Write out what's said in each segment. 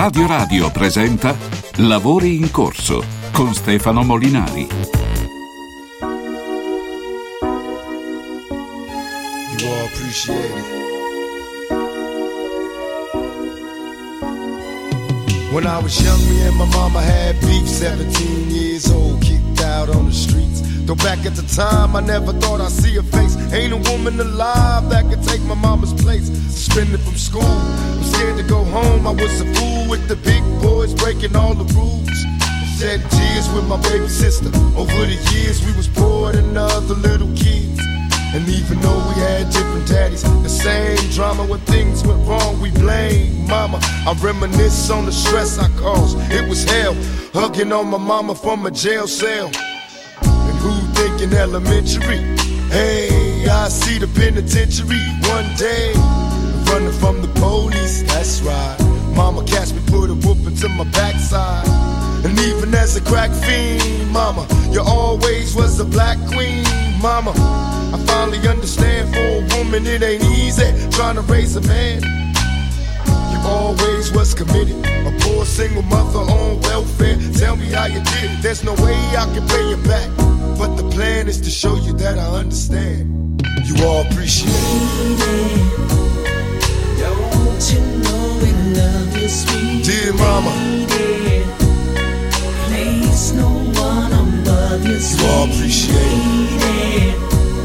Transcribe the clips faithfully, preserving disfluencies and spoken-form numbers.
Radio Radio presenta Lavori in corso con Stefano Molinari. You all appreciate it. When I was young, me and my mama had beef, seventeen years old, kicked out on the streets. Though back at the time, I never thought I'd see her face. Ain't a woman alive that could take my mama's place. Suspended from school, I'm scared to go home. I was a fool with the big boys, breaking all the rules. Shed tears with my baby sister. Over the years, we was poor than other little kids. And even though we had different daddies, the same drama when things went wrong, we blame mama. I reminisce on the stress I caused. It was hell, hugging on my mama from a jail cell. Who thinking elementary? Hey, I see the penitentiary one day. Running from the police, that's right. Mama catch me, put a whooping to my backside. And even as a crack fiend, mama, you always was a black queen, mama. I finally understand for a woman it ain't easy trying to raise a man. You always was committed, a poor single mother on welfare. Tell me how you did it, there's no way I can pay you back. But the plan is to show you that I understand. You all appreciate it. Don't you know we love you, sweet dear mama. Lady. Place no one above you, sweet You all appreciate it.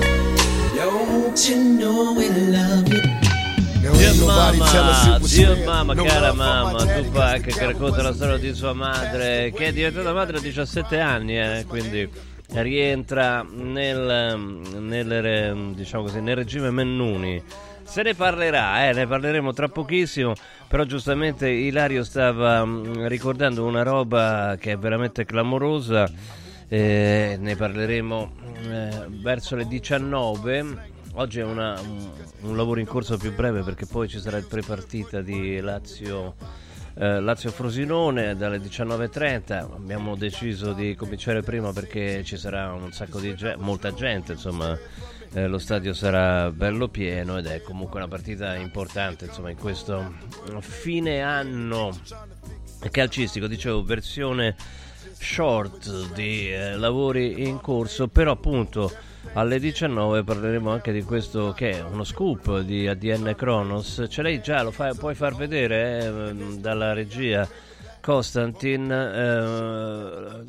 Don't you know we love you. Dio mamma, Dio mamma, cara mamma, Tupac che racconta la storia di sua madre, che è diventata madre a diciassette anni, eh, quindi rientra nel, nel, diciamo così, nel regime Mennuni. Se ne parlerà, eh, ne parleremo tra pochissimo, però giustamente Ilario stava ricordando una roba che è veramente clamorosa, eh, ne parleremo eh, verso le diciannove. Oggi è una, un, un lavoro in corso più breve perché poi ci sarà il pre-partita di Lazio eh, Lazio-Frosinone dalle diciannove e trenta. Abbiamo deciso di cominciare prima perché ci sarà un sacco di gente, molta gente, insomma, eh, lo stadio sarà bello pieno ed è comunque una partita importante, insomma, in questo fine anno calcistico, dicevo, versione short di eh, lavori in corso, però appunto alle diciannove parleremo anche di questo che è uno scoop di A D N Kronos. Ce l'hai già, lo fai, puoi far vedere eh, dalla regia Costantin, eh,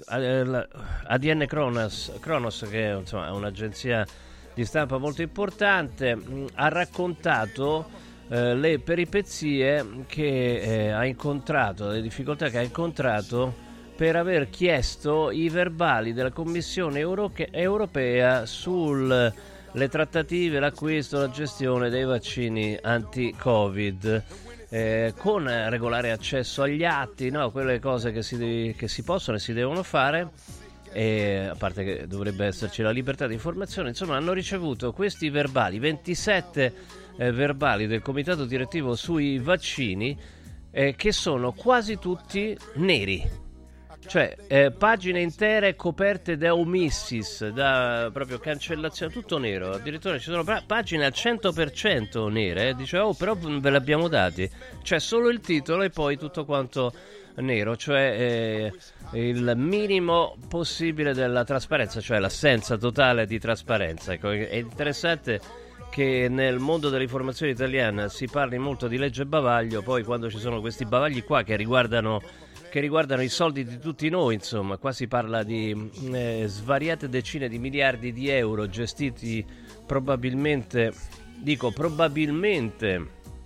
A D N Kronos, Kronos che insomma, è un'agenzia di stampa molto importante, mh, ha raccontato eh, le peripezie che eh, ha incontrato, le difficoltà che ha incontrato per aver chiesto i verbali della Commissione Euro- Europea sulle trattative, l'acquisto, la gestione dei vaccini anti-Covid, eh, con regolare accesso agli atti, no? Quelle cose che si, che si possono e si devono fare, e, a parte che dovrebbe esserci la libertà di informazione. Insomma, hanno ricevuto questi verbali, ventisette eh, verbali del Comitato Direttivo sui vaccini, eh, che sono quasi tutti neri. Cioè, eh, pagine intere coperte da omissis, da proprio cancellazione, tutto nero. Addirittura ci sono pa- pagine al cento per cento nere. Eh. Dice, oh, però ve l'abbiamo dati. Cioè, solo il titolo e poi tutto quanto nero. Cioè, eh, il minimo possibile della trasparenza, cioè l'assenza totale di trasparenza. Ecco, è interessante che nel mondo dell'informazione italiana si parli molto di legge bavaglio, poi quando ci sono questi bavagli qua che riguardano... che riguardano i soldi di tutti noi, insomma, qua si parla di eh, svariate decine di miliardi di euro gestiti probabilmente, dico probabilmente,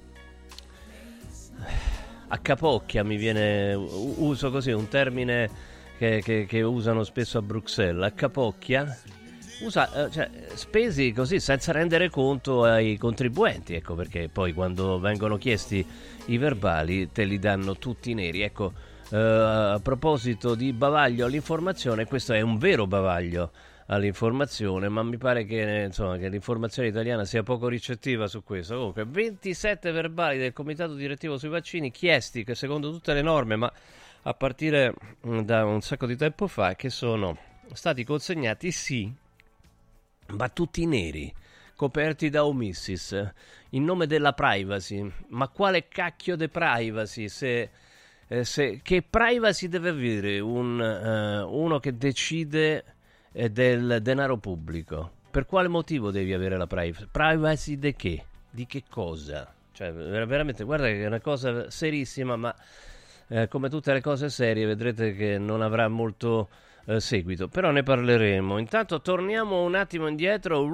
a capocchia, mi viene, uso così un termine che, che, che usano spesso a Bruxelles, a capocchia, usa, cioè, spesi così senza rendere conto ai contribuenti, ecco, perché poi quando vengono chiesti i verbali te li danno tutti neri, ecco. Uh, a proposito di bavaglio all'informazione, questo è un vero bavaglio all'informazione, ma mi pare che, insomma, che l'informazione italiana sia poco ricettiva su questo. Comunque ventisette verbali del Comitato Direttivo sui vaccini chiesti, che secondo tutte le norme, ma a partire da un sacco di tempo fa, che sono stati consegnati, sì, ma tutti neri, coperti da omissis, in nome della privacy. Ma quale cacchio de privacy se eh, se, che privacy deve avere un, uh, uno che decide eh, del denaro pubblico? Per quale motivo devi avere la privacy? Privacy di che? Di che cosa? Cioè, veramente, guarda che è una cosa serissima, ma eh, come tutte le cose serie vedrete che non avrà molto eh, seguito, però ne parleremo. Intanto torniamo un attimo indietro,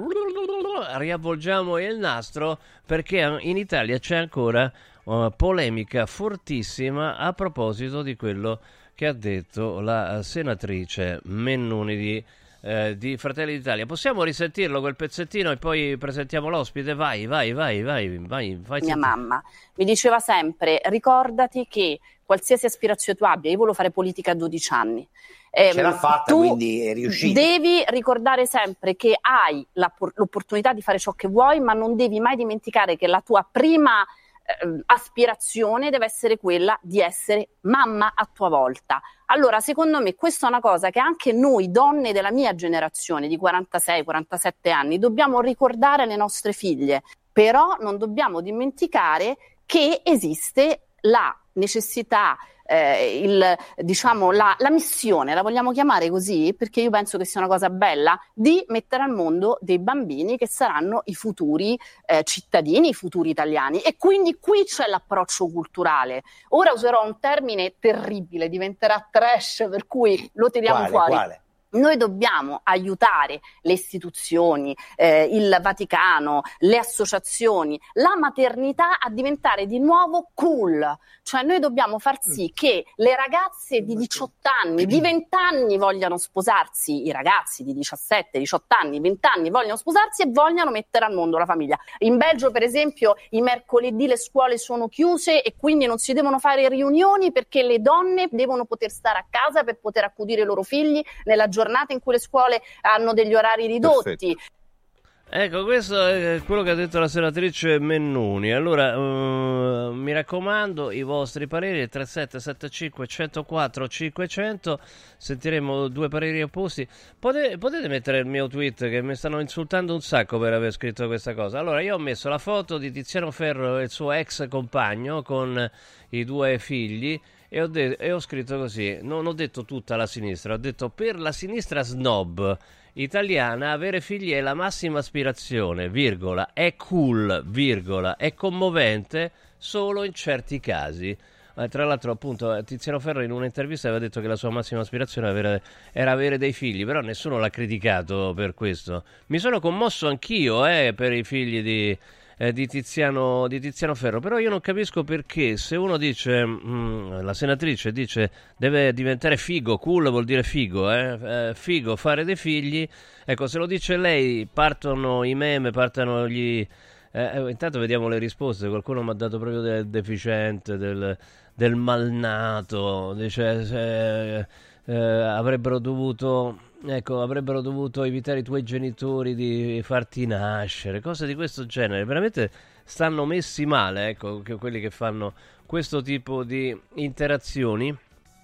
riavvolgiamo il nastro, perché in Italia c'è ancora uh, polemica fortissima a proposito di quello che ha detto la senatrice Mennuni di Eh, di Fratelli d'Italia. Possiamo risentirlo quel pezzettino e poi presentiamo l'ospite? Vai, vai, vai, vai, vai, vai. Mia mamma mi diceva sempre: ricordati che qualsiasi aspirazione tu abbia, io volevo fare politica a dodici anni. Eh, Ce l'ha fatta, tu quindi è riuscita. Devi ricordare sempre che hai la, l'opportunità di fare ciò che vuoi, ma non devi mai dimenticare che la tua prima eh, aspirazione deve essere quella di essere mamma a tua volta. Allora, secondo me, questa è una cosa che anche noi donne della mia generazione, di quarantasei quarantasette anni, dobbiamo ricordare alle nostre figlie. Però non dobbiamo dimenticare che esiste la necessità, eh, il, diciamo, la, la missione, la vogliamo chiamare così, perché io penso che sia una cosa bella, di mettere al mondo dei bambini che saranno i futuri eh, cittadini, i futuri italiani. E quindi qui c'è l'approccio culturale. Ora userò un termine terribile, diventerà trash, per cui lo tiriamo quale, fuori. Quale? Noi dobbiamo aiutare le istituzioni, eh, il Vaticano, le associazioni, la maternità a diventare di nuovo cool. Cioè noi dobbiamo far sì che le ragazze di diciotto anni, di venti anni vogliano sposarsi, i ragazzi di diciassette, diciotto anni, venti anni vogliono sposarsi e vogliano mettere al mondo la famiglia. In Belgio, per esempio, i mercoledì le scuole sono chiuse e quindi non si devono fare riunioni perché le donne devono poter stare a casa per poter accudire i loro figli nella giornata in cui le scuole hanno degli orari ridotti. Perfetto. Ecco, questo è quello che ha detto la senatrice Mennuni. Allora, uh, mi raccomando, i vostri pareri, tre sette sette cinque uno zero quattro cinquecento, sentiremo due pareri opposti. Potete, potete mettere il mio tweet, che mi stanno insultando un sacco per aver scritto questa cosa. Allora, io ho messo la foto di Tiziano Ferro e il suo ex compagno con i due figli, e ho, de- e ho scritto così, non ho detto tutta la sinistra, ho detto: per la sinistra snob italiana avere figli è la massima aspirazione, virgola, è cool, virgola, è commovente solo in certi casi. Eh, tra l'altro, appunto, Tiziano Ferro in un'intervista aveva detto che la sua massima aspirazione era avere, era avere dei figli, però nessuno l'ha criticato per questo. Mi sono commosso anch'io eh, per i figli di... Eh, di, Tiziano, di Tiziano Ferro, però io non capisco perché se uno dice, mh, la senatrice dice deve diventare figo, cool vuol dire figo, eh? Eh, figo fare dei figli, ecco, se lo dice lei partono i meme, partono gli... Eh, intanto vediamo le risposte, qualcuno mi ha dato proprio del deficiente, del, del malnato, dice se, eh, avrebbero dovuto... Ecco, avrebbero dovuto evitare i tuoi genitori di farti nascere, cose di questo genere. Veramente stanno messi male, ecco, che quelli che fanno questo tipo di interazioni.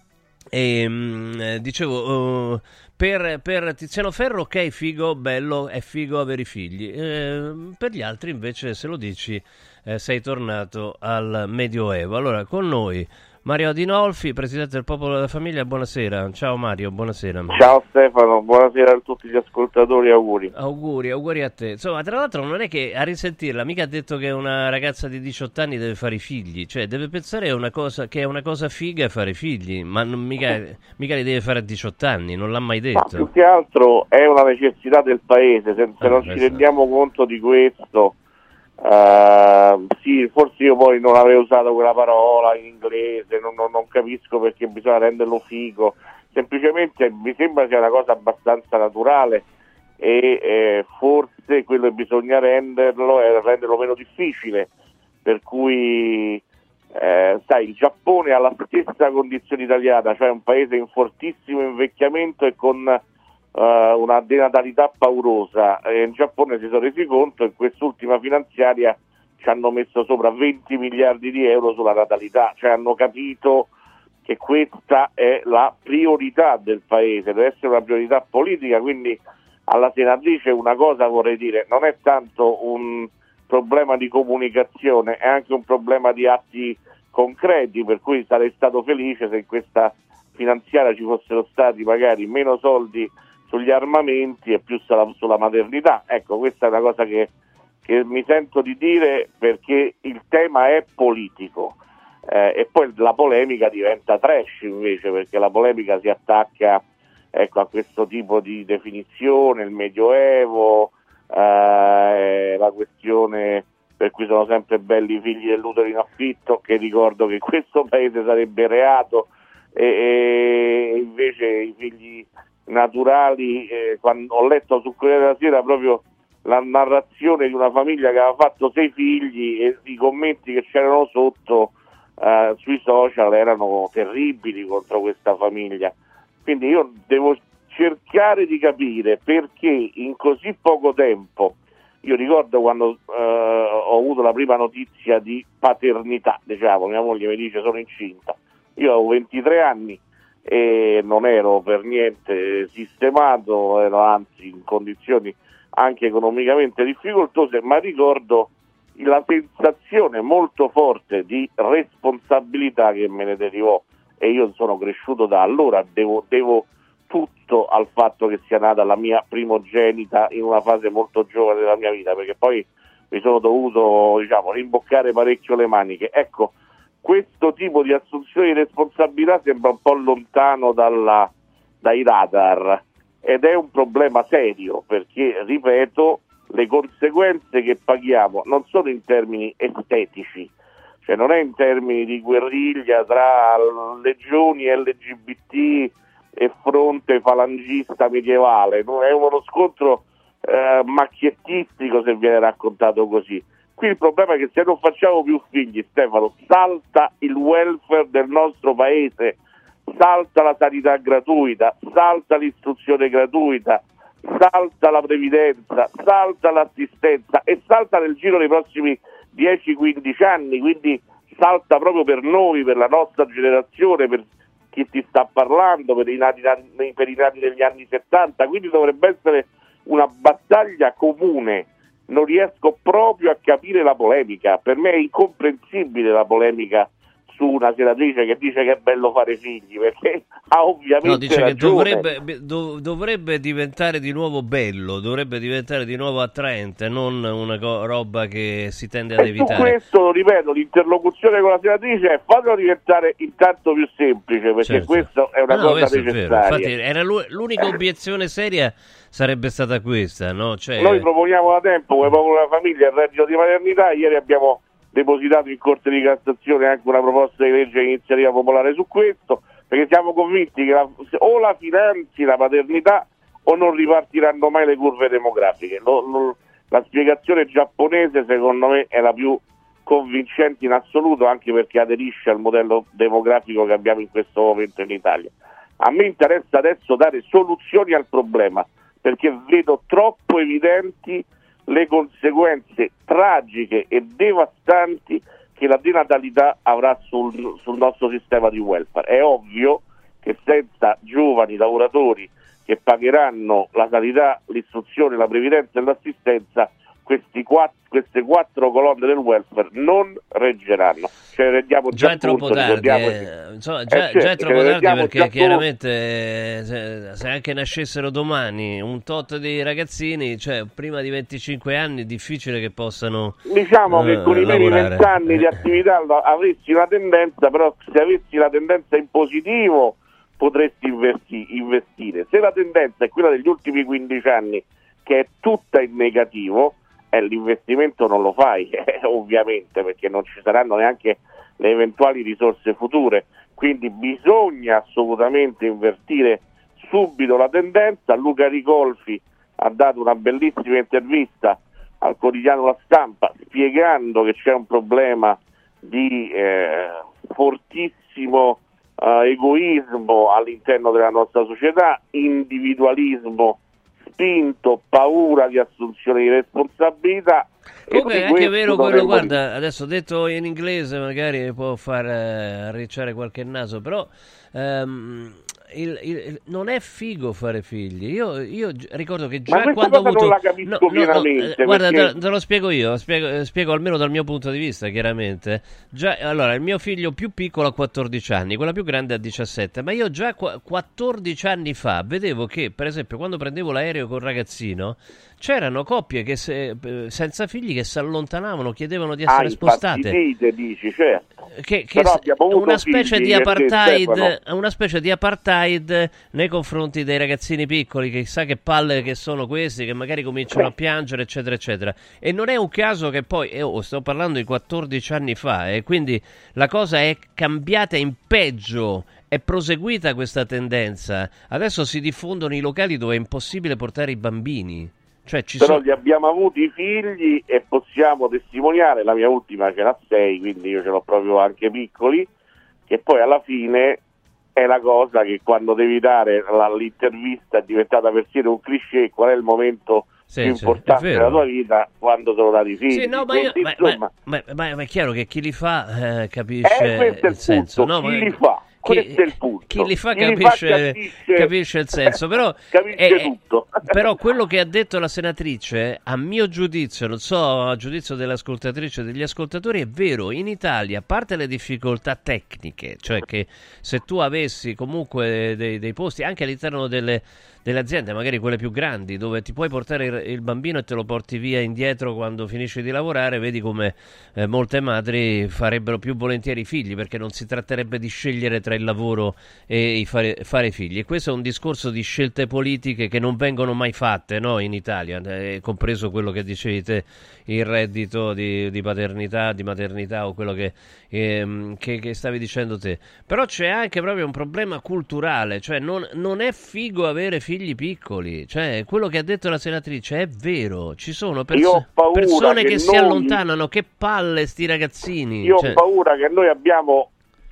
E mh, dicevo, uh, per, per Tiziano Ferro, ok, figo, bello, è figo avere i figli. Eh, per gli altri, invece, se lo dici, eh, sei tornato al Medioevo. Allora, con noi Mario Adinolfi, presidente del Popolo della Famiglia, buonasera. Ciao Mario, buonasera. Ciao Stefano, buonasera a tutti gli ascoltatori, auguri. Auguri, auguri a te. Insomma, tra l'altro non è che a risentirla mica ha detto che una ragazza di diciotto anni deve fare i figli, cioè deve pensare a una cosa, che è una cosa figa fare figli, ma non, mica, mica li deve fare a diciotto anni, non l'ha mai detto. Ma più che altro è una necessità del paese, se, se ah, non ci rendiamo conto di questo... Uh, sì, forse io poi non avrei usato quella parola in inglese, non, non, non capisco perché bisogna renderlo figo, semplicemente mi sembra sia una cosa abbastanza naturale e eh, forse quello che bisogna renderlo è renderlo meno difficile, per cui eh, sai, il Giappone ha la stessa condizione italiana, cioè un paese in fortissimo invecchiamento e con Uh, una denatalità paurosa. Eh, in Giappone si sono resi conto, in quest'ultima finanziaria ci hanno messo sopra venti miliardi di euro sulla natalità, cioè hanno capito che questa è la priorità del paese, deve essere una priorità politica. Quindi alla senatrice una cosa vorrei dire: non è tanto un problema di comunicazione, è anche un problema di atti concreti, per cui sarei stato felice se in questa finanziaria ci fossero stati magari meno soldi sugli armamenti e più sulla, sulla maternità. Ecco, questa è una cosa che, che mi sento di dire, perché il tema è politico, eh, e poi la polemica diventa trash invece, perché la polemica si attacca, ecco, a questo tipo di definizione, il Medioevo, eh, la questione per cui sono sempre belli i figli dell'utero in affitto, che ricordo che in questo paese sarebbe reato, e, e invece i figli naturali, eh, quando ho letto su Corriere della Sera proprio la narrazione di una famiglia che aveva fatto sei figli, e i commenti che c'erano sotto eh, sui social erano terribili contro questa famiglia. Quindi io devo cercare di capire perché in così poco tempo, io ricordo quando eh, ho avuto la prima notizia di paternità, diciamo, mia moglie mi dice sono incinta, io avevo ventitré anni e non ero per niente sistemato, ero anzi in condizioni anche economicamente difficoltose, ma ricordo la sensazione molto forte di responsabilità che me ne derivò, e io sono cresciuto da allora, devo, devo tutto al fatto che sia nata la mia primogenita in una fase molto giovane della mia vita, perché poi mi sono dovuto, diciamo, rimboccare parecchio le maniche. Ecco, questo tipo di assunzione di responsabilità sembra un po' lontano dalla, dai radar, ed è un problema serio, perché, ripeto, le conseguenze che paghiamo non sono in termini estetici, cioè non è in termini di guerriglia tra legioni L G B T e fronte falangista medievale, non è uno scontro eh, macchiettistico se viene raccontato così. Qui il problema è che se non facciamo più figli, Stefano, salta il welfare del nostro paese, salta la sanità gratuita, salta l'istruzione gratuita, salta la previdenza, salta l'assistenza e salta nel giro dei prossimi dieci quindici anni, quindi salta proprio per noi, per la nostra generazione, per chi ti sta parlando, per i nati, per i nati negli anni settanta, quindi dovrebbe essere una battaglia comune. Non riesco proprio a capire la polemica, per me è incomprensibile la polemica su una senatrice che dice che è bello fare figli, perché ha ovviamente no, dice ragione. Che dovrebbe, dov- dovrebbe diventare di nuovo bello, dovrebbe diventare di nuovo attraente, non una co- roba che si tende ad e evitare. Su questo, lo ripeto, l'interlocuzione con la senatrice è farlo diventare intanto più semplice, perché certo. questo è una no, cosa questo necessaria. È vero. Infatti era l'unica obiezione seria sarebbe stata questa, no? Cioè... Noi proponiamo da tempo, come Popolo della Famiglia, il reddito di maternità. Ieri abbiamo depositato in Corte di Cassazione anche una proposta di legge di iniziativa popolare su questo, perché siamo convinti che la, o la finanzi la paternità o non ripartiranno mai le curve demografiche. Lo, lo, la spiegazione giapponese secondo me è la più convincente in assoluto, anche perché aderisce al modello demografico che abbiamo in questo momento in Italia. A me interessa adesso dare soluzioni al problema, perché vedo troppo evidenti le conseguenze tragiche e devastanti che la denatalità avrà sul, sul nostro sistema di welfare. È ovvio che senza giovani lavoratori che pagheranno la sanità, l'istruzione, la previdenza e l'assistenza, questi quattro, queste quattro colonne del welfare non reggeranno. Ce rendiamo già, già è troppo tardi, eh. Insomma, già, eh, certo, già è troppo tardi, perché chiaramente conto. se, se anche nascessero domani un tot di ragazzini, cioè prima di venticinque anni è difficile che possano diciamo uh, che con i primi vent'anni eh. di attività avresti una tendenza, però se avessi la tendenza in positivo potresti investi, investire. Se la tendenza è quella degli ultimi quindici anni, che è tutta in negativo, eh, l'investimento non lo fai, eh, ovviamente, perché non ci saranno neanche le eventuali risorse future. Quindi bisogna assolutamente invertire subito la tendenza. Luca Ricolfi ha dato una bellissima intervista al quotidiano La Stampa spiegando che c'è un problema di eh, fortissimo eh, egoismo all'interno della nostra società, individualismo spinto, paura di assunzione di responsabilità. Comunque è anche vero quello, guarda, adesso detto in inglese magari può far eh, arricciare qualche naso, però ehm, il, il, non è figo fare figli. Io, io ricordo che già Ma quando ho avuto... non la capisco no, pienamente. No, no, guarda, perché... te, te lo spiego io, spiego, spiego almeno dal mio punto di vista, chiaramente. Già, allora, il mio figlio più piccolo ha quattordici anni, quella più grande ha diciassette, ma io già qu- quattordici anni fa vedevo che, per esempio, quando prendevo l'aereo col ragazzino, c'erano coppie che se, senza figli che si allontanavano, chiedevano di essere ah, spostate. Dite, dici, certo. Che, che una specie figli, di apartheid, Stefano. una specie di apartheid nei confronti dei ragazzini piccoli, che sa che palle che sono questi, che magari cominciano a piangere, eccetera, eccetera. E non è un caso che poi, eh, oh, sto parlando di quattordici anni fa, e eh, quindi la cosa è cambiata in peggio. È proseguita questa tendenza. Adesso si diffondono i locali dove è impossibile portare i bambini. Cioè, ci Però sono... li abbiamo avuti i figli e possiamo testimoniare, la mia ultima ce l'ha sei, quindi io ce l'ho proprio anche piccoli, che poi alla fine è la cosa che quando devi dare la, l'intervista è diventata persino un cliché, qual è il momento sì, più sì, importante della tua vita, quando te lo dai i figli. Sì, no, ma, io, quindi, ma, insomma, ma, ma, ma, ma è chiaro che chi li fa eh, capisce eh, questo è il il senso. punto, No, chi ma... li fa? Chi, Questo è il punto. Chi li fa, Chi capisce, li fa capisce... capisce il senso, però, capisce eh, tutto. Però quello che ha detto la senatrice, a mio giudizio, non so, a giudizio dell'ascoltatrice e degli ascoltatori, è vero. In Italia, a parte le difficoltà tecniche, cioè che se tu avessi comunque dei, dei posti anche all'interno delle, delle aziende, magari quelle più grandi, dove ti puoi portare il, il bambino e te lo porti via indietro quando finisci di lavorare, vedi come eh, molte madri farebbero più volentieri i figli, perché non si tratterebbe di scegliere tra il lavoro e i fare, fare figli. E questo è un discorso di scelte politiche che non vengono mai fatte, no, in Italia, eh, compreso quello che dicevi te, il reddito di, di paternità, di maternità, o quello che, ehm, che, che stavi dicendo te. Però c'è anche proprio un problema culturale, cioè non, non è figo avere figli piccoli, cioè quello che ha detto la senatrice è vero, ci sono perso- persone che, che si noi... allontanano, che palle sti ragazzini. Io cioè... ho paura che noi abbiamo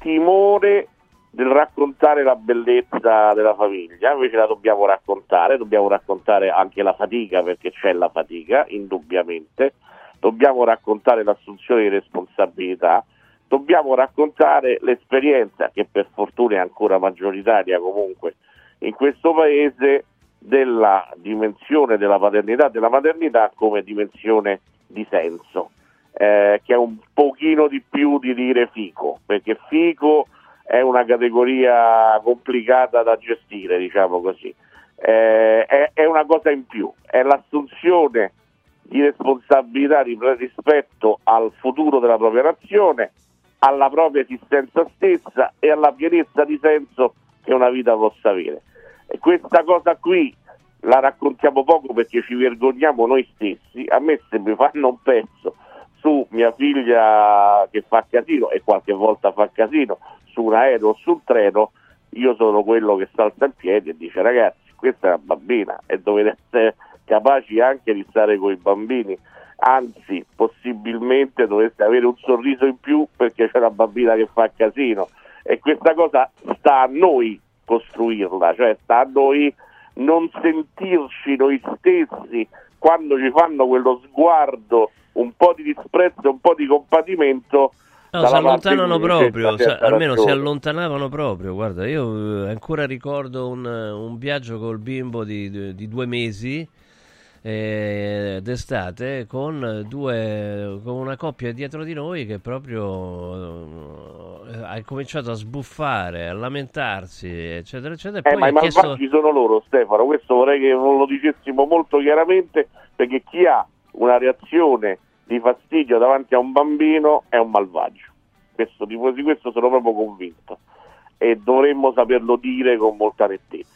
timore del raccontare la bellezza della famiglia, invece la dobbiamo raccontare, dobbiamo raccontare anche la fatica, perché c'è la fatica, indubbiamente, dobbiamo raccontare l'assunzione di responsabilità, dobbiamo raccontare l'esperienza, che per fortuna è ancora maggioritaria comunque in questo paese, della dimensione della paternità, della maternità come dimensione di senso, eh, che è un pochino di più di dire fico, perché fico è una categoria complicata da gestire, diciamo così, eh, è, è una cosa in più, è l'assunzione di responsabilità rispetto al futuro della propria nazione, alla propria esistenza stessa e alla pienezza di senso che una vita possa avere. E questa cosa qui la raccontiamo poco perché ci vergogniamo noi stessi. A me, se mi fanno un pezzo su mia figlia che fa casino, e qualche volta fa casino, su un aereo o sul treno, io sono quello che salta in piedi e dice: ragazzi, questa è una bambina e dovete essere capaci anche di stare con i bambini, anzi possibilmente dovreste avere un sorriso in più perché c'è una bambina che fa casino. E questa cosa sta a noi costruirla, cioè sta a noi non sentirci noi stessi quando ci fanno quello sguardo un po' di disprezzo, un po' di compatimento. No, si allontanano proprio, sa, almeno ragione. Si allontanavano proprio. Guarda, io ancora ricordo un, un viaggio col bimbo di, di, di due mesi eh, d'estate con due con una coppia dietro di noi che proprio eh, ha cominciato a sbuffare, a lamentarsi, eccetera, eccetera. E eh, poi ma i chiesto... malvagi sono loro, Stefano. Questo vorrei che lo dicessimo molto chiaramente, perché chi ha una reazione di fastidio davanti a un bambino è un malvagio. Questo, di questo sono proprio convinto e dovremmo saperlo dire con molta nettezza.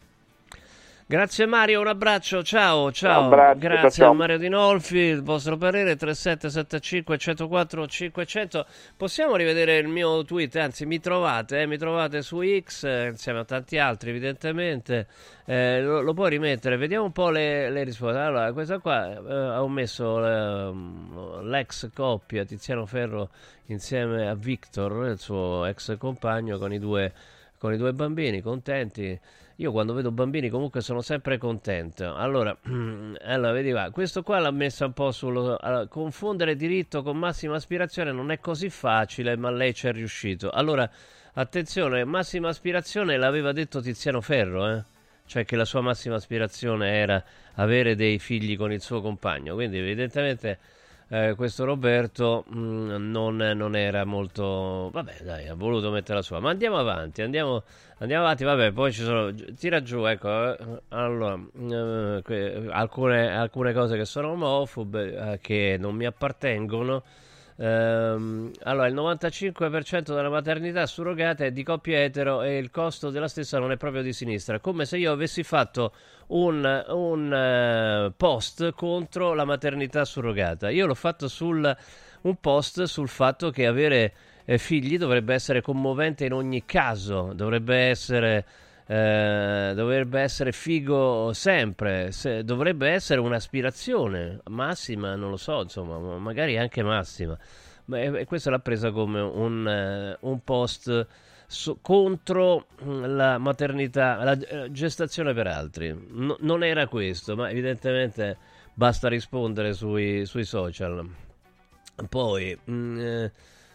Grazie Mario, un abbraccio, ciao, ciao. Abbraccio, grazie ciao. a Mario Di Nolfi, il vostro parere tre sette sette cinque uno zero quattro cinquecento. Possiamo rivedere il mio tweet, anzi mi trovate, eh, mi trovate su X eh, insieme a tanti altri evidentemente, eh, lo, lo puoi rimettere, vediamo un po' le, le risposte. Allora, questa qua eh, ho messo eh, l'ex coppia Tiziano Ferro insieme a Victor, il suo ex compagno, con i due con i due bambini, contenti. Io quando vedo bambini comunque sono sempre contento. Allora, allora vedi qua, questo qua l'ha messa un po' sullo... Allora, confondere diritto con massima aspirazione non è così facile, ma lei ci è riuscito. Allora, attenzione, massima aspirazione l'aveva detto Tiziano Ferro, eh? Cioè che la sua massima aspirazione era avere dei figli con il suo compagno. Quindi evidentemente... Eh, questo Roberto mh, non, non era molto, vabbè dai, ha voluto mettere la sua, ma andiamo avanti, andiamo, andiamo avanti, vabbè, poi ci sono, tira giù, ecco, eh, allora, eh, que, alcune, alcune cose che sono omofobe, eh, che non mi appartengono. Ehm, allora, il novantacinque per cento della maternità surrogata è di coppie etero e il costo della stessa non è proprio di sinistra, come se io avessi fatto un, un uh, post contro la maternità surrogata. Io l'ho fatto sul un post sul fatto che avere eh, figli dovrebbe essere commovente in ogni caso, dovrebbe essere eh, dovrebbe essere figo sempre, se, dovrebbe essere un'aspirazione massima, non lo so, insomma, magari anche massima. Ma e, e questo l'ha presa come un, uh, un post So, contro la maternità, la uh, gestazione per altri. No, non era questo, ma evidentemente basta rispondere sui, sui social. Poi, mm, eh,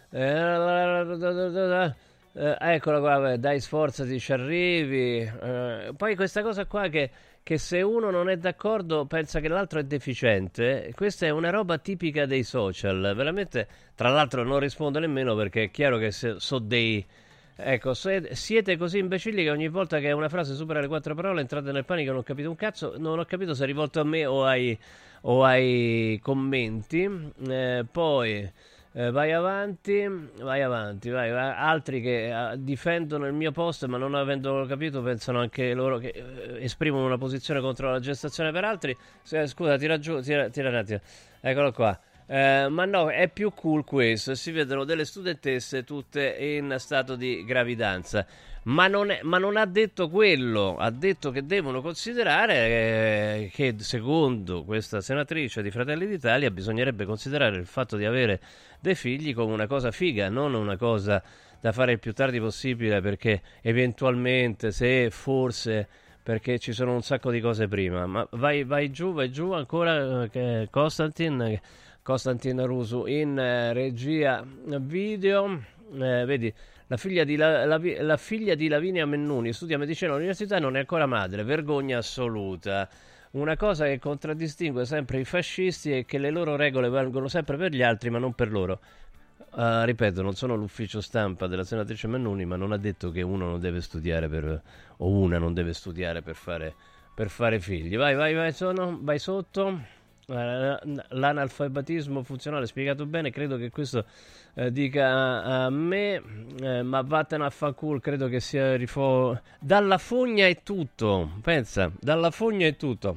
eh, eh, eccola qua, dai, sforzati, ci arrivi. Eh, poi questa cosa qua che, che se uno non è d'accordo pensa che l'altro è deficiente, questa è una roba tipica dei social. Veramente, tra l'altro non rispondo nemmeno perché è chiaro che se, so dei... Ecco, se, siete così imbecilli che ogni volta che una frase supera le quattro parole entrate nel panico. Non ho capito un cazzo. Non ho capito se è rivolto a me o ai, o ai commenti. Eh, poi eh, vai avanti, vai avanti, vai, vai. Altri che eh, difendono il mio post, ma non avendolo capito pensano anche loro che eh, esprimono una posizione contro la gestazione per altri. Se, scusa, tira giù, tira, tira un attimo. Eccolo qua. Eh, ma no, è più cool questo. Si vedono delle studentesse tutte in stato di gravidanza. Ma non, è, ma non ha detto quello. Ha detto che devono considerare eh, che secondo questa senatrice di Fratelli d'Italia bisognerebbe considerare il fatto di avere dei figli come una cosa figa, non una cosa da fare il più tardi possibile, perché eventualmente, se forse, perché ci sono un sacco di cose prima. Ma vai, vai giù, vai giù ancora, eh, Costantin. Costantin Rusu in eh, regia video. Eh, vedi, la figlia, di la, la, la figlia di Lavinia Mennuni studia medicina all'università e non è ancora madre. Vergogna assoluta. Una cosa che contraddistingue sempre i fascisti è che le loro regole valgono sempre per gli altri ma non per loro. Uh, ripeto, non sono l'ufficio stampa della senatrice Mennuni, ma non ha detto che uno non deve studiare per, o una non deve studiare per fare, per fare figli. Vai, vai, vai, sono, vai sotto. L'analfabetismo funzionale spiegato bene, credo che questo eh, dica a, a me, eh, ma vattene a fanculo, credo che sia rifo... dalla fogna è tutto, pensa, dalla fogna è tutto.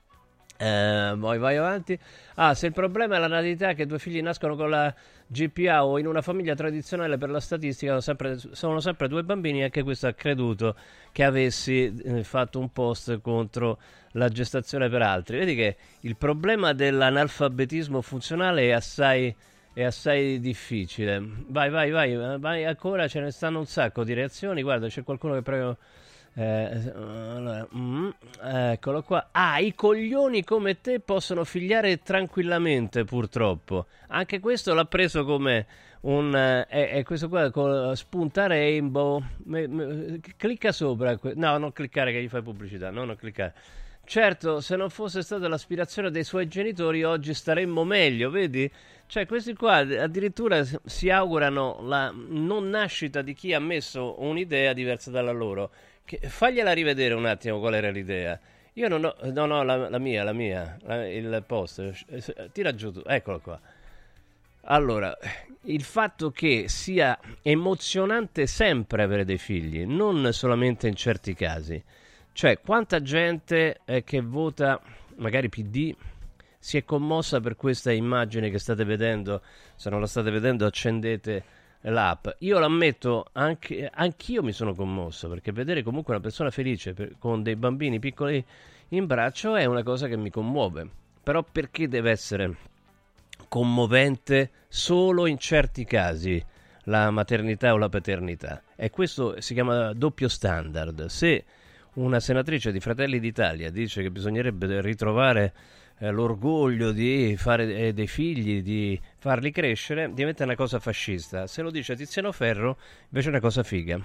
Eh, poi vai avanti. Ah, se il problema è la natalità, che due figli nascono con la G P A o in una famiglia tradizionale, per la statistica sono sempre, sono sempre due bambini. Anche questo ha creduto che avessi eh, fatto un post contro la gestazione per altri. Vedi che il problema dell'analfabetismo funzionale è assai, è assai difficile. Vai, vai, vai, vai ancora, ce ne stanno un sacco di reazioni. Guarda, c'è qualcuno che prego... Eh, allora, mm, eccolo qua. Ah, i coglioni come te possono figliare tranquillamente, purtroppo. Anche questo l'ha preso come un eh, è questo qua con spuntare Rainbow. Me, me, clicca sopra. No, non cliccare che gli fai pubblicità. No, non cliccare. Certo, se non fosse stata l'aspirazione dei suoi genitori oggi staremmo meglio, vedi? Cioè, questi qua addirittura si augurano la non nascita di chi ha messo un'idea diversa dalla loro. Che, fagliela rivedere un attimo qual era l'idea. Io non ho... No, no, la, la mia, la mia, la, il post. Tira giù tu, eccolo qua. Allora, il fatto che sia emozionante sempre avere dei figli, non solamente in certi casi. Cioè, quanta gente eh, che vota, magari P D, si è commossa per questa immagine che state vedendo. Se non la state vedendo, accendete l'app. Io l'ammetto, anche anch'io mi sono commosso, perché vedere comunque una persona felice per, con dei bambini piccoli in braccio è una cosa che mi commuove. Però perché deve essere commovente solo in certi casi? la maternità o la paternità. E questo si chiama doppio standard. Se una senatrice di Fratelli d'Italia dice che bisognerebbe ritrovare eh, l'orgoglio di fare eh, dei figli, di farli crescere, diventa una cosa fascista. Se lo dice Tiziano Ferro, invece è una cosa figa.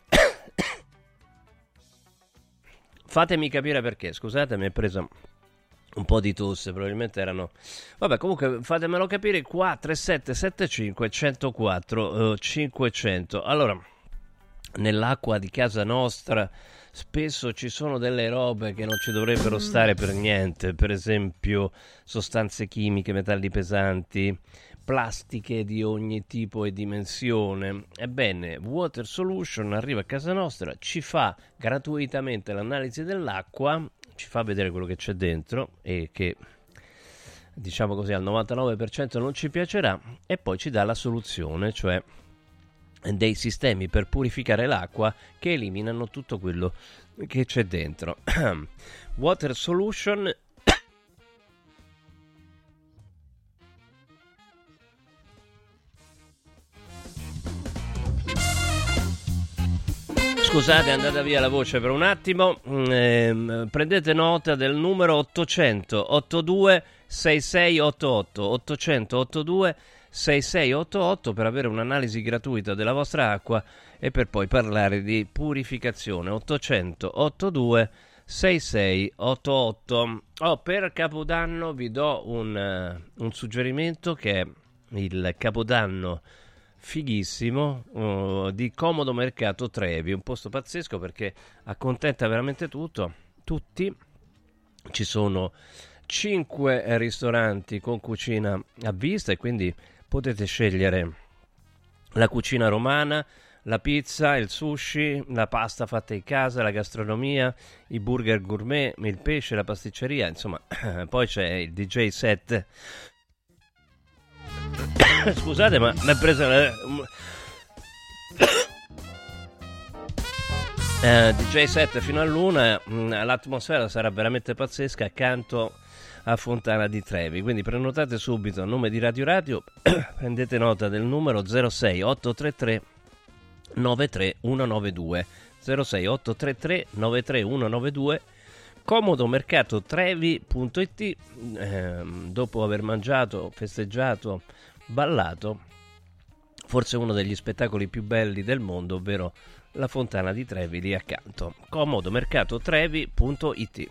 Fatemi capire perché, scusate, mi è preso un po' di tosse, probabilmente erano... Vabbè, comunque fatemelo capire qua, tre sette sette cinque uno zero quattro cinquecento. Allora, nell'acqua di casa nostra spesso ci sono delle robe che non ci dovrebbero stare per niente, per esempio sostanze chimiche, metalli pesanti, plastiche di ogni tipo e dimensione. Ebbene, Water Solution arriva a casa nostra, ci fa gratuitamente l'analisi dell'acqua, ci fa vedere quello che c'è dentro e che, diciamo così, al novantanove per cento non ci piacerà, e poi ci dà la soluzione, cioè dei sistemi per purificare l'acqua che eliminano tutto quello che c'è dentro. Water Solution Scusate, è andata via la voce per un attimo. Eh, prendete nota del numero ottocento ottantadue sessantasei ottantotto, ottocento ottantadue sessantasei ottantotto per avere un'analisi gratuita della vostra acqua e per poi parlare di purificazione. Ottocento ottantadue sessantasei ottantotto. Oh, per Capodanno vi do un, uh, un suggerimento, che è il Capodanno fighissimo uh, di Comodo Mercato Trevi, un posto pazzesco perché accontenta veramente tutto, tutti. Ci sono cinque ristoranti con cucina a vista e quindi potete scegliere la cucina romana, la pizza, il sushi, la pasta fatta in casa, la gastronomia, i burger gourmet, il pesce, la pasticceria, insomma. Poi c'è il D J set. Scusate, ma mi è presa la... Uh, D J set fino all'una, l'atmosfera sarà veramente pazzesca accanto a Fontana di Trevi, quindi prenotate subito a nome di Radio Radio. Prendete nota del numero zero sei otto tre tre nove tre uno nove due, zero sei otto tre tre nove tre uno nove due, comodomercatotrevi punto it. Eh, dopo aver mangiato, festeggiato, ballato, forse uno degli spettacoli più belli del mondo, ovvero la Fontana di Trevi lì accanto. comodomercatotrevi punto it.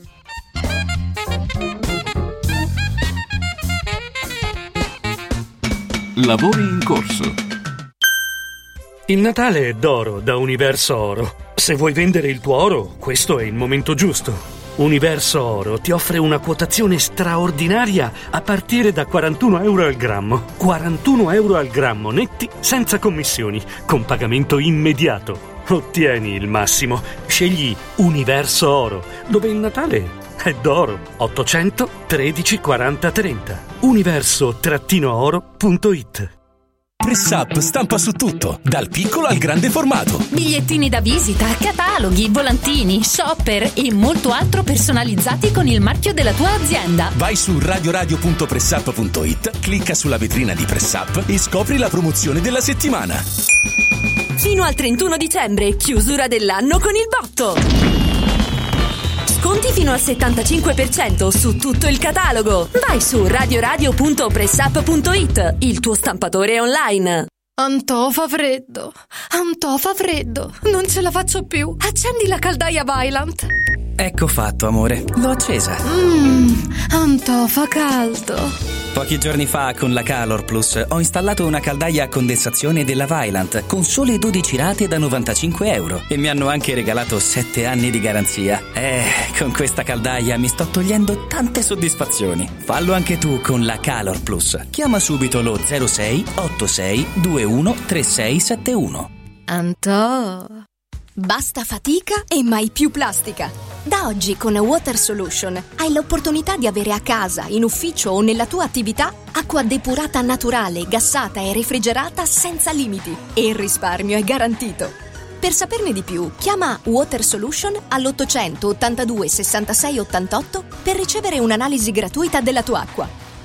Lavori in corso. Il Natale è d'oro da Universo Oro. Se vuoi vendere il tuo oro, questo è il momento giusto. Universo Oro ti offre una quotazione straordinaria a partire da quarantuno euro al grammo. quarantuno euro al grammo netti, senza commissioni, con pagamento immediato. Ottieni il massimo. Scegli Universo Oro, dove il Natale è d'oro. ottocento tredici quaranta trenta. universo oro punto it. Pressup stampa su tutto, dal piccolo al grande formato. Bigliettini da visita, cataloghi, volantini, shopper e molto altro personalizzati con il marchio della tua azienda. Vai su radioradio punto pressup punto it, clicca sulla vetrina di Pressup e scopri la promozione della settimana. Fino al trentuno dicembre, chiusura dell'anno con il botto. Sconti fino al settantacinque per cento su tutto il catalogo. Vai su radioradio punto pressup punto it, il tuo stampatore online. Antò fa freddo, Antò fa freddo, non ce la faccio più. Accendi la caldaia Vaillant. Ecco fatto, amore, l'ho accesa. Mmm, Antò fa caldo. Pochi giorni fa con la Calor Plus ho installato una caldaia a condensazione della Vaillant con sole dodici rate da novantacinque euro e mi hanno anche regalato sette anni di garanzia. Eh, con questa caldaia mi sto togliendo tante soddisfazioni. Fallo anche tu con la Calor Plus. Chiama subito lo zero sei otto sei due uno tre sei sette uno. Antò. Basta fatica e mai più plastica. Da oggi con Water Solution hai l'opportunità di avere a casa, in ufficio o nella tua attività acqua depurata naturale, gassata e refrigerata senza limiti. E il risparmio è garantito. Per saperne di più, chiama Water Solution all'ottocento ottantadue sessantasei ottantotto per ricevere un'analisi gratuita della tua acqua.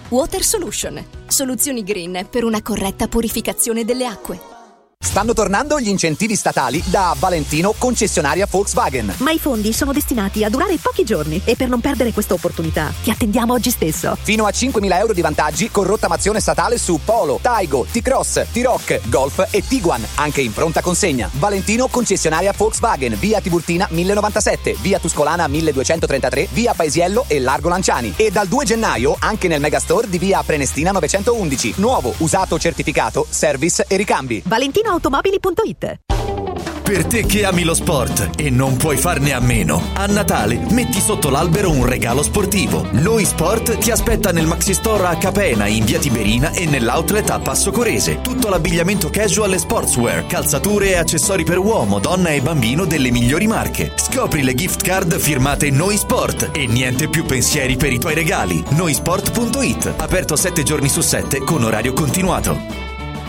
Water Solution. Soluzioni green per una corretta purificazione delle acque. Stanno tornando gli incentivi statali da Valentino, concessionaria Volkswagen. Ma i fondi sono destinati a durare pochi giorni e per non perdere questa opportunità ti attendiamo oggi stesso. Fino a cinquemila euro di vantaggi con rottamazione statale su Polo, Taigo, T-Cross, T-Roc, Golf e Tiguan, anche in pronta consegna. Valentino, concessionaria Volkswagen, via Tiburtina mille novantasette, via Tuscolana milleduecentotrentatré, via Paesiello e Largo Lanciani. E dal due gennaio anche nel megastore di via Prenestina novecentoundici. Nuovo, usato, certificato, service e ricambi. valentino automobili punto it. Per te che ami lo sport e non puoi farne a meno, a Natale metti sotto l'albero un regalo sportivo. Noi Sport ti aspetta nel Maxi Store a Capena in via Tiberina e nell'outlet a Passo Corese. Tutto l'abbigliamento casual e sportswear, calzature e accessori per uomo, donna e bambino delle migliori marche. Scopri le gift card firmate Noi Sport e niente più pensieri per i tuoi regali. noi sport punto it, aperto sette giorni su sette con orario continuato.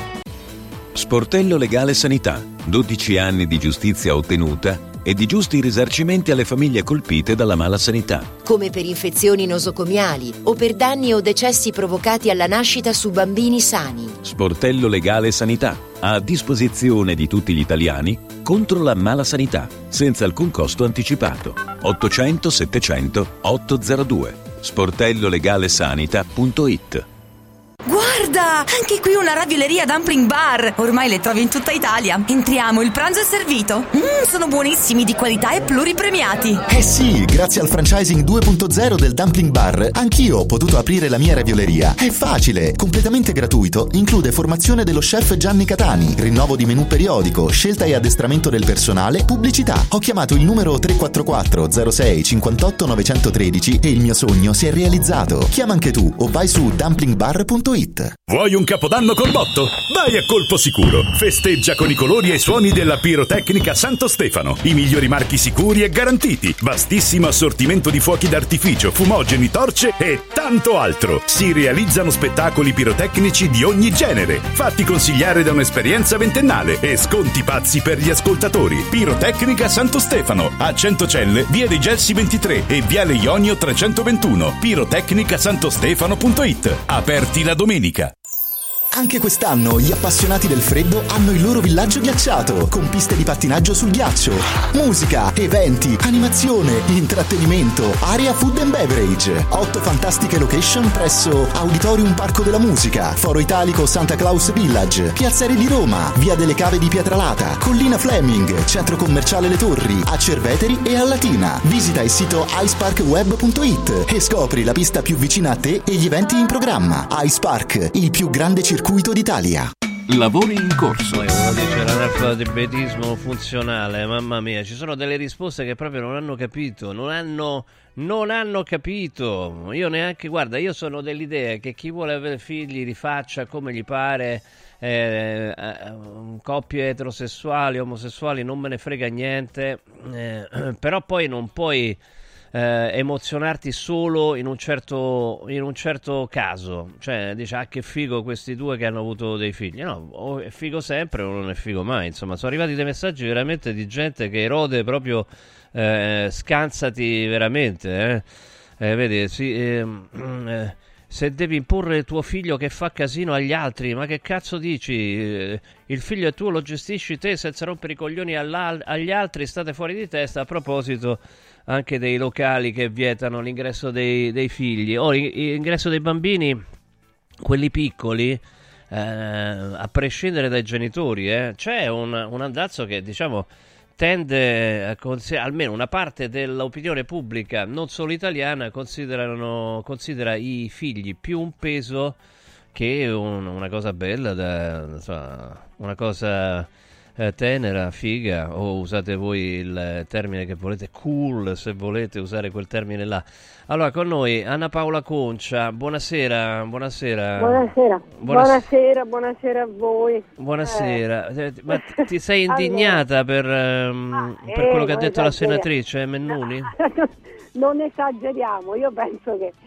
Sportello Legale Sanità, dodici anni di giustizia ottenuta e di giusti risarcimenti alle famiglie colpite dalla mala sanità. Come per infezioni nosocomiali o per danni o decessi provocati alla nascita su bambini sani. Sportello Legale Sanità, a disposizione di tutti gli italiani contro la mala sanità, senza alcun costo anticipato. ottocento settecento ottocentodue. sportello legale sanità punto it. Guarda, anche qui una ravioleria Dumpling Bar. Ormai le trovi in tutta Italia. Entriamo, il pranzo è servito. Mmm, sono buonissimi, di qualità e pluripremiati. Eh sì, grazie al franchising due punto zero del Dumpling Bar, anch'io ho potuto aprire la mia ravioleria. È facile, completamente gratuito, include formazione dello chef Gianni Catani, rinnovo di menù periodico, scelta e addestramento del personale, pubblicità. Ho chiamato il numero tre quattro quattro zero sei cinquantotto novecentotredici e il mio sogno si è realizzato. Chiama anche tu o vai su dumpling bar punto it. Vuoi un capodanno col botto? Vai a Colpo Sicuro. Festeggia con i colori e i suoni della pirotecnica Santo Stefano. I migliori marchi sicuri e garantiti. Vastissimo assortimento di fuochi d'artificio, fumogeni, torce e tanto altro. Si realizzano spettacoli pirotecnici di ogni genere. Fatti consigliare da un'esperienza ventennale e sconti pazzi per gli ascoltatori. Pirotecnica Santo Stefano. A Centocelle, via dei Gelsi ventitré e viale Ionio trecentoventuno. pirotecnica santostefano punto it. Aperti la domenica. Anche quest'anno gli appassionati del freddo hanno il loro villaggio ghiacciato, con piste di pattinaggio sul ghiaccio, musica, eventi, animazione, intrattenimento, area food and beverage, otto fantastiche location presso Auditorium Parco della Musica, Foro Italico Santa Claus Village, Piazzere di Roma, Via delle Cave di Pietralata, Collina Fleming, Centro Commerciale Le Torri, a Cerveteri e a Latina. Visita il sito ice park web punto it e scopri la pista più vicina a te e gli eventi in programma. Ice Park, il più grande circuito d'Italia. Lavori in corso. Poi uno dice l'analfabetismo funzionale, mamma mia, ci sono delle risposte che proprio non hanno capito, non hanno, non hanno capito. Io neanche, guarda, io sono dell'idea che chi vuole avere figli li faccia come gli pare, eh, eh, coppie eterosessuali, omosessuali, non me ne frega niente, eh, però poi non puoi Eh, emozionarti solo in un certo in un certo caso, cioè dici ah che figo questi due che hanno avuto dei figli, no, o è figo sempre o non è figo mai, insomma sono arrivati dei messaggi veramente di gente che erode proprio, eh, scansati veramente, eh. Eh, vedi, sì, eh, eh, se devi imporre tuo figlio che fa casino agli altri, ma che cazzo dici? Eh, il figlio è tuo, lo gestisci te senza rompere i coglioni agli altri, state fuori di testa. A proposito anche dei locali che vietano l'ingresso dei, dei figli o l'ingresso dei bambini, quelli piccoli, eh, a prescindere dai genitori, eh. C'è un, un andazzo che diciamo tende a considerare, almeno una parte dell'opinione pubblica non solo italiana considerano, considera i figli più un peso che un, una cosa bella, da, insomma, una cosa Eh, tenera, figa, o usate voi il termine che volete, cool, se volete usare quel termine là. Allora, con noi Anna Paola Concia, buonasera, buonasera. Buonasera, Buonas- buonasera, buonasera a voi. Buonasera, Eh. ma ti sei indignata per, um, Ah, per eh, quello che ha non detto la esageriamo. senatrice Mennuni? Non esageriamo, io penso che,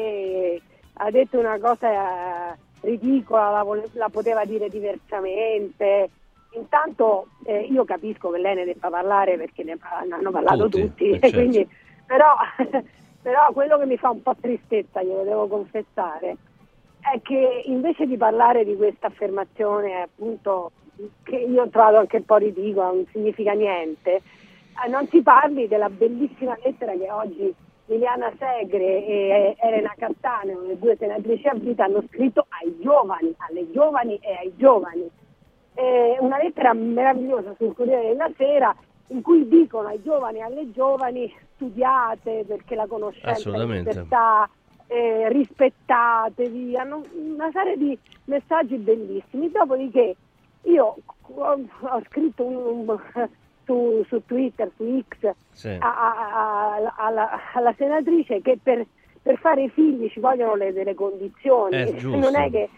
che ha detto una cosa eh, ridicola, la, vole- la poteva dire diversamente. Intanto eh, io capisco che lei ne debba parlare perché ne, pa- ne hanno parlato Tutti, tutti, eh, certo. quindi, però, però quello che mi fa un po' tristezza, glielo devo confessare, è che invece di parlare di questa affermazione, appunto, che io ho trovato anche un po' ridicola, non significa niente, eh, non si parli della bellissima lettera che oggi Liliana Segre e Elena Cattaneo, le due senatrici a vita, hanno scritto ai giovani, alle giovani e ai giovani. Eh, una lettera meravigliosa sul Corriere della Sera, in cui dicono ai giovani e alle giovani: studiate perché la conoscenza è libertà, eh, rispettatevi, hanno una serie di messaggi bellissimi. Dopodiché io ho, ho scritto un, un, su, su Twitter, su X, sì. a, a, a, alla, alla senatrice che per, per fare i figli ci vogliono le, delle condizioni, è non è che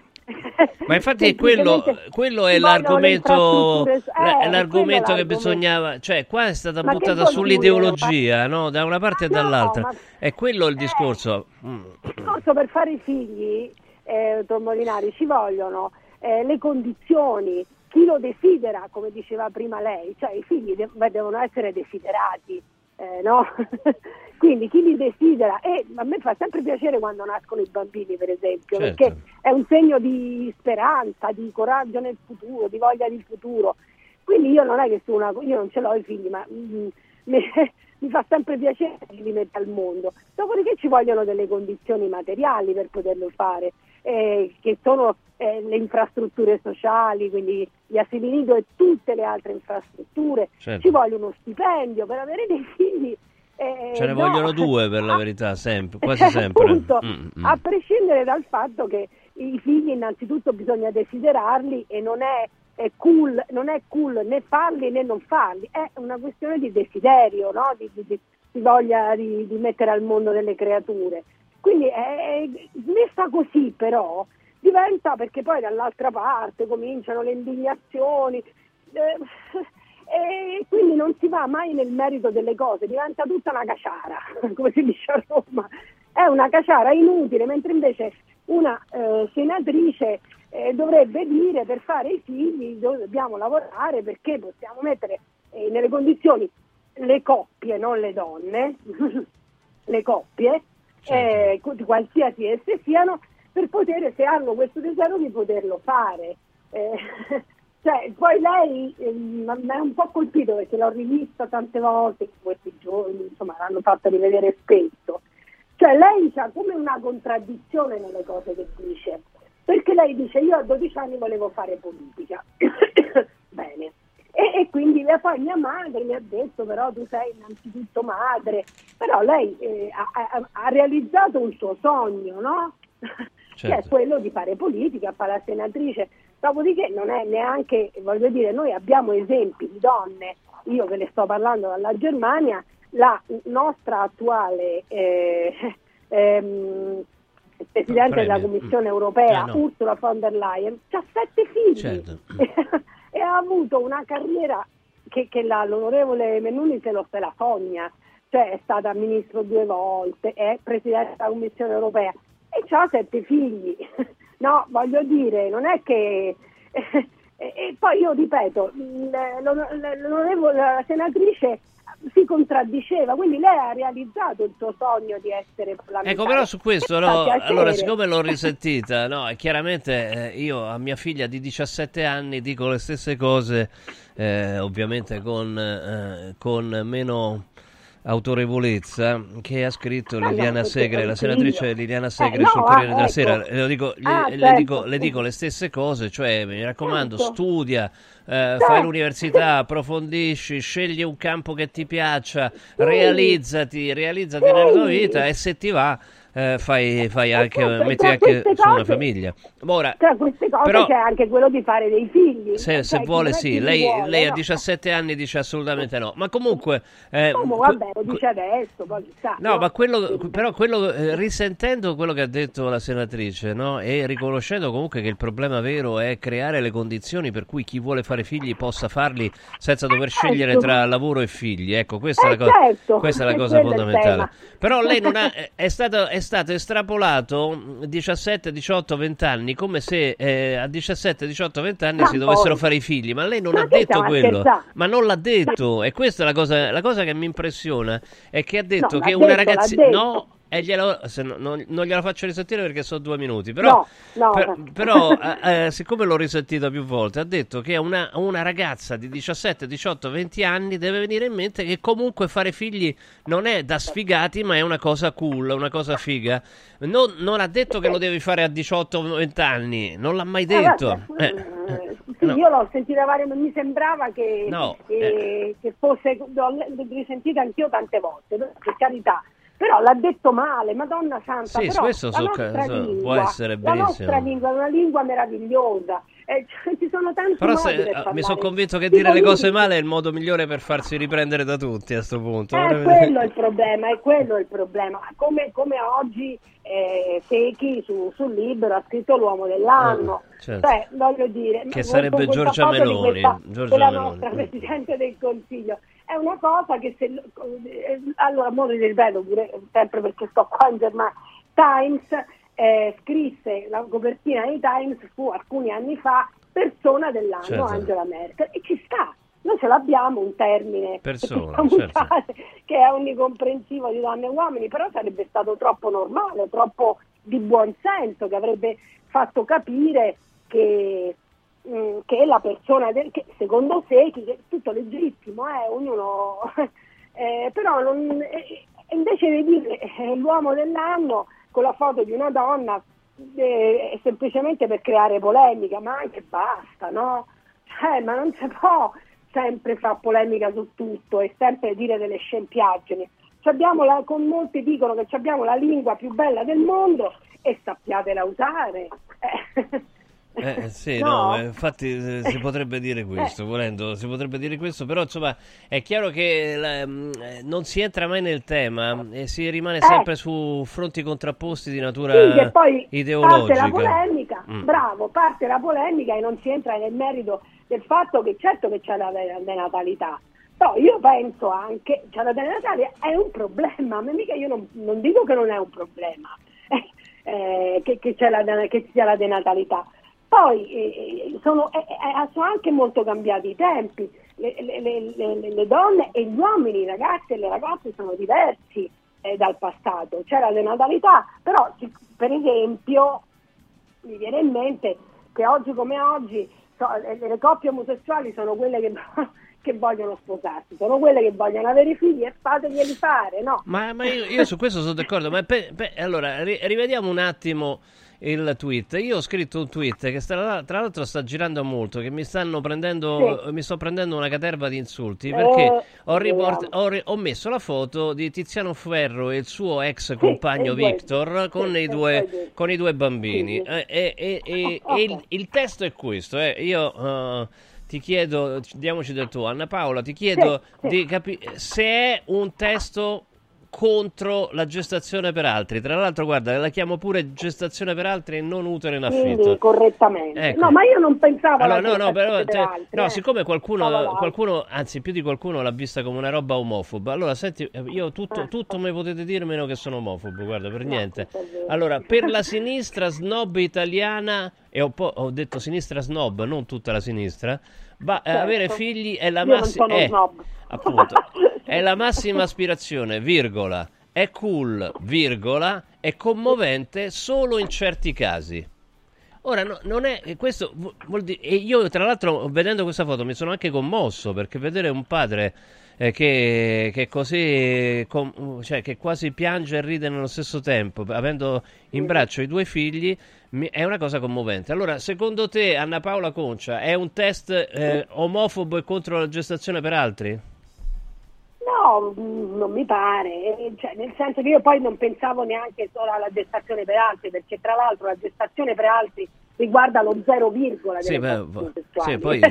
ma infatti quello, quello è l'argomento, eh, è l'argomento che bisognava, cioè qua è stata ma buttata sull'ideologia, no? Da una parte e no, dall'altra, ma... è quello il discorso. Eh, mm. Il discorso per fare i figli, eh, Don Molinari, ci vogliono eh, le condizioni, chi lo desidera, come diceva prima lei, cioè i figli de- devono essere desiderati, eh, no? Quindi chi li desidera, e a me fa sempre piacere quando nascono i bambini, per esempio, certo. Perché è un segno di speranza, di coraggio nel futuro, di voglia di futuro. Quindi io non è che sono una, io non ce l'ho i figli, ma mm, mi, mi fa sempre piacere che li metta al mondo. Dopodiché ci vogliono delle condizioni materiali per poterlo fare, eh, che sono eh, le infrastrutture sociali, quindi gli asili nido e tutte le altre infrastrutture. Certo. Ci vuole uno stipendio per avere dei figli. Eh, Ce ne no. vogliono due per la verità, sempre, quasi sempre. Appunto, mm, mm. A prescindere dal fatto che i figli innanzitutto bisogna desiderarli e non è, è cool, non è cool né farli né non farli, è una questione di desiderio, no? di, di, di voglia di, di mettere al mondo delle creature. Quindi è, è messa così, però diventa, perché poi dall'altra parte cominciano le indignazioni. Eh, E quindi non si va mai nel merito delle cose, diventa tutta una caciara, come si dice a Roma, è una caciara inutile, mentre invece una eh, senatrice eh, dovrebbe dire: per fare i figli dobbiamo lavorare perché possiamo mettere eh, nelle condizioni le coppie, non le donne, le coppie, certo. eh, qualsiasi esse siano, per poter, se hanno questo desiderio, di poterlo fare. Eh, Cioè, poi lei eh, mi ha un po' colpito perché l'ho rivista tante volte in questi giorni, insomma l'hanno fatta rivedere spesso. Cioè lei ha come una contraddizione nelle cose che dice, perché lei dice: io a dodici anni volevo fare politica, bene, e, e quindi poi mia madre mi ha detto: però tu sei innanzitutto madre, però lei eh, ha, ha, ha realizzato un suo sogno, no? Certo. Che è quello di fare politica, fare la senatrice. Dopodiché non è neanche, voglio dire, noi abbiamo esempi di donne, io ve ne sto parlando dalla Germania, la nostra attuale eh, ehm, Presidente della Commissione europea, eh no. Ursula von der Leyen, ha sette figli, certo. E ha avuto una carriera che, che la, l'onorevole Mennuni se lo se la sogna, cioè è stata ministro due volte, è Presidente della Commissione europea e ha sette figli. No, voglio dire, non è che... Eh, e, e poi io ripeto, l'onorevole la senatrice si contraddiceva, quindi lei ha realizzato il suo sogno di essere parlamentare. Ecco, però su questo, no, allora, siccome l'ho risentita, no, e chiaramente eh, io a mia figlia di diciassette anni dico le stesse cose, eh, ovviamente con, eh, con meno... autorevolezza, che ha scritto ah, Liliana no, Segre, la senatrice io. Liliana Segre eh, no, sul Corriere ah, della ecco. Sera. Le dico, le, ah, le, certo. dico, le dico le stesse cose, cioè mi raccomando, certo. studia, eh, certo. fai l'università, approfondisci, scegli un campo che ti piaccia, sì. realizzati, realizzati sì. nella tua vita e se ti va eh, fai, fai anche, certo, metti anche su una famiglia. Ma ora, tra queste cose però, c'è anche quello di fare dei figli. Se, se cioè, vuole sì, lei, vuole, lei no? a diciassette anni dice assolutamente no, ma comunque... Eh, no, vabbè, lo dice adesso, poi chissà. No, no, ma quello, però quello, eh, risentendo quello che ha detto la senatrice, no? E riconoscendo comunque che il problema vero è creare le condizioni per cui chi vuole fare figli possa farli senza dover eh, scegliere certo. tra lavoro e figli, ecco, questa eh, è la cosa, certo. questa è la cosa fondamentale. Però lei non ha, è stato, è stato estrapolato diciassette, diciotto, venti anni come se eh, a diciassette, diciotto, venti anni ma si dovessero poi. fare i figli, ma lei non ma ha detto quello, ma non l'ha detto, e questa è la cosa, la cosa che mi impressiona, è che ha detto no, che una ragazzina no E glielo, se no, non, non glielo faccio risentire perché sono due minuti, però, no, no. per, però eh, eh, siccome l'ho risentito più volte, ha detto che una, una ragazza di diciassette, diciotto, venti anni deve venire in mente che comunque fare figli non è da sfigati, ma è una cosa cool, una cosa figa. Non, non ha detto che lo devi fare a diciotto venti anni, non l'ha mai detto. Eh, eh, sì, no. Io l'ho sentita varie, ma mi sembrava che, No, che, eh. che fosse, l'ho risentita anch'io tante volte, per carità. Però l'ha detto male, Madonna Santa, Sì, però questo la so, nostra so, lingua, può essere la benissimo. nostra lingua è una lingua meravigliosa, eh, cioè, ci sono tanti Però modi se, per eh, parlare. mi sono convinto che Di dire le cose politica. male è il modo migliore per farsi riprendere da tutti a sto punto. È quello il problema, è quello il problema. Come, come oggi eh, Secchi su, sul Libero ha scritto l'uomo dell'anno, Eh, certo. cioè voglio dire, Che con- sarebbe con questa Giorgia foto di Meloni, questa- Giorgia della Meloni. nostra Presidente del Consiglio. È una cosa che se eh, allora mo li ripeto pure sempre perché sto qua in Germania. Times eh, scrisse la copertina dei Times fu alcuni anni fa persona dell'anno Certo. Angela Merkel e ci sta. Noi ce l'abbiamo un termine Persona, che possiamo certo. usare, che è onnicomprensivo di donne e uomini, però sarebbe stato troppo normale, troppo di buon senso, che avrebbe fatto capire che, mh, che la persona, del, che secondo sé, che è tutto legittimo, eh, ognuno, eh, però non, eh, invece di dire eh, l'uomo dell'anno con la foto di una donna eh, è semplicemente per creare polemica, ma anche basta, no? Cioè, ma non si può sempre fare polemica su tutto e sempre dire delle scempiaggini. Ci abbiamo la, con molti dicono che ci abbiamo la lingua più bella del mondo e sappiatela usare. Eh. Eh, sì, No? no, eh, infatti eh, si potrebbe dire questo, volendo, si potrebbe dire questo, però insomma è chiaro che la, mh, eh, non si entra mai nel tema e si rimane Eh. sempre su fronti contrapposti di natura Sì, che poi ideologica. parte la polemica, Mm. bravo, parte la polemica e non si entra nel merito del fatto che certo che c'è la denatalità, però io penso anche che la denatalità è un problema, ma mica io non, non dico che non è un problema, eh, eh, che, che, c'è la, che ci sia la denatalità. Poi eh, sono, eh, eh, sono anche molto cambiati i tempi, le, le, le, le, le donne e gli uomini, i ragazzi e le ragazze sono diversi eh, dal passato, c'è la denatalità, però ci- per esempio mi viene in mente che oggi come oggi so, le, le coppie omosessuali sono quelle che, che vogliono sposarsi, sono quelle che vogliono avere i figli e fateglieli fare, no? Ma, ma io, io su questo sono d'accordo, ma pe- pe- allora ri- rivediamo un attimo il tweet. Io ho scritto un tweet che sta- tra l'altro sta girando molto, che mi stanno prendendo, Sì. mi sto prendendo una caterva di insulti perché Eh, ho, riport- vediamo. ho, ri- ho messo la foto di Tiziano Ferro e il suo ex compagno e i due- Victor con, sì, i e due, poi- con i due bambini. Sì, sì. Eh, e e- e- Oh, e il, ok. il testo è questo. eh. Io eh, ti chiedo, diamoci del tuo, Anna Paola, ti chiedo Sì, sì. di capire se è un testo contro la gestazione per altri. Tra l'altro, guarda, la chiamo pure gestazione per altri e non utero in affitto. Quindi correttamente. Ecco. No, ma io non pensavo Allora, alla no, no, però, gestazione per cioè, altri, no, eh. siccome qualcuno, Pensavo all'altro. qualcuno, anzi più di qualcuno l'ha vista come una roba omofoba, allora senti, eh, io tutto, tutto mi potete dire meno che sono omofobo, guarda, per niente. Allora, per la sinistra snob italiana, e ho, po- ho detto sinistra snob, non tutta la sinistra, ma eh, Certo. avere figli è la Io non massima... sono snob. appunto, è la massima aspirazione, virgola. È cool, virgola, è commovente solo in certi casi. Ora, no, non è questo vu- vuol dire, e io tra l'altro vedendo questa foto mi sono anche commosso perché vedere un padre eh, che, che così com- cioè che quasi piange e ride nello stesso tempo, avendo in braccio i due figli, mi- è una cosa commovente. Allora, secondo te, Anna Paola Concia, è un test eh, omofobo e contro la gestazione per altri? No, mh, non mi pare, eh, cioè, nel senso che io poi non pensavo neanche solo alla gestazione per altri, perché tra l'altro la gestazione per altri riguarda lo zero virgola Sì, delle beh, coppie sì, sessuali. poi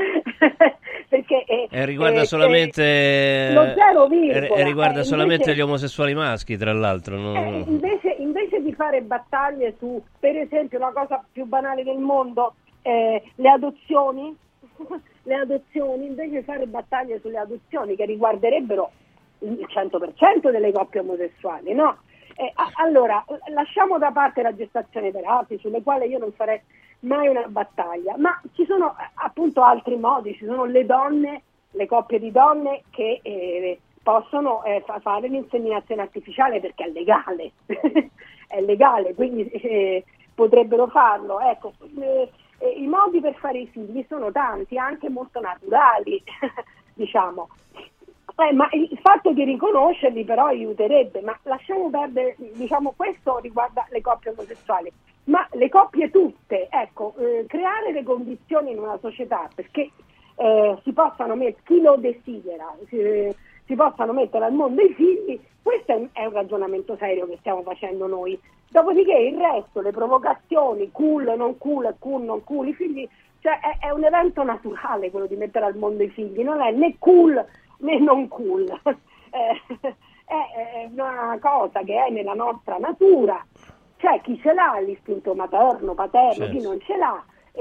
perché eh, E riguarda eh, solamente eh, lo zero virgola, e riguarda eh, solamente invece- gli omosessuali maschi, tra l'altro. non- Eh, invece, invece di fare battaglie su, per esempio, la cosa più banale del mondo, eh, le adozioni, le adozioni, invece di fare battaglie sulle adozioni che riguarderebbero il cento per cento delle coppie omosessuali, no? Eh, a- allora, lasciamo da parte la gestazione per altri, sulle quali io non farei mai una battaglia, ma ci sono eh, appunto altri modi, ci sono le donne, le coppie di donne che eh, possono eh, fa- fare l'inseminazione artificiale perché è legale, è legale, quindi eh, potrebbero farlo. Ecco, eh, eh, i modi per fare i figli sono tanti, anche molto naturali, diciamo. Eh, ma il fatto di riconoscerli però aiuterebbe, ma lasciamo perdere, diciamo, questo riguarda le coppie omosessuali, ma le coppie tutte, ecco, eh, creare le condizioni in una società perché eh, si possano mettere, chi lo desidera, si, si possano mettere al mondo i figli, questo è un, è un ragionamento serio che stiamo facendo noi. Dopodiché il resto, le provocazioni, cool, non cool, cool, non cool, i figli, cioè è, è un evento naturale quello di mettere al mondo i figli, non è né cool né non cool, eh, è una cosa che è nella nostra natura, c'è chi ce l'ha l'istinto materno, paterno, certo. Chi non ce l'ha,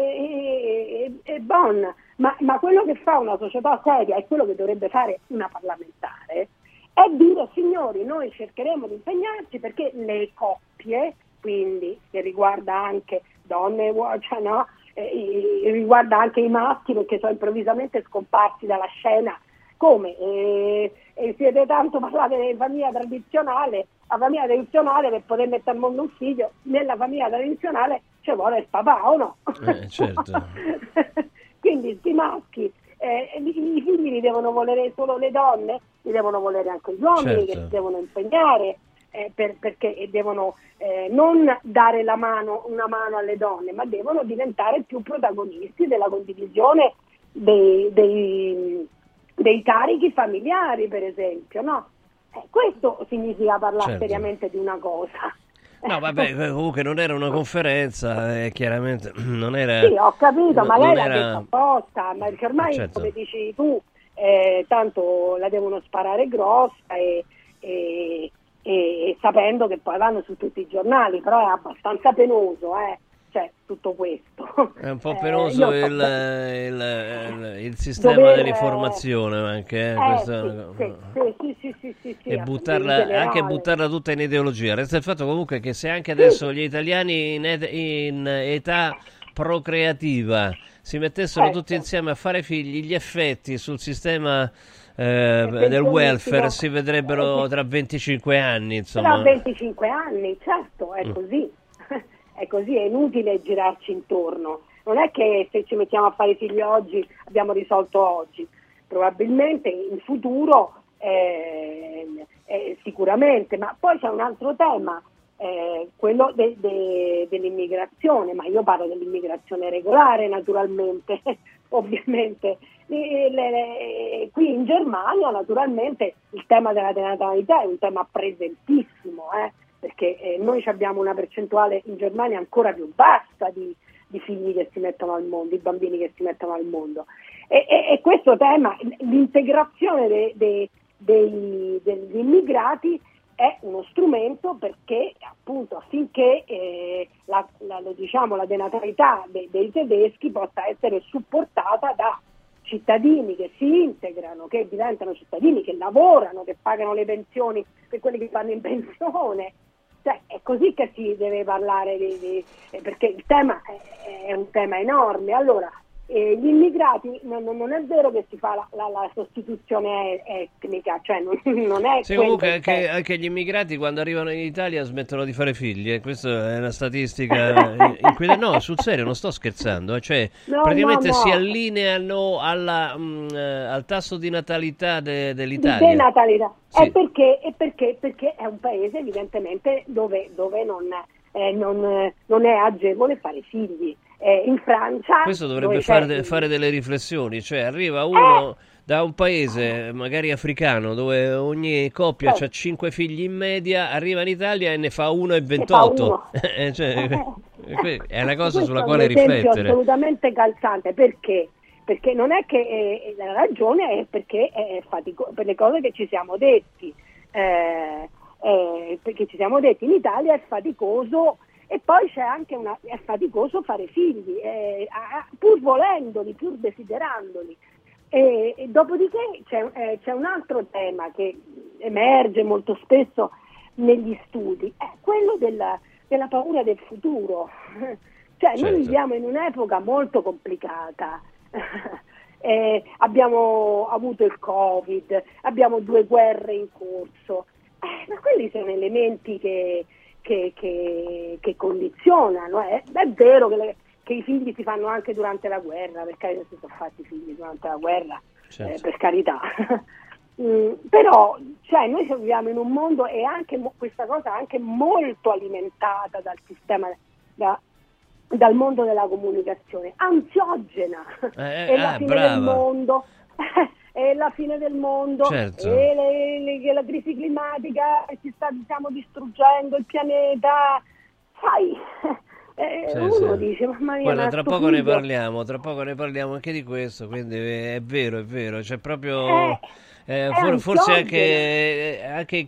e, e, e bon, ma, ma quello che fa una società seria e quello che dovrebbe fare una parlamentare è dire: signori, noi cercheremo di impegnarci perché le coppie, quindi che riguarda anche donne e uomini, cioè no, eh, riguarda anche i maschi perché sono improvvisamente scomparsi dalla scena. Come? Eh, eh, siete tanto parlate di famiglia tradizionale, la famiglia tradizionale per poter mettere al mondo un figlio, nella famiglia tradizionale ci vuole il papà o no? Eh, certo. Quindi sti maschi, eh, i figli li devono volere solo le donne, li devono volere anche gli uomini, certo. Che si devono impegnare, eh, per, perché devono eh, non dare la mano, una mano alle donne, ma devono diventare più protagonisti della condivisione dei... dei dei carichi familiari, per esempio, no? Eh, questo significa parlare certo. seriamente di una cosa. No, vabbè, comunque non era una conferenza, eh, chiaramente non era... Sì, ho capito, ma lei era... l'ha detto apposta, ma perché ormai, certo. come dici tu, eh, tanto la devono sparare grossa e, e, e, e sapendo che poi vanno su tutti i giornali, però è abbastanza penoso, eh. Cioè, tutto questo. È un po' penoso eh, il, il, il, il sistema dover, dell'informazione anche. Eh, eh, questo, sì, sì, sì, sì, sì, sì, sì, e buttarla, anche buttarla tutta in ideologia. Resta il fatto comunque che se anche adesso sì. gli italiani in, et- in età procreativa si mettessero eh, tutti insieme a fare figli, gli effetti sul sistema eh, del welfare si vedrebbero tra venticinque anni. Insomma. Tra venticinque anni, certo, è mm. così. È così, è inutile girarci intorno. Non è che se ci mettiamo a fare figli oggi abbiamo risolto oggi. Probabilmente in futuro eh, eh, sicuramente, ma poi c'è un altro tema, eh, quello de, de, dell'immigrazione, ma io parlo dell'immigrazione regolare naturalmente, ovviamente. Le, le, le, qui in Germania naturalmente il tema della denatalità è un tema presentissimo, eh. perché eh, noi abbiamo una percentuale in Germania ancora più bassa di, di figli che si mettono al mondo, di bambini che si mettono al mondo. E, e, e questo tema, l'integrazione de, de, dei, degli immigrati è uno strumento perché appunto affinché eh, la, la, diciamo, la denatalità de, dei tedeschi possa essere supportata da cittadini che si integrano, che diventano cittadini, che lavorano, che pagano le pensioni per quelli che vanno in pensione. Cioè, è così che si deve parlare, di, di, eh, perché il tema è, è un tema enorme. Allora, eh, gli immigrati, non, non è vero che si fa la, la, la sostituzione etnica, cioè non, non è... Sì, comunque anche, anche gli immigrati quando arrivano in Italia smettono di fare figli, eh. Questa è una statistica in cui... No, sul serio, non sto scherzando, eh. Cioè no, praticamente no, no. si allineano alla, mh, al tasso di natalità de, dell'Italia. Di denatalità. Sì. È perché, è perché, perché è un paese evidentemente dove, dove non, eh, non, non è agevole fare figli. Eh, in Francia... Questo dovrebbe fare, de, fare delle riflessioni, cioè arriva uno... Eh. Da un paese magari africano dove ogni coppia ha cinque figli in media, arriva in Italia e ne fa uno e ventotto. Cioè, è una cosa sulla quale riflettere. È un esempio assolutamente calzante. Perché? Perché non è che eh, la ragione è perché è fatico- per le cose che ci siamo detti. Eh, eh, perché ci siamo detti in Italia è faticoso e poi c'è anche una, è faticoso fare figli, eh, pur volendoli, pur desiderandoli. E, e dopodiché c'è, eh, c'è un altro tema che emerge molto spesso negli studi, è quello della, della paura del futuro. Cioè certo. Noi viviamo in un'epoca molto complicata eh, abbiamo avuto il Covid, abbiamo due guerre in corso, eh, ma quelli sono elementi che, che, che, che condizionano. Eh. È vero che, le, che i figli si fanno anche durante la guerra, perché si sono fatti figli durante la guerra, certo. eh, per carità. Mm, però cioè, noi viviamo in un mondo, e anche mo- questa cosa anche molto alimentata dal sistema, da, dal mondo della comunicazione, ansiogena, eh, è la eh, fine brava. del mondo, è la fine del mondo, certo. e le, le, la crisi climatica, ci sta, stiamo distruggendo il pianeta, sai. Eh, Sì, uno sì. dice, mamma mia, Guarda, ma tra sto poco ne figlio- parliamo, tra poco ne parliamo anche di questo, quindi è vero, è vero, c'è proprio Eh, eh, è for- forse ansiogeno. anche, anche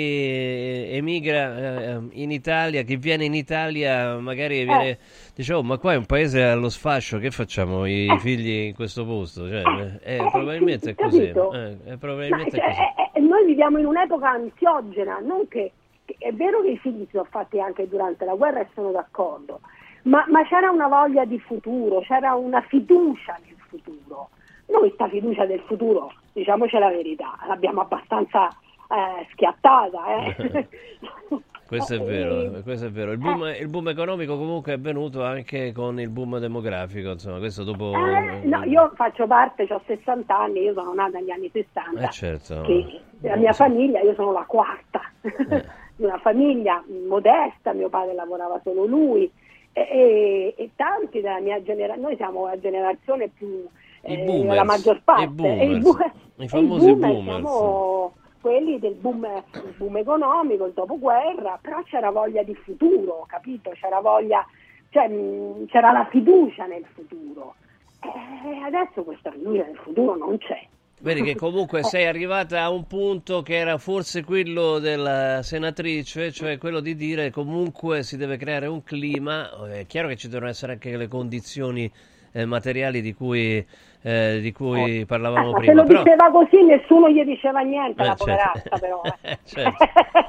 chi emigra eh, in Italia, chi viene in Italia magari viene, dice, oh, ma qua è un paese allo sfascio, che facciamo i figli in questo posto? Cioè, eh, eh, probabilmente sì, è così, capito? eh, eh, No, probabilmente cioè, è così. eh, eh, noi viviamo in un'epoca ansiogena, non che, che- è vero che i figli si sono fatti anche durante la guerra e sono d'accordo, ma, ma c'era una voglia di futuro, c'era una fiducia nel futuro. Noi sta fiducia del futuro, diciamoci la verità, l'abbiamo abbastanza eh, schiattata. Eh. Questo è vero, questo è vero. Il boom, il boom economico comunque è venuto anche con il boom demografico, insomma, questo dopo... Eh, no, io faccio parte, ho sessanta anni, io sono nata negli anni sessanta, Eh, certo. che la mia famiglia, io sono la quarta di una famiglia modesta, mio padre lavorava solo lui, e, e, e tanti della mia generazione, noi siamo la generazione più, I eh, boomers, la maggior parte, i boomers, e i, bu- i e famosi i boomer boomers. siamo quelli del boom, il boom economico, il dopoguerra, però c'era voglia di futuro, capito? C'era voglia, cioè, mh, c'era la fiducia nel futuro. E adesso questa fiducia nel futuro non c'è. Vedi che comunque sei arrivata a un punto che era forse quello della senatrice, cioè quello di dire comunque si deve creare un clima, è chiaro che ci devono essere anche le condizioni eh, materiali di cui, eh, di cui Eh, parlavamo ma prima. se lo però... diceva così nessuno gli diceva niente, Eh, la certo. poveraccia però. eh. Certo.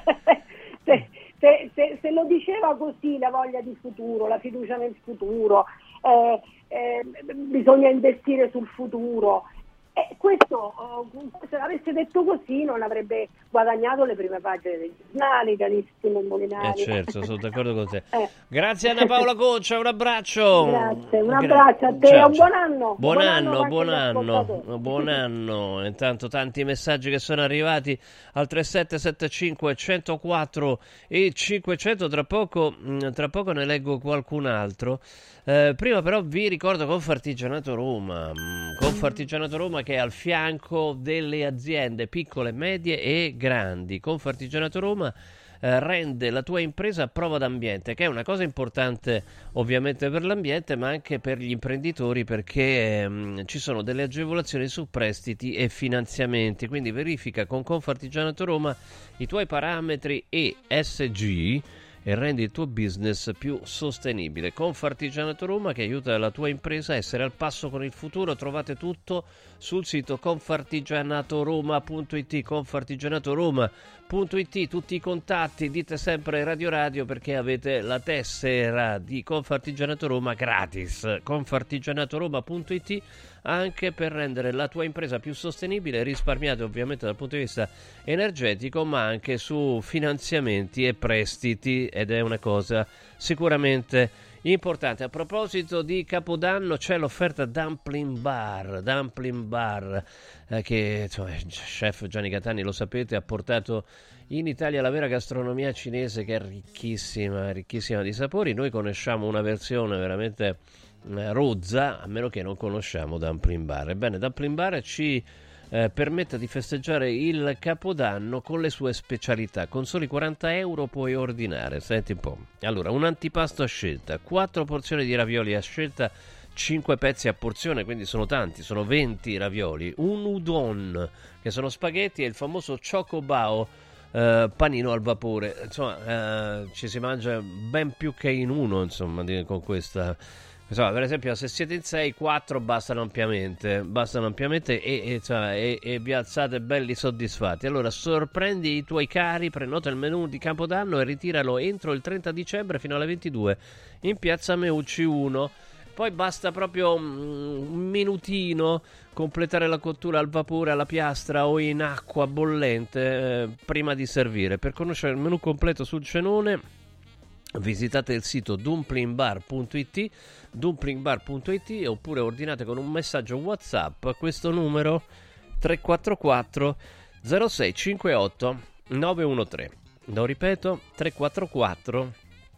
se, se- se- se lo diceva così, la voglia di futuro, la fiducia nel futuro, eh, eh, bisogna investire sul futuro. E questo, eh, se l'avesse detto così, non avrebbe guadagnato le prime pagine dei giornali, carissimo Eh Molinari. certo, sono d'accordo con te. Eh. Grazie Anna Paola Coccia, un abbraccio. Grazie, un Gra- abbraccio a te, ciao, un ciao. buon anno. Buon anno, anche buon agli anno, ascoltatori. buon anno. Intanto tanti messaggi che sono arrivati al tre sette sette cinque uno zero quattro e cinquecento, tra poco, mh, tra poco ne leggo qualcun altro. Eh, prima però vi ricordo Confartigianato Roma, mh, Confartigianato Roma che è al fianco delle aziende piccole, medie e grandi. Confartigianato Roma eh, rende la tua impresa a prova d'ambiente, che è una cosa importante ovviamente per l'ambiente, ma anche per gli imprenditori, perché ehm, ci sono delle agevolazioni su prestiti e finanziamenti. Quindi verifica con Confartigianato Roma i tuoi parametri E S G e rendi il tuo business più sostenibile. Confartigianato Roma che aiuta la tua impresa a essere al passo con il futuro. Trovate tutto sul sito confartigianatoroma punto it, confartigianatoroma punto it, tutti i contatti, dite sempre Radio Radio perché avete la tessera di Confartigianato Roma gratis. confartigianatoroma punto it anche per rendere la tua impresa più sostenibile, risparmiate ovviamente dal punto di vista energetico, ma anche su finanziamenti e prestiti, ed è una cosa sicuramente importante. A proposito di Capodanno c'è l'offerta Dumpling Bar, Dumpling Bar eh, che insomma, il chef Gianni Catani, lo sapete, ha portato in Italia la vera gastronomia cinese, che è ricchissima, ricchissima di sapori. Noi conosciamo una versione veramente rozza, a meno che non conosciamo Dumpling Bar. Ebbene, Dumpling Bar ci eh, permette di festeggiare il Capodanno con le sue specialità. Con soli quaranta euro puoi ordinare, senti un po'. Allora, un antipasto a scelta, quattro porzioni di ravioli a scelta, cinque pezzi a porzione, quindi sono tanti, sono venti ravioli, un udon, che sono spaghetti, e il famoso chocobao, eh, panino al vapore. Insomma, eh, ci si mangia ben più che in uno, insomma, di, con questa... Insomma, per esempio, se siete in sei, quattro bastano ampiamente, bastano ampiamente e, e, cioè, e, e vi alzate belli soddisfatti. Allora, sorprendi i tuoi cari, prenota il menù di Capodanno e ritiralo entro il trenta dicembre fino alle ventidue in piazza Meucci uno. Poi basta proprio un minutino completare la cottura al vapore, alla piastra o in acqua bollente eh, prima di servire. Per conoscere il menù completo sul cenone visitate il sito dumplingbar punto it dumplingbar punto it oppure ordinate con un messaggio WhatsApp a questo numero tre quattro quattro zero sei cinquantotto nove uno tre. Lo ripeto, tre quattro quattro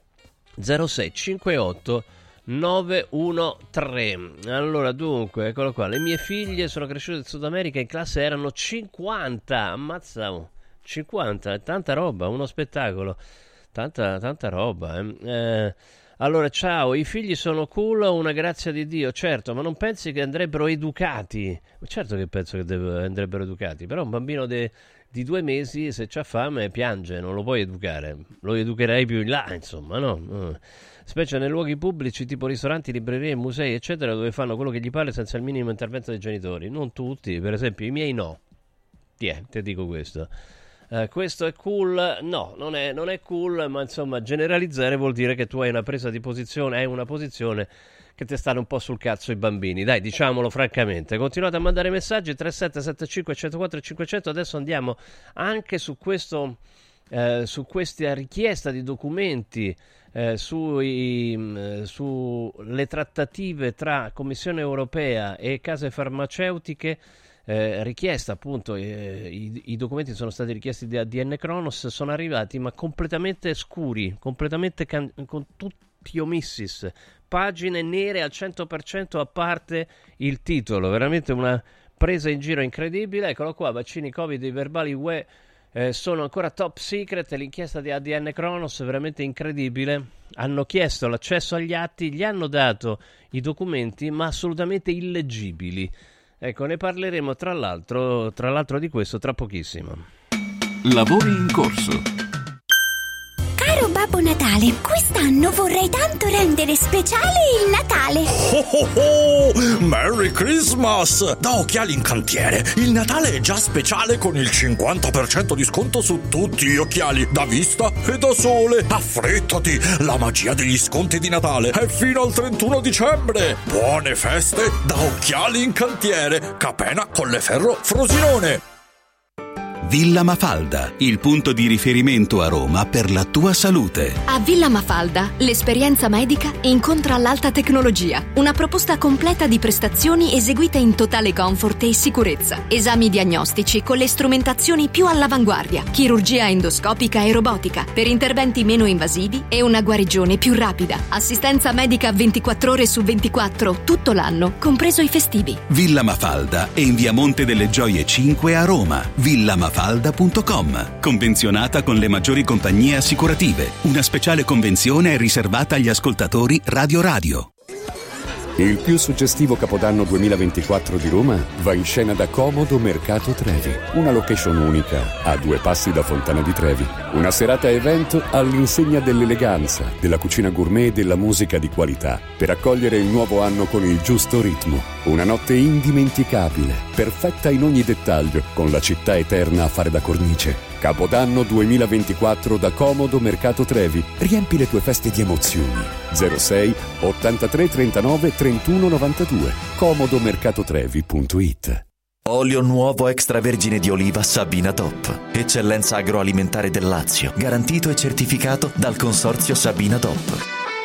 zero sei cinquantotto nove uno tre. Allora, dunque, eccolo qua. Le mie figlie sono cresciute in Sud America, in classe erano cinquanta. Ammazza, cinquanta, è tanta roba, uno spettacolo. Tanta, tanta roba, eh. Eh, allora, ciao, i figli sono cool, una grazia di Dio, certo, ma non pensi che andrebbero educati? Certo che penso che deve, andrebbero educati, però un bambino de, di due mesi, se c'ha fame, piange, non lo puoi educare. Lo educherei più in là, insomma, no? Eh. Specie nei luoghi pubblici tipo ristoranti, librerie, musei, eccetera, dove fanno quello che gli pare senza il minimo intervento dei genitori. Non tutti, per esempio i miei no. Tiè, ti dico questo. Uh, questo è cool? No, non è, non è cool, ma insomma generalizzare vuol dire che tu hai una presa di posizione, hai una posizione che ti stanno un po' sul cazzo i bambini. Dai, diciamolo francamente. Continuate a mandare messaggi tre sette sette cinque uno zero quattro cinquecento. Adesso andiamo anche su questo, eh, su questa richiesta di documenti eh, sui, eh, sulle trattative tra Commissione Europea e case farmaceutiche. Eh, richiesta appunto, eh, i, i documenti sono stati richiesti da A D N Kronos, sono arrivati ma completamente scuri, completamente can- con tutti omissis, pagine nere al cento per cento a parte il titolo, veramente una presa in giro incredibile. Eccolo qua, vaccini Covid, i verbali U E eh, sono ancora top secret, l'inchiesta di A D N Kronos veramente incredibile. Hanno chiesto l'accesso agli atti, gli hanno dato i documenti ma assolutamente illeggibili. Ecco, ne parleremo tra l'altro, tra l'altro di questo tra pochissimo. Lavori in corso. Caro Babbo Natale, quest'anno vorrei tanto rendere speciale il Natale. Oh oh oh! Merry Christmas! Da Occhiali in Cantiere, il Natale è già speciale con il cinquanta per cento di sconto su tutti gli occhiali, da vista e da sole. Affrettati! La magia degli sconti di Natale è fino al trentuno dicembre. Buone feste da Occhiali in Cantiere, Capena, Colleferro, Frosinone. Villa Mafalda, il punto di riferimento a Roma per la tua salute. A Villa Mafalda, l'esperienza medica incontra l'alta tecnologia. Una proposta completa di prestazioni eseguite in totale comfort e sicurezza. Esami diagnostici con le strumentazioni più all'avanguardia. Chirurgia endoscopica e robotica per interventi meno invasivi e una guarigione più rapida. Assistenza medica ventiquattro ore su ventiquattro tutto l'anno, compreso i festivi. Villa Mafalda è in via Monte delle Gioie cinque a Roma. Villa Mafalda Falda.com, convenzionata con le maggiori compagnie assicurative. Una speciale convenzione è riservata agli ascoltatori Radio Radio. Il più suggestivo Capodanno duemilaventiquattro di Roma va in scena da Comodo Mercato Trevi, una location unica a due passi da Fontana di Trevi. Una serata evento all'insegna dell'eleganza, della cucina gourmet e della musica di qualità, per accogliere il nuovo anno con il giusto ritmo. Una notte indimenticabile, perfetta in ogni dettaglio, con la città eterna a fare da cornice. Capodanno duemilaventiquattro da Comodo Mercato Trevi. Riempi le tue feste di emozioni. zero sei ottantatré trentanove trentuno novantadue comodomercatotrevi punto it. Olio nuovo extravergine di oliva Sabina Top. Eccellenza agroalimentare del Lazio. Garantito e certificato dal consorzio Sabina Top.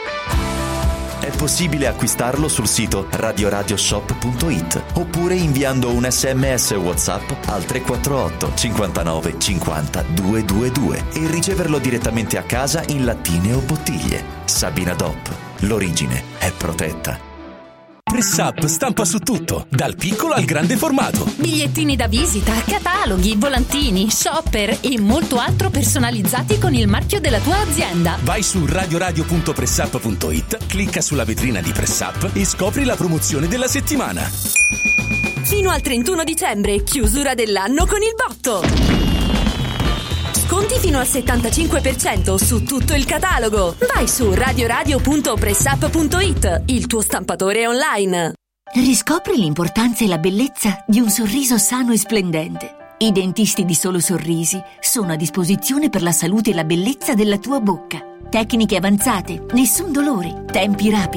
È possibile acquistarlo sul sito radioradioshop punto it oppure inviando un sms WhatsApp al tre quattro otto cinquantanove cinquanta duecentoventidue e riceverlo direttamente a casa in lattine o bottiglie. Sabina Dop. L'origine è protetta. Pressup stampa su tutto, dal piccolo al grande formato. Bigliettini da visita, cataloghi, volantini, shopper e molto altro personalizzati con il marchio della tua azienda. Vai su radioradio punto pressup punto it, clicca sulla vetrina di Pressup e scopri la promozione della settimana. Fino al trentuno dicembre, chiusura dell'anno con il botto. Sconti fino al settantacinque per cento su tutto il catalogo. Vai su radioradio punto pressup punto it, il tuo stampatore online. Riscopri l'importanza e la bellezza di un sorriso sano e splendente. I dentisti di Solo Sorrisi sono a disposizione per la salute e la bellezza della tua bocca. Tecniche avanzate, nessun dolore, tempi rapidi.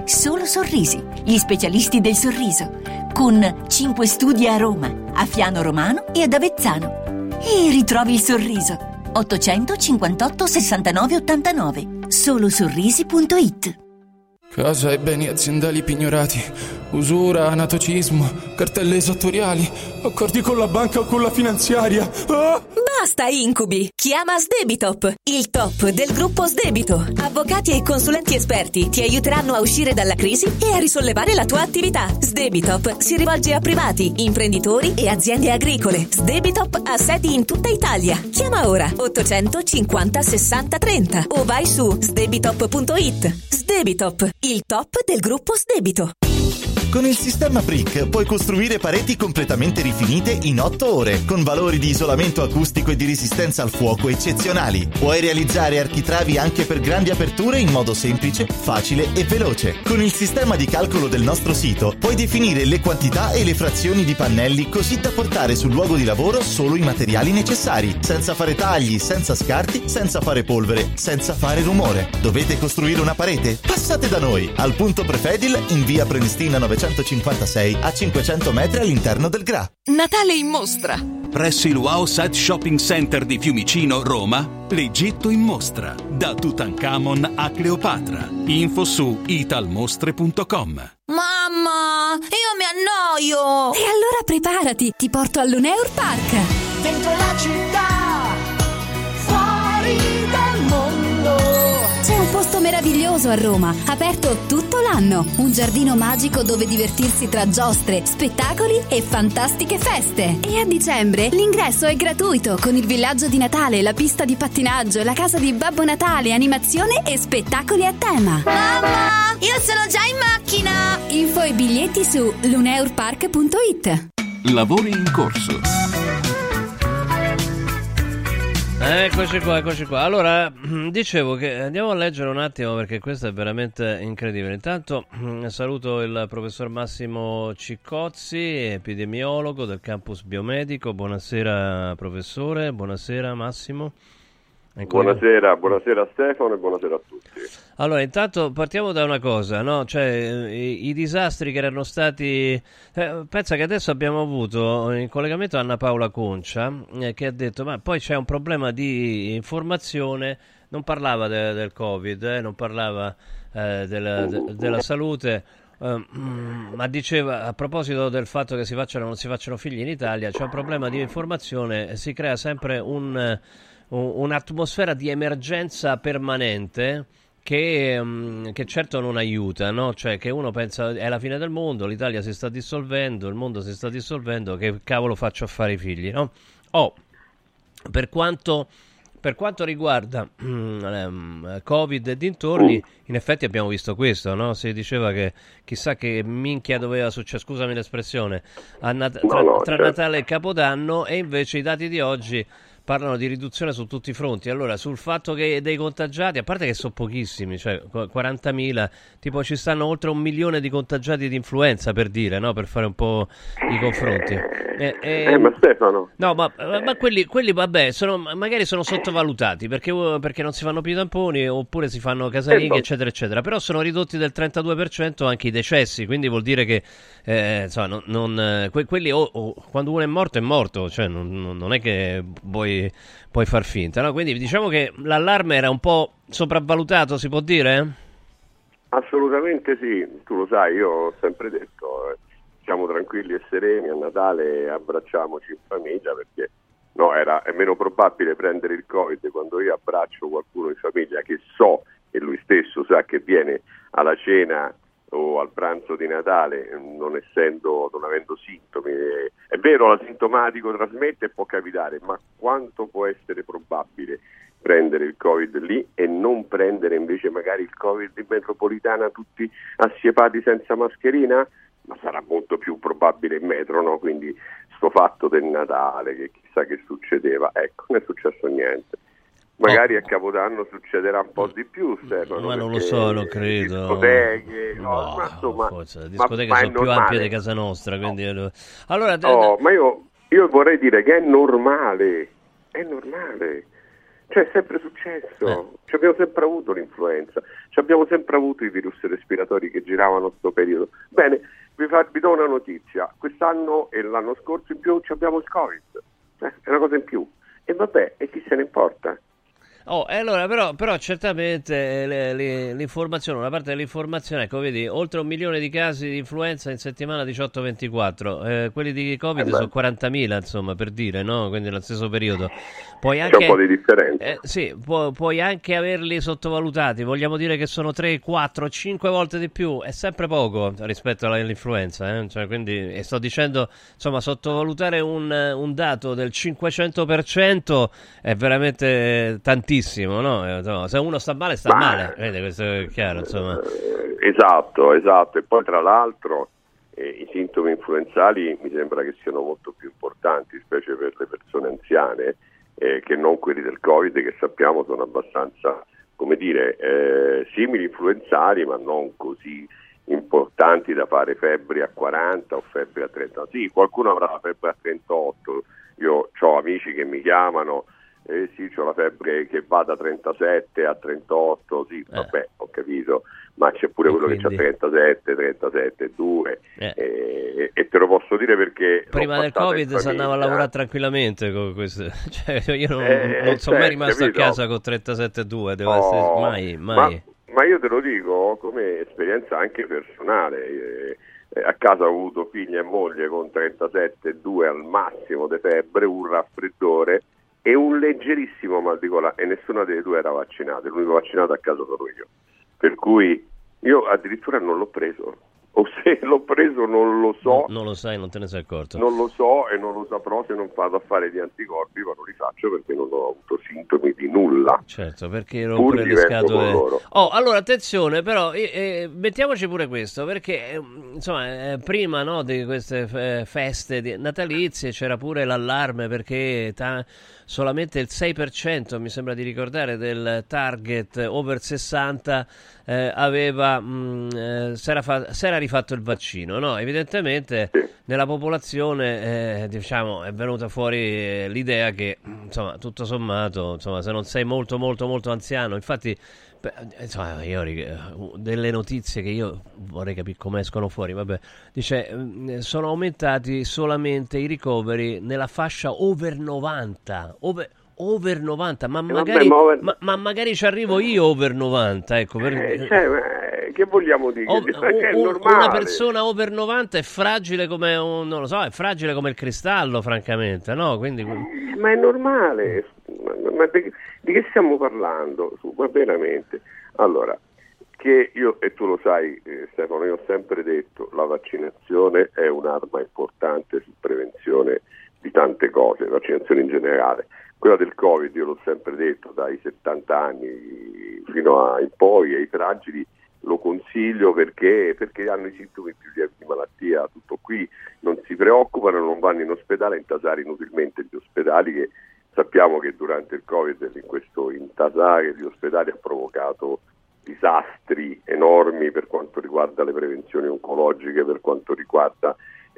Solo Sorrisi, gli specialisti del sorriso, con cinque studi a Roma, a Fiano Romano e ad Avezzano. E ritrovi il sorriso. ottocentocinquantotto sessantanove ottantanove. solo sorrisi punto it. Casa e beni aziendali pignorati, usura, anatocismo, cartelle esattoriali, accordi con la banca o con la finanziaria. Ah! Basta incubi! Chiama Sdebitop, il top del gruppo Sdebito. Avvocati e consulenti esperti ti aiuteranno a uscire dalla crisi e a risollevare la tua attività. Sdebitop si rivolge a privati, imprenditori e aziende agricole. Sdebitop ha sedi in tutta Italia. Chiama ora ottocentocinquanta sessanta trenta o vai su sdebitop punto it. Sdebitop, il top del gruppo Sdebito. Con il sistema Brick puoi costruire pareti completamente rifinite in otto ore, con valori di isolamento acustico e di resistenza al fuoco eccezionali. Puoi realizzare architravi anche per grandi aperture in modo semplice, facile e veloce. Con il sistema di calcolo del nostro sito puoi definire le quantità e le frazioni di pannelli così da portare sul luogo di lavoro solo i materiali necessari, senza fare tagli, senza scarti, senza fare polvere, senza fare rumore. Dovete costruire una parete? Passate da noi, al punto Prefedil in via Prenestina novecentocinquantasei a cinquecento metri all'interno del Gra. Natale in mostra. Presso il Wow Set Shopping Center di Fiumicino, Roma, l'Egitto in mostra. Da Tutankhamon a Cleopatra. Info su italmostre punto com. Mamma, io mi annoio! E allora preparati, ti porto all'Uneur Park. Dentro la città, fuori dal mondo. C'è un posto meraviglioso a Roma, aperto tutto l'anno. Un giardino magico dove divertirsi tra giostre, spettacoli e fantastiche feste. E a dicembre l'ingresso è gratuito con il villaggio di Natale, la pista di pattinaggio, la casa di Babbo Natale, animazione e spettacoli a tema. Mamma, io sono già in macchina! Info e biglietti su luneurpark punto it. Lavori in corso. Eccoci qua, eccoci qua. Allora, dicevo che andiamo a leggere un attimo perché questo è veramente incredibile. Intanto saluto il professor Massimo Ciccozzi, epidemiologo del campus biomedico. Buonasera professore, buonasera Massimo. Buonasera, buonasera Stefano e buonasera a tutti. Allora, intanto partiamo da una cosa, no? Cioè, i, i disastri che erano stati... Eh, pensa che adesso abbiamo avuto in collegamento Anna Paola Concia, eh, che ha detto, ma poi c'è un problema di informazione, non parlava de, del Covid, eh, non parlava eh, della, de, della salute, eh, ma diceva, a proposito del fatto che si facciano, non si facciano figli in Italia, c'è un problema di informazione, si crea sempre un... un'atmosfera di emergenza permanente che, um, che certo non aiuta, no? Cioè che uno pensa è la fine del mondo, l'Italia si sta dissolvendo, il mondo si sta dissolvendo, che cavolo faccio a fare i figli, no? Oh, per quanto, per quanto riguarda um, Covid e dintorni, in effetti abbiamo visto questo, no? Si diceva che chissà che minchia doveva succedere, scusami l'espressione, a Nat- tra, no, no, tra certo. Natale e Capodanno, e invece i dati di oggi parlano di riduzione su tutti i fronti. Allora, sul fatto che dei contagiati, a parte che sono pochissimi, cioè quarantamila, tipo ci stanno oltre un milione di contagiati di influenza, per dire, no? Per fare un po' i confronti. Eh, eh, eh, ma Stefano... No, ma, ma quelli, quelli vabbè, sono, magari sono sottovalutati, perché, perché non si fanno più i tamponi, oppure si fanno casalinghe, eh, eccetera, eccetera. Però sono ridotti del trentadue per cento anche i decessi, quindi vuol dire che, eh, insomma, non, non, que, quelli, oh, oh, quando uno è morto è morto, cioè non, non è che vuoi puoi far finta, no? Quindi diciamo che l'allarme era un po' sopravvalutato, si può dire? Assolutamente sì, tu lo sai, io ho sempre detto, eh, siamo tranquilli e sereni, a Natale abbracciamoci in famiglia, perché no, era, è meno probabile prendere il Covid quando io abbraccio qualcuno in famiglia che so, e lui stesso sa, che viene alla cena o al pranzo di Natale non essendo, non avendo sintomi. È vero, l'asintomatico trasmette e può capitare, ma quanto può essere probabile prendere il Covid lì e non prendere invece magari il Covid in metropolitana tutti assiepati senza mascherina? Ma sarà molto più probabile in metro, no? Quindi sto fatto del Natale, che chissà che succedeva, ecco, non è successo niente. Magari oh. a Capodanno succederà un po' di più, Stefano. Ma non lo so, non credo. Discoteche, no, no, ma insomma, forse, le discoteche ma, sono ma più normale. ampie di casa nostra, quindi no. allora oh, ma io, io vorrei dire che è normale, è normale. Cioè è sempre successo, Eh. ci abbiamo sempre avuto l'influenza, ci abbiamo sempre avuto i virus respiratori che giravano a questo periodo. Bene, vi, fa, vi do una notizia, quest'anno e l'anno scorso in più ci abbiamo il Covid, eh, è una cosa in più. E vabbè, e chi se ne importa? Oh, e allora però, però certamente le, le, l'informazione, una parte dell'informazione, ecco vedi, oltre un milione di casi di influenza in settimana diciotto ventiquattro, eh, quelli di Covid Eh sono quarantamila, insomma, per dire, no? Quindi nello stesso periodo. Puoi C'è anche, un po' di differenza. eh, sì, pu- puoi anche averli sottovalutati, vogliamo dire che sono tre, quattro, cinque volte di più, è sempre poco rispetto all'influenza, eh? Cioè, quindi, e sto dicendo, insomma, sottovalutare un, un dato del cinquecento per cento è veramente tantissimo. No? Se uno sta male, sta Ma- male, vede, questo è chiaro, insomma. Eh, esatto, esatto. E poi tra l'altro eh, i sintomi influenzali mi sembra che siano molto più importanti, specie per le persone anziane, eh, che non quelli del Covid, che sappiamo sono abbastanza, come dire, eh, simili influenzali, ma non così importanti da fare febbri a quaranta o febbri a trenta. Sì, qualcuno avrà la febbre a trentotto, io ho amici che mi chiamano, eh sì, c'ho la febbre che va da trentasette a trentotto, sì, vabbè, ho capito, ma c'è pure E quello quindi? che c'ha trentasette, trentasette virgola due Eh. e, e te lo posso dire perché Prima l'ho del passata Covid in si andava a famiglia. lavorare tranquillamente con questo. Cioè, io non, Eh, non sono mai cioè, rimasto capito? a casa con trentasette virgola due, devo Oh, essere mai, mai. Ma, ma io te lo dico come esperienza anche personale, eh, eh, a casa ho avuto figlia e moglie con trentasette virgola due al massimo di febbre, un raffreddore e un leggerissimo mal di gola, e nessuna delle due era vaccinata, l'unico vaccinato a casa sono io, per cui io addirittura non l'ho preso, o se l'ho preso non lo so, Non lo sai, non te ne sei accorto. non lo so e non lo saprò se non vado a fare gli anticorpi, ma non li faccio perché non ho avuto sintomi di nulla. Certo, perché Pur rompere le vivendo scatole. con loro. Oh, allora attenzione, però eh, eh, mettiamoci pure questo, perché eh, insomma, eh, prima, no, di queste eh, feste di- natalizie c'era pure l'allarme perché ta- solamente il sei per cento, mi sembra di ricordare, del target over sessanta eh, aveva mh, eh, s'era, fa- s'era rifatto il vaccino, no? Evidentemente nella popolazione eh, diciamo è venuta fuori eh, l'idea che insomma tutto sommato, insomma, se non sei molto molto molto anziano, infatti beh, insomma, io ri- delle notizie che io vorrei capire come escono fuori, vabbè, dice mh, sono aumentati solamente i ricoveri nella fascia over novanta, over, over novanta, ma vabbè, magari, ma over- ma, ma magari ci arrivo io over novanta, ecco, per- Eh, cioè, ma, eh, che vogliamo dire? O- Cioè, è un- normale. una persona over novanta è fragile come un, non lo so, è fragile come il cristallo, francamente, no? Quindi Ma è normale, ma, ma di, di che stiamo parlando? Su, ma veramente. Allora, che io, e tu lo sai eh, Stefano, io ho sempre detto, la vaccinazione è un'arma importante su prevenzione di tante cose, vaccinazione in generale. Quella del Covid, io l'ho sempre detto, dai settanta anni fino a in poi, ai fragili, lo consiglio perché, perché hanno i sintomi più lievi di malattia, tutto qui, non si preoccupano, non vanno in ospedale a intasare inutilmente gli ospedali, che sappiamo che durante il Covid in questo intasare di ospedali ha provocato disastri enormi per quanto riguarda le prevenzioni oncologiche, per quanto riguarda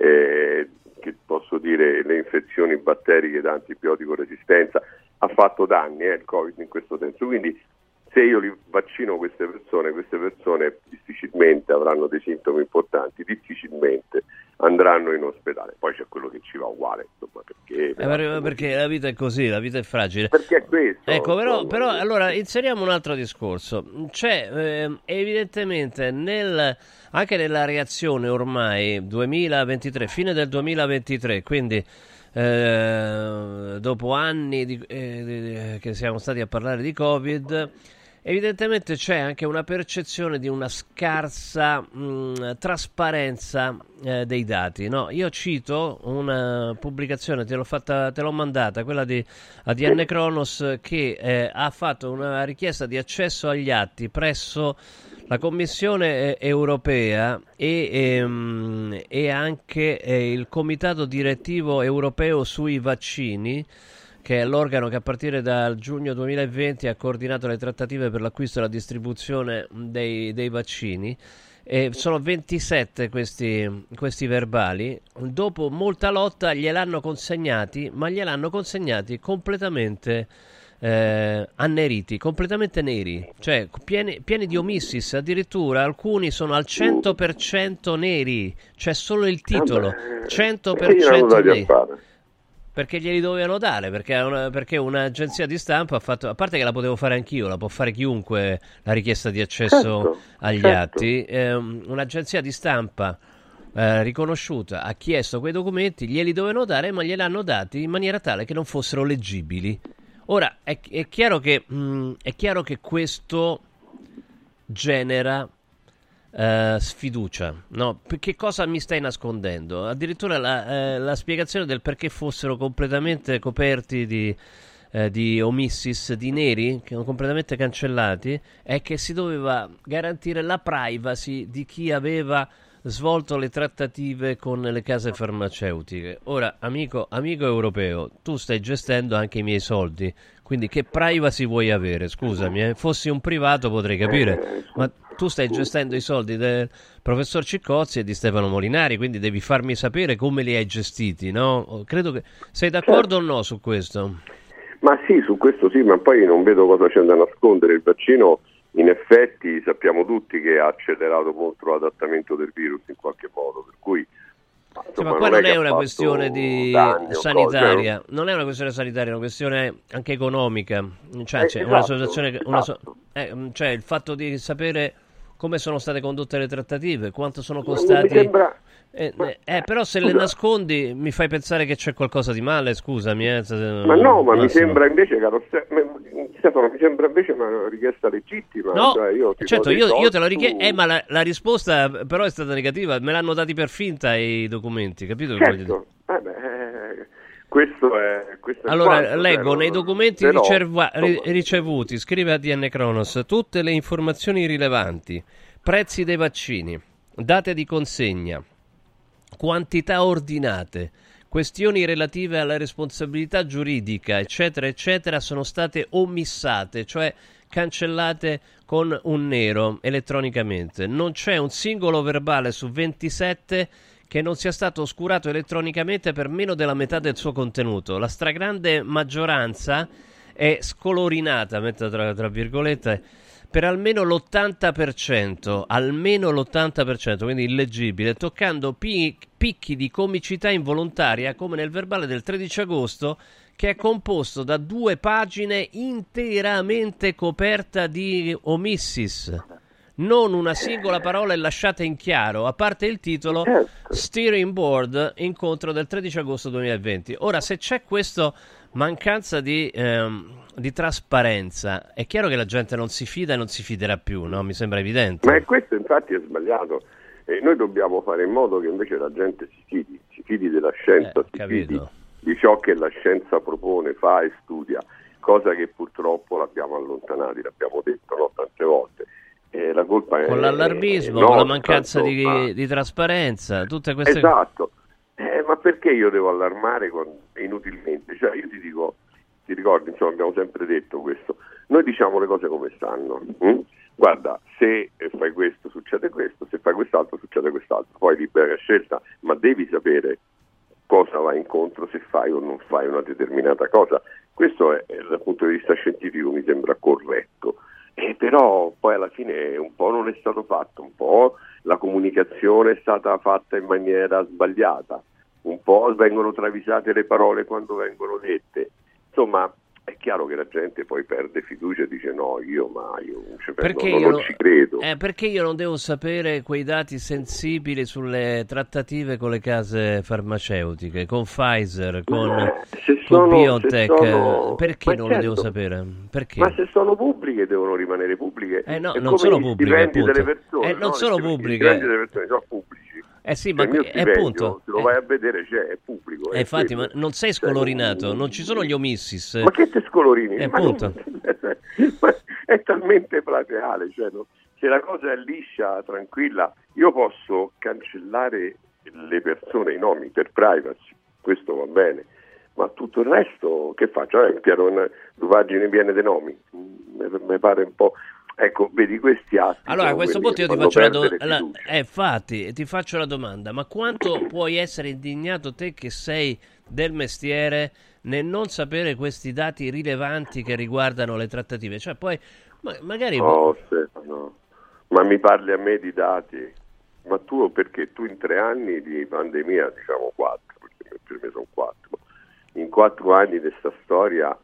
eh, che posso dire le infezioni batteriche da antibiotico resistenza, ha fatto danni eh, il Covid in questo senso, quindi se io li vaccino queste persone, queste persone difficilmente avranno dei sintomi importanti, difficilmente andranno in ospedale. Poi c'è quello che ci va uguale, insomma, perché... Eh, per- perché la vita è così, la vita è fragile. Perché è questo. Ecco, però, insomma. però allora inseriamo un altro discorso. C'è ehm, evidentemente nel, anche nella reazione ormai duemilaventitré, fine del duemilaventitré, quindi eh, dopo anni di, eh, di- che siamo stati a parlare di Covid, evidentemente c'è anche una percezione di una scarsa mh, trasparenza eh, dei dati, no? Io cito una pubblicazione, te l'ho fatta, te l'ho mandata, quella di A D N Kronos, che eh, ha fatto una richiesta di accesso agli atti presso la Commissione eh, europea e, ehm, e anche eh, il Comitato Direttivo Europeo sui Vaccini, che è l'organo che a partire dal giugno duemilaventi ha coordinato le trattative per l'acquisto e la distribuzione dei, dei vaccini. E sono ventisette questi, questi verbali. Dopo molta lotta gliel'hanno consegnati, ma gliel'hanno consegnati completamente eh, anneriti, completamente neri, cioè pieni, pieni di omissis, addirittura alcuni sono al cento per cento neri, c'è solo il titolo, cento per cento neri. Perché glieli dovevano dare, perché, una, perché un'agenzia di stampa ha fatto, a parte che la potevo fare anch'io, la può fare chiunque la richiesta di accesso certo, agli certo. atti, eh, un'agenzia di stampa eh, riconosciuta ha chiesto quei documenti, glieli dovevano dare, ma glieli hanno dati in maniera tale che non fossero leggibili. Ora, è, è, chiaro, che, mh, è chiaro che questo genera Uh, sfiducia, no? Che cosa mi stai nascondendo? Addirittura la, eh, la spiegazione del perché fossero completamente coperti di, eh, di omissis, di neri, che erano completamente cancellati, è che si doveva garantire la privacy di chi aveva svolto le trattative con le case farmaceutiche. Ora, amico, amico europeo, tu stai gestendo anche i miei soldi, quindi che privacy vuoi avere? Scusami, eh? Fossi un privato potrei capire, ma tu stai gestendo i soldi del professor Ciccozzi e di Stefano Molinari, quindi devi farmi sapere come li hai gestiti, no? Credo che sei d'accordo o no su questo? Ma sì, su questo sì, ma poi non vedo cosa c'è da nascondere. Il vaccino, in effetti, sappiamo tutti che ha accelerato molto l'adattamento del virus in qualche modo, per cui insomma, sì, ma qua non, non è una questione di sanitaria, cose, non è una questione sanitaria, è una questione anche economica, cioè, eh, c'è esatto, una situazione, una so, eh, cioè il fatto di sapere come sono state condotte le trattative, quanto sono costati. Mi sembra... eh, eh, però se Scusa. le nascondi mi fai pensare che c'è qualcosa di male, scusami. Eh, se... Ma no, ma Massimo. mi sembra invece, caro Stefano, mi sembra invece una richiesta legittima. No, cioè io certo, io, io te l'ho richiesto, eh, ma la, la risposta però è stata negativa, me l'hanno dati per finta i documenti, capito? Certo, eh beh, eh, questo è... Questo è allora, quanto, leggo, cioè, nei documenti però, ricerva, ri, ricevuti, scrive A D N Kronos, tutte le informazioni rilevanti, prezzi dei vaccini, date di consegna, quantità ordinate, questioni relative alla responsabilità giuridica, eccetera, eccetera, sono state omissate, cioè cancellate con un nero elettronicamente. Non c'è un singolo verbale su ventisette che non sia stato oscurato elettronicamente per meno della metà del suo contenuto. La stragrande maggioranza è scolorinata, metto tra, tra virgolette, per almeno l'ottanta per cento, almeno l'ottanta per cento, quindi illeggibile, toccando pi- picchi di comicità involontaria, come nel verbale del tredici agosto, che è composto da due pagine interamente coperta di omissis. Non una singola parola è lasciata in chiaro, a parte il titolo Steering Board, incontro del tredici agosto duemilaventi. Ora, se c'è questa mancanza di, ehm, di trasparenza, è chiaro che la gente non si fida e non si fiderà più, no? Mi sembra evidente. Ma questo infatti è sbagliato. E noi dobbiamo fare in modo che invece la gente si fidi, si fidi della scienza, eh, si capito. fidi di ciò che la scienza propone, fa e studia, cosa che purtroppo l'abbiamo allontanati, l'abbiamo detto, no, tante volte. Eh, la colpa è con l'allarmismo, no, con la mancanza tanto, di, di trasparenza, tutte queste esatto. Eh, ma perché io devo allarmare con... inutilmente? Cioè io ti dico, ti ricordi, insomma abbiamo sempre detto questo, noi diciamo le cose come stanno. Hm? Guarda, se fai questo succede questo, se fai quest'altro succede quest'altro, poi libera scelta, ma devi sapere cosa va incontro se fai o non fai una determinata cosa. Questo è, dal punto di vista scientifico mi sembra corretto. Eh, però poi alla fine un po' non è stato fatto, un po' la comunicazione è stata fatta in maniera sbagliata, un po' vengono travisate le parole quando vengono dette, insomma è chiaro che la gente poi perde fiducia e dice no, io ma io non ci, perché non, io non ci credo. Eh, perché io non devo sapere quei dati sensibili sulle trattative con le case farmaceutiche, con Pfizer, con, se con sono, BioNTech, se sono... perché ma non certo. lo devo sapere? Perché? Ma se sono pubbliche devono rimanere pubbliche. Eh no, è non sono pubbliche, appunto. Delle persone, eh, non no? sono I pubbliche. stipendi delle persone sono pubblici. Eh sì, cioè, ma il mio è stipendio, appunto. se lo vai a vedere c'è, è pubblico. Eh, è infatti, quello. ma non sei scolorinato, non ci sono gli omissis. Ma che te scolorini? Eh, Ma appunto. non... è talmente plateale, cioè, no? Se la cosa è liscia, tranquilla, io posso cancellare le persone, i nomi per privacy, questo va bene, ma tutto il resto che faccio? Eh, Piero, una due pagine piene dei nomi, mi pare un po'... Ecco, vedi questi atti. Allora, a questo punto io ti faccio la domanda. Eh, infatti, ti faccio la domanda: ma quanto puoi essere indignato te che sei del mestiere nel non sapere questi dati rilevanti che riguardano le trattative? Cioè, poi ma, magari. No, Stefano, ma mi parli a me di dati? Ma tu perché tu in tre anni di pandemia, diciamo quattro, perché per me sono quattro, in quattro anni di questa storia.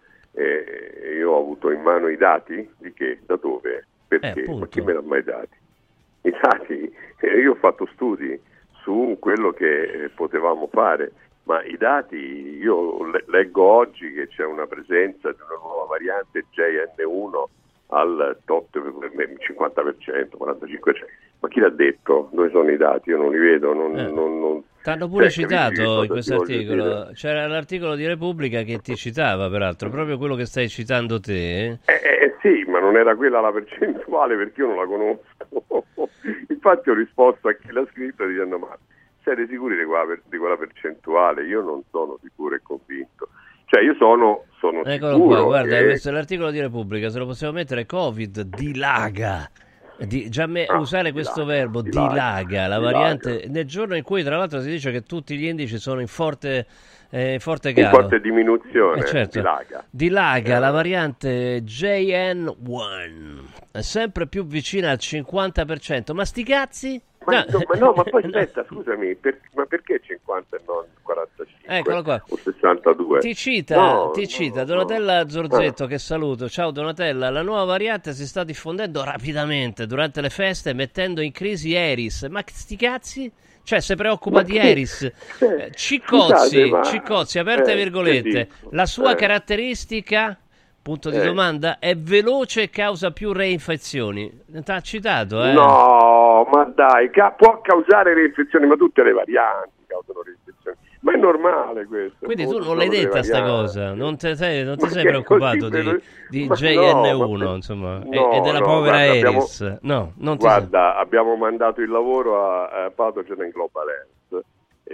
Eh, io ho avuto in mano i dati di che? Da dove? Perché? Eh, Ma chi me l'ha mai dati? I dati, eh, io ho fatto studi su quello che potevamo fare, ma i dati, io le- leggo oggi che c'è una presenza di una nuova variante J N uno al top cinquanta per cento, quarantacinque per cento. Ma chi l'ha detto? Dove sono i dati? Io non li vedo, non... Eh. non, non... T'hanno pure Cioè, citato in questo cosa ti voglio articolo. dire? C'era l'articolo di Repubblica che ti citava, peraltro, proprio quello che stai citando te. Eh, eh, sì, ma non era quella la percentuale perché io non la conosco. Infatti ho risposto a chi l'ha scritto dicendo: ma siete sicuri di quella, per- di quella percentuale? Io non sono sicuro e convinto. Cioè io sono, sono Eccolo sicuro qua, guarda, che... questo è l'articolo di Repubblica, se lo possiamo mettere. Covid dilaga. Di, già me, Ah, usare questo dilaga, verbo dilaga, dilaga, la dilaga. variante nel giorno in cui tra l'altro si dice che tutti gli indici sono in forte, eh, forte in calo. forte diminuzione, Eh, certo. dilaga. Dilaga Eh. la variante J N uno, è sempre più vicina al cinquanta per cento. Ma sti cazzi? Ma no, ma, no, ma poi No. aspetta, scusami, per- ma perché cinquanta e non quarantacinque Eccolo qua. o sessantadue? Ti cita, No, ti no, cita no. Donatella Zorzetto, che saluto. Ciao Donatella, la nuova variante si sta diffondendo rapidamente durante le feste, mettendo in crisi Eris. Ma sti cazzi? Cioè, si preoccupa Ma di che- Eris. eh, Eh, Ciccozzi, scusate, ma- Ciccozzi, aperte eh, virgolette. che dico? La sua Eh. caratteristica, punto di Eh. domanda, è veloce e causa più reinfezioni. T'ha citato, eh? No, ma dai, ca- può causare reinfezioni, ma tutte le varianti causano reinfezioni. Ma è normale questo. Quindi tu sono non l'hai delle detta sta varianti. cosa, non, te sei, non ti Ma sei che preoccupato così di, veloce? di Ma J N uno, no, ma- insomma, e- no, e della no, povera guarda, abbiamo- Eris. No, non ti sei... Guarda, abbiamo mandato il lavoro a, a Pathogen and Global Health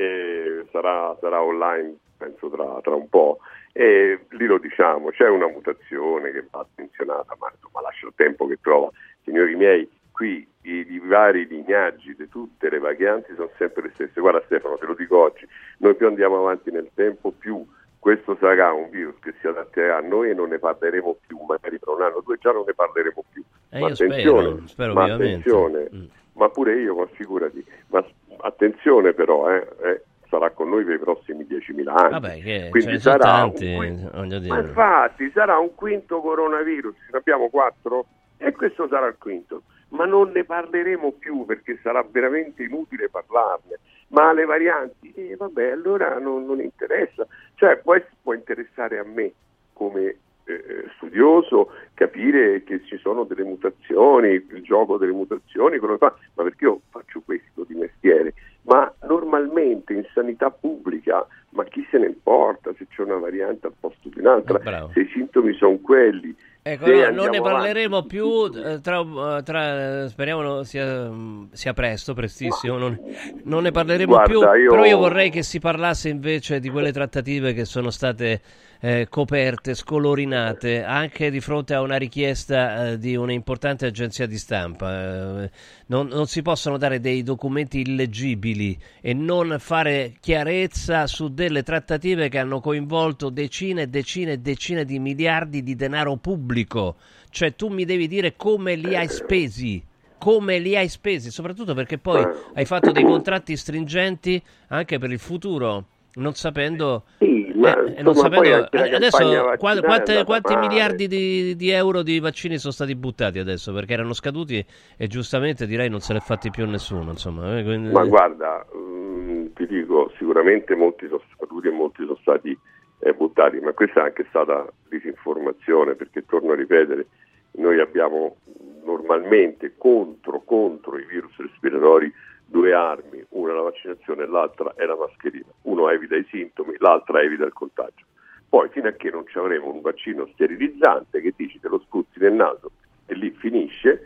e sarà, sarà online penso tra, tra un po', e lì lo diciamo, c'è una mutazione che va attenzionata, ma insomma lascia il tempo che trova. Signori miei, qui i, i vari lignaggi di tutte le varianti sono sempre le stesse. Guarda Stefano, te lo dico oggi, noi più andiamo avanti nel tempo, più questo sarà un virus che si adatterà a noi e non ne parleremo più, magari tra un anno o due già non ne parleremo più. Eh, ma io attenzione, spero, spero ma vivamente. attenzione, Mm. ma pure io, ma figurati, ma s- attenzione però, eh, eh, sarà con noi per i prossimi diecimila anni. Vabbè, che ce Quindi ne sono sarà tanti, un quinto, voglio ma dire. infatti sarà un quinto coronavirus, ne abbiamo quattro e questo sarà il quinto, ma non ne parleremo più perché sarà veramente inutile parlarne. Ma le varianti, eh, vabbè, allora non, non interessa, cioè può, ess- può interessare a me come eh, studioso capire che ci sono delle mutazioni, il gioco delle mutazioni, quello che fa, ma perché io faccio questo di mestiere? Ma normalmente in sanità pubblica, ma chi se ne importa se c'è una variante al posto di un'altra, Bravo. se i sintomi sono quelli. Ecco, se allora, non andiamo ne avanti- parleremo più eh, tra, eh, tra- speriamo sia, sia presto, prestissimo, non, non ne parleremo Guarda, più, io- però io vorrei che si parlasse invece di quelle trattative che sono state eh, coperte, scolorinate, anche di fronte a una richiesta eh, di un'importante agenzia di stampa. Eh, non, non si possono dare dei documenti illeggibili e non fare chiarezza su delle trattative che hanno coinvolto decine e decine e decine di miliardi di denaro pubblico. Cioè tu mi devi dire come li hai spesi, come li hai spesi, soprattutto perché poi hai fatto dei contratti stringenti anche per il futuro, non sapendo... Sì, ma, eh, e non insomma, poi sapendo anche la adesso campagna qua- vaccinale è quante- andata quanti male. miliardi di, di euro di vaccini sono stati buttati adesso perché erano scaduti e giustamente direi non se l'è fatti più nessuno, insomma, eh, quindi- Ma guarda, mm, ti dico, sicuramente molti sono scaduti e molti sono stati eh, buttati, ma questa è anche stata disinformazione, perché torno a ripetere, noi abbiamo normalmente contro, contro i virus respiratori due armi, una la vaccinazione e l'altra è la mascherina. Uno evita i sintomi, l'altra evita il contagio. Poi fino a che non ci avremo un vaccino sterilizzante che dici te lo spruzzi nel naso e lì finisce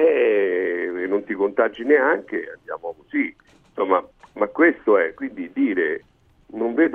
e non ti contagi neanche, andiamo così. Insomma, ma questo è, quindi dire, non vedo,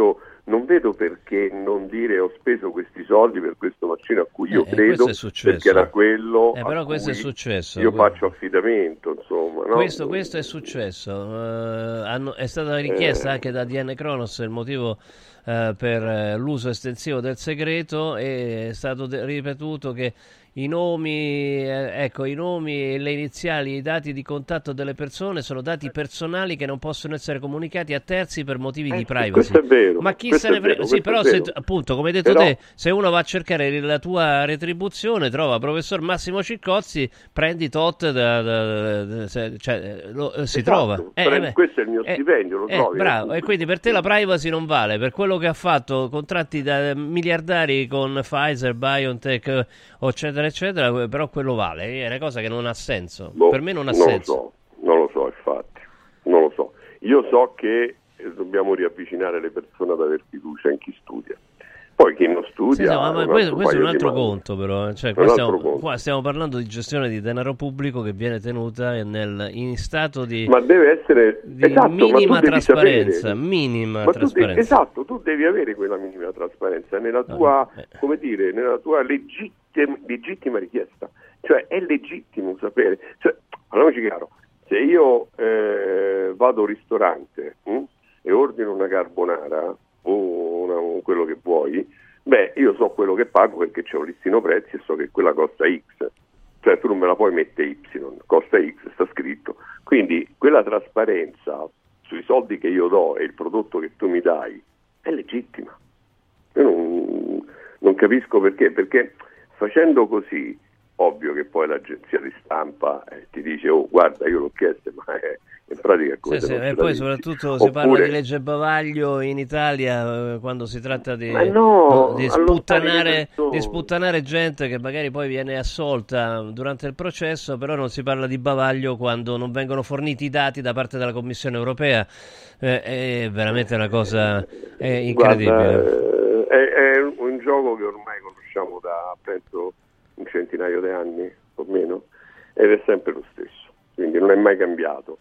non vedo perché non dire ho speso questi soldi per questo vaccino a cui io Eh, credo, questo è successo. perché era quello Eh, però a questo è cui successo. io Que- faccio affidamento, insomma. No? Questo, questo è successo. Eh, hanno- è stata richiesta Eh. anche da D N Kronos il motivo eh, per eh, l'uso estensivo del segreto, e è stato de- ripetuto che i nomi, eh, ecco, i nomi, le iniziali, i dati di contatto delle persone sono dati personali che non possono essere comunicati a terzi per motivi di privacy. Questo è vero. Ma chi questo se ne è frega? vero, Sì, questo però è se, vero. appunto, come hai detto Però- te, se uno va a cercare la tua retribuzione, trova professor Massimo Ciccozzi, prendi tot, da, da- da- se- cioè, lo- si Esatto, trova. Eh, pre- beh, questo è il mio eh, stipendio, lo eh, trovi. bravo, eh. e quindi per te la privacy non vale, per quello che ha fatto, contratti da miliardari con Pfizer, BioNTech, eh, eccetera, eccetera, però quello vale, è una cosa che non ha senso. Boh, Per me non ha non senso. Lo so, non lo so, infatti, non lo so. Io so che eh, dobbiamo riavvicinare le persone ad avere fiducia in chi studia. Poi chi non Sì, studia... sì, ma un questo, altro questo è un paio di altro mani. conto, però. Cioè, È qua, un stiamo, altro conto. qua stiamo parlando di gestione di denaro pubblico che viene tenuta nel, in stato di, Ma deve essere di esatto, minima ma tu devi trasparenza. sapere. Minima Ma tu devi- trasparenza. esatto, tu devi avere quella minima trasparenza nella tua, come dire, nella tua legittima, legittima richiesta. Cioè è legittimo sapere. Cioè, parliamoci chiaro, se io eh, vado al ristorante hm, e ordino una carbonara o una- o quello che vuoi, beh, io so quello che pago perché c'è un listino prezzi e so che quella costa X. Cioè tu non me la puoi mettere Y, costa X, sta scritto. Quindi quella trasparenza sui soldi che io do e il prodotto che tu mi dai è legittima. Io non, non capisco perché, perché facendo così, ovvio che poi l'agenzia di stampa eh, ti dice oh guarda io l'ho chiesto, ma è, in pratica è come Sì, se sì, non e ce poi la soprattutto dici. si parla Oppure- di legge bavaglio in Italia eh, quando si tratta di, Ma no, di, allontani le sputtanare, persone. di sputtanare gente che magari poi viene assolta durante il processo, però non si parla di bavaglio quando non vengono forniti i dati da parte della Commissione europea. Eh, è veramente una cosa è incredibile. Guarda, eh, è, è un gioco che ormai conosciamo da penso un centinaio di anni o meno ed è sempre lo stesso, quindi non è mai cambiato.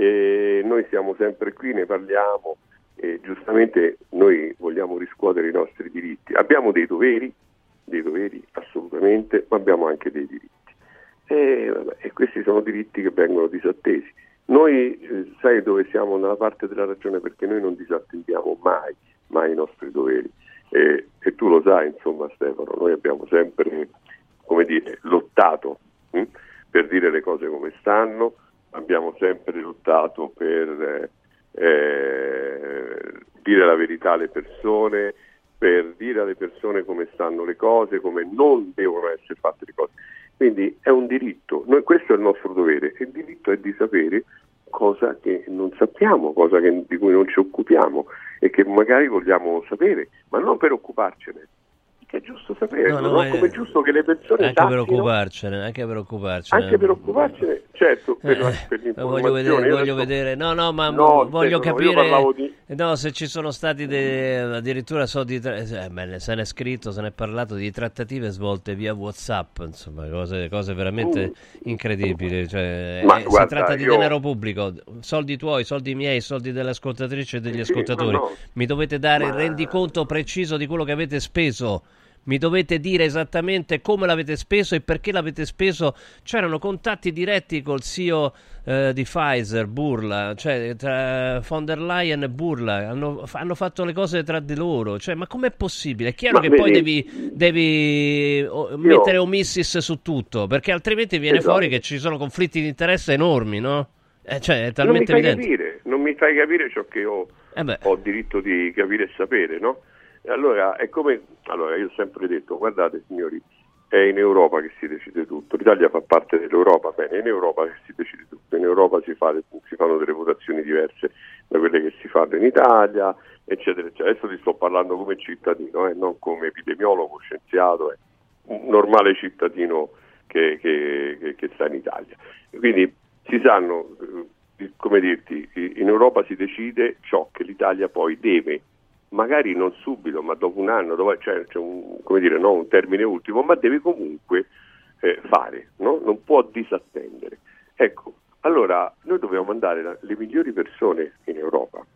E noi siamo sempre qui, ne parliamo e giustamente noi vogliamo riscuotere i nostri diritti. Abbiamo dei doveri, dei doveri assolutamente, ma abbiamo anche dei diritti. E, vabbè, e questi sono diritti che vengono disattesi. Noi eh, sai dove siamo nella parte della ragione perché noi non disattendiamo mai, mai i nostri doveri. E, e tu lo sai, insomma, Stefano, noi abbiamo sempre, come dire, lottato hm, per dire le cose come stanno, abbiamo sempre lottato per eh, eh, dire la verità alle persone, per dire alle persone come stanno le cose, come non devono essere fatte le cose. Quindi è un diritto, noi, questo è il nostro dovere, e il diritto è di sapere cosa che non sappiamo, cosa che, di cui non ci occupiamo e che magari vogliamo sapere, ma non per occuparcene, che è giusto sapere, No, no, no? è- Come è giusto che le persone Anche per sappino, occuparcene, anche per occuparcene. anche per occuparcene, certo, per, la, Eh, per voglio l'informazione. vedere, Io voglio adesso- vedere. No, no, ma No, voglio Stefano, io capire. parlavo di- No, se ci sono stati de- addirittura so di tra- eh, beh, se ne è scritto, se ne è parlato di trattative svolte via WhatsApp, insomma, cose, cose veramente incredibili. Cioè, Ma eh, guarda, si tratta di io- denaro pubblico, soldi tuoi, soldi miei, soldi delle ascoltatrici e degli Sì, ascoltatori. ma no. Mi dovete dare il Ma- rendiconto preciso di quello che avete speso. Mi dovete dire esattamente come l'avete speso e perché l'avete speso. C'erano contatti diretti col C E O eh, di Pfizer, Burla, cioè tra von der Leyen e Burla, hanno, hanno fatto le cose tra di loro. Cioè, ma com'è possibile? È chiaro Ma che vedi- poi devi, devi o- mettere omissis su tutto, perché altrimenti viene Esatto. fuori che ci sono conflitti di interesse enormi, no? Eh, cioè, è non mi talmente fai evidente. capire, non mi fai capire ciò che io Eh beh. ho diritto di capire e sapere, no? E allora è come, allora io ho sempre detto, guardate signori, è in Europa che si decide tutto, l'Italia fa parte dell'Europa, bene, è in Europa che si decide tutto, in Europa si, fa, si fanno delle votazioni diverse da quelle che si fanno in Italia, eccetera, eccetera. Adesso ti sto parlando come cittadino, eh, non come epidemiologo, scienziato, eh, un normale cittadino che, che, che, che sta in Italia. Quindi si sanno, eh, come dirti, in Europa si decide ciò che l'Italia poi deve, magari non subito, ma dopo un anno, dopo, cioè c'è un, come dire, no, un termine ultimo, ma deve comunque eh, fare, no? Non può disattendere. Ecco, allora noi dobbiamo mandare la, le migliori persone in Europa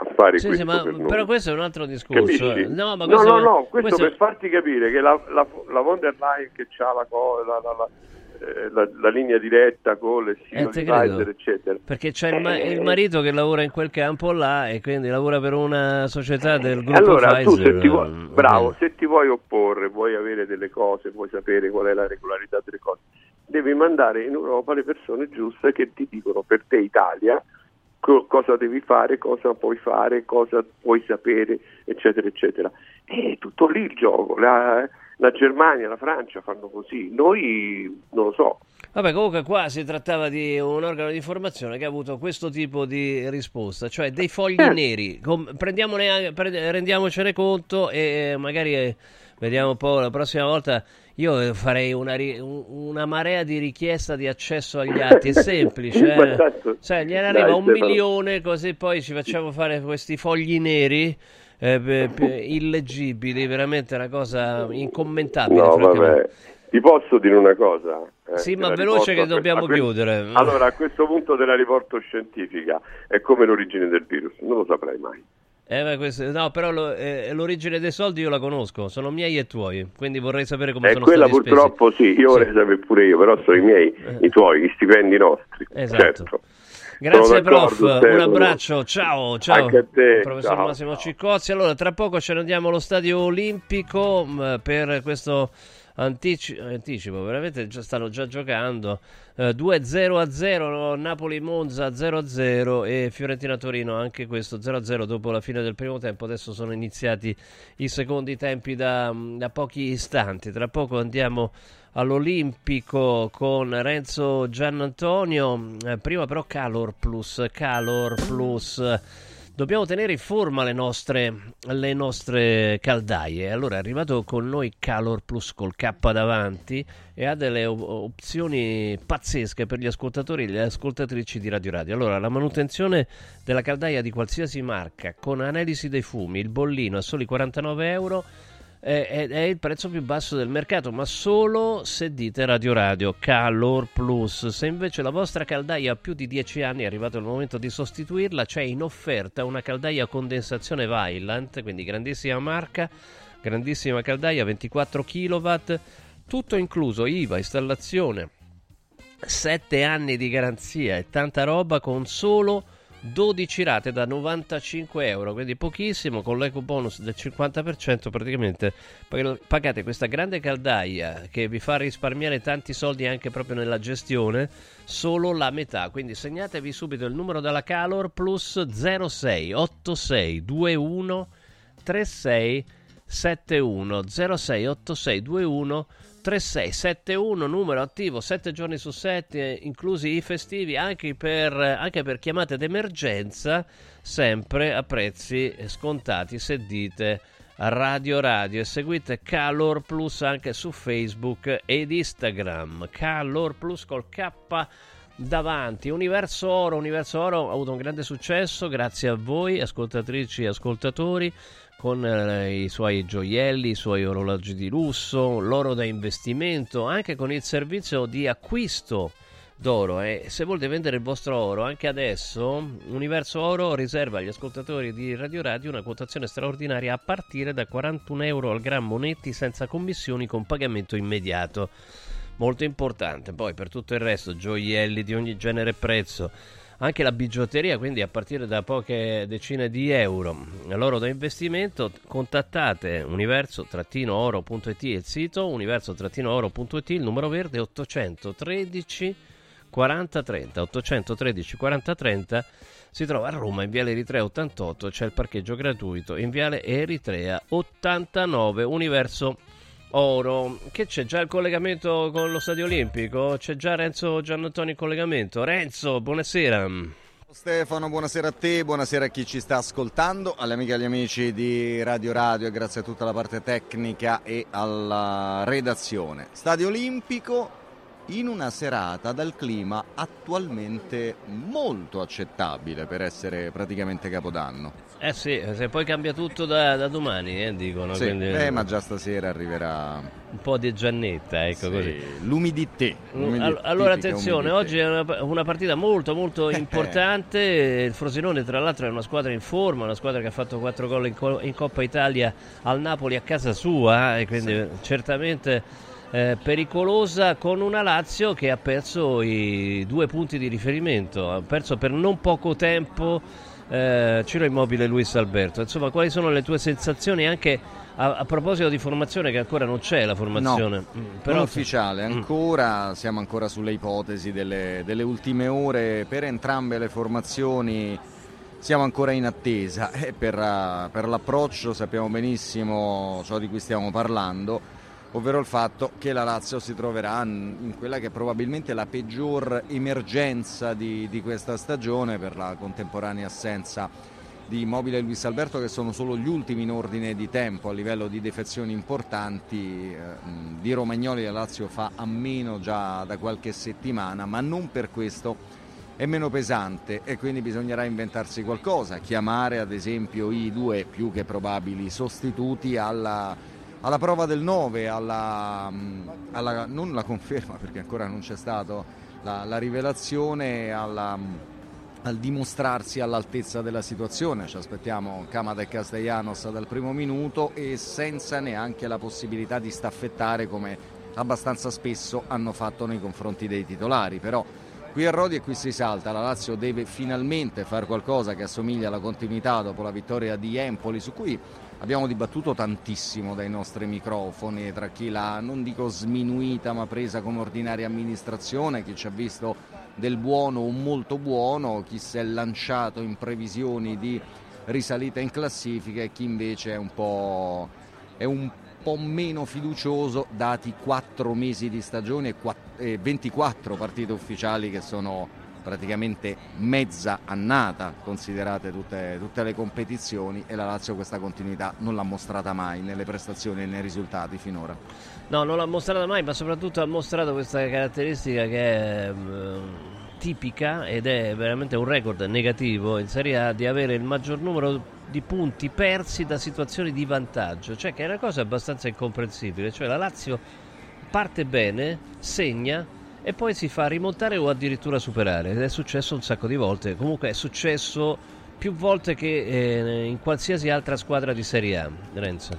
a fare sì, questo sì, ma, per noi. Però questo è un altro discorso. Capisci? No, ma no, questo, no, no, questo, questo per farti capire che la, la, la von der Leyen che ha la, la, la, la, la, la linea diretta con le eh, Pfizer, eccetera. Perché c'è il, ma- il marito che lavora in quel campo là e quindi lavora per una società del gruppo allora, Pfizer. Tu se ti vuoi, mm, bravo, se ti vuoi opporre, vuoi avere delle cose, vuoi sapere qual è la regolarità delle cose, devi mandare in Europa le persone giuste che ti dicono per te Italia co- cosa devi fare, cosa puoi fare, cosa puoi sapere, eccetera, eccetera. È tutto lì il gioco. La, la Germania, la Francia fanno così, noi non lo so. Vabbè, comunque qua si trattava di un organo di informazione che ha avuto questo tipo di risposta, cioè dei fogli Eh. neri. Com- prendiamone, pre- rendiamocene conto e magari eh, vediamo un po' la prossima volta. Io farei una, ri- un- una marea di richiesta di accesso agli atti, è semplice. Ma Eh? tanto- Cioè, gliene Dai, arriva un Stefano. milione, così poi ci facciamo fare questi fogli neri. Eh, pe- pe- illeggibili, veramente una cosa incommentabile. No, francamente. vabbè. Ti posso dire una cosa? Eh, Sì, te ma la veloce riporto che a- dobbiamo a que- chiudere. Allora, a questo punto te la riporto scientifica. È come l'origine del virus, non lo saprai mai. Eh, ma questo- no, però lo- eh, l'origine dei soldi io la conosco, sono miei e tuoi, quindi vorrei sapere come E sono quella stati purtroppo sì, io vorrei sapere pure io, però sono i miei, i tuoi, gli stipendi nostri. Esatto. Certo. Grazie Sono prof, d'accordo, un Stefano. abbraccio, ciao, ciao. Anche a te, Professor ciao. Massimo Ciccozzi. Allora, tra poco ce ne andiamo allo Stadio Olimpico mh, per questo antici- anticipo, veramente già- stanno già giocando. Eh, due zero a zero, Napoli-Monza zero a zero e Fiorentina-Torino anche questo zero a zero dopo la fine del primo tempo. Adesso sono iniziati i secondi tempi da, da pochi istanti. Tra poco andiamo all'Olimpico con Renzo Giannantonio. Eh, prima però Calor Plus, Calor Plus. Dobbiamo tenere in forma le nostre, le nostre caldaie. Allora è arrivato con noi Calor Plus col K davanti e ha delle op- opzioni pazzesche per gli ascoltatori e le ascoltatrici di Radio Radio. Allora, la manutenzione della caldaia di qualsiasi marca con analisi dei fumi, il bollino a soli quarantanove euro. È, è, è il prezzo più basso del mercato, ma solo se dite Radio Radio Calor Plus. Se invece la vostra caldaia ha più di dieci anni, è arrivato il momento di sostituirla, c'è in offerta una caldaia a condensazione Vaillant, quindi grandissima marca, grandissima caldaia, ventiquattro chilowatt, tutto incluso, I V A, installazione, sette anni di garanzia e tanta roba con solo dodici rate da novantacinque euro, quindi pochissimo. Con l'eco bonus del cinquanta per cento praticamente pagate questa grande caldaia che vi fa risparmiare tanti soldi anche proprio nella gestione, solo la metà. Quindi segnatevi subito il numero della Calor Plus zero sei otto sei due uno tre sei sette uno zero sei otto sei due uno tre sei sette uno, numero attivo sette giorni su sette, inclusi i festivi, anche per, anche per chiamate d'emergenza, sempre a prezzi scontati se dite Radio Radio. E seguite Calor Plus anche su Facebook ed Instagram, Calor Plus col K davanti. Universo Oro, Universo Oro ha avuto un grande successo grazie a voi ascoltatrici e ascoltatori, con eh, i suoi gioielli, i suoi orologi di lusso, l'oro da investimento, anche con il servizio di acquisto d'oro. E se volete vendere il vostro oro anche adesso, Universo Oro riserva agli ascoltatori di Radio Radio una quotazione straordinaria a partire da quarantuno euro al grammo netti, senza commissioni, con pagamento immediato. Molto importante. Poi per tutto il resto, gioielli di ogni genere e prezzo, anche la bigiotteria, quindi a partire da poche decine di euro. L'oro da investimento, contattate universo oro punto it, il sito universo oro punto it, il numero verde ottocentotredici quaranta trenta, ottocentotredici quaranta trenta, si trova a Roma in Viale Eritrea ottantotto, c'è il parcheggio gratuito in Viale Eritrea ottantanove. Universo Oro. Che c'è già il collegamento con lo Stadio Olimpico? C'è già Renzo Giannantonio in collegamento. Renzo, buonasera. Stefano, buonasera a te, buonasera a chi ci sta ascoltando, alle amiche e agli amici di Radio Radio, e grazie a tutta la parte tecnica e alla redazione. Stadio Olimpico, in una serata dal clima attualmente molto accettabile per essere praticamente Capodanno. Eh sì, se poi cambia tutto da, da domani, eh, dicono. Sì, quindi... eh, ma già stasera arriverà un po' di giannetta, ecco, sì, così. L'umidità. All- allora attenzione, umidità. Oggi è una, una partita molto molto importante. Il Frosinone tra l'altro è una squadra in forma, una squadra che ha fatto quattro gol in, co- in Coppa Italia al Napoli a casa sua, e quindi sì, certamente Eh, pericolosa, con una Lazio che ha perso i due punti di riferimento, ha perso per non poco tempo eh, Ciro Immobile e Luis Alberto. Insomma, quali sono le tue sensazioni anche a, a proposito di formazione, che ancora non c'è la formazione? No, mm, però non ufficiale, ancora mm. siamo ancora sulle ipotesi delle, delle ultime ore per entrambe le formazioni. Siamo ancora in attesa e per, uh, per l'approccio sappiamo benissimo ciò di cui stiamo parlando, ovvero il fatto che la Lazio si troverà in quella che è probabilmente la peggior emergenza di, di questa stagione, per la contemporanea assenza di Immobile e Luis Alberto, che sono solo gli ultimi in ordine di tempo a livello di defezioni importanti. Eh, di Romagnoli la Lazio fa a meno già da qualche settimana, ma non per questo è meno pesante, e quindi bisognerà inventarsi qualcosa, chiamare ad esempio i due più che probabili sostituti alla alla prova del nove, alla, alla, non la conferma perché ancora non c'è stato la, la rivelazione, alla, al dimostrarsi all'altezza della situazione. Ci aspettiamo Kamada e Castellanos dal primo minuto, e senza neanche la possibilità di staffettare come abbastanza spesso hanno fatto nei confronti dei titolari. Però qui a Rodi e qui si salta, la Lazio deve finalmente fare qualcosa che assomiglia alla continuità dopo la vittoria di Empoli, su cui abbiamo dibattuto tantissimo dai nostri microfoni, tra chi l'ha, non dico sminuita, ma presa come ordinaria amministrazione, chi ci ha visto del buono o molto buono, chi si è lanciato in previsioni di risalita in classifica, e chi invece è un po', è un po' meno fiducioso, dati quattro mesi di stagione e ventiquattro partite ufficiali che sono praticamente mezza annata, considerate tutte, tutte le competizioni, e la Lazio questa continuità non l'ha mostrata mai nelle prestazioni e nei risultati finora. No, non l'ha mostrata mai, ma soprattutto ha mostrato questa caratteristica che è eh, tipica, ed è veramente un record negativo in Serie A, di avere il maggior numero di punti persi da situazioni di vantaggio, cioè che è una cosa abbastanza incomprensibile. Cioè la Lazio parte bene, segna e poi si fa rimontare o addirittura superare, ed è successo un sacco di volte. Comunque è successo più volte che eh, in qualsiasi altra squadra di Serie A, Renzo.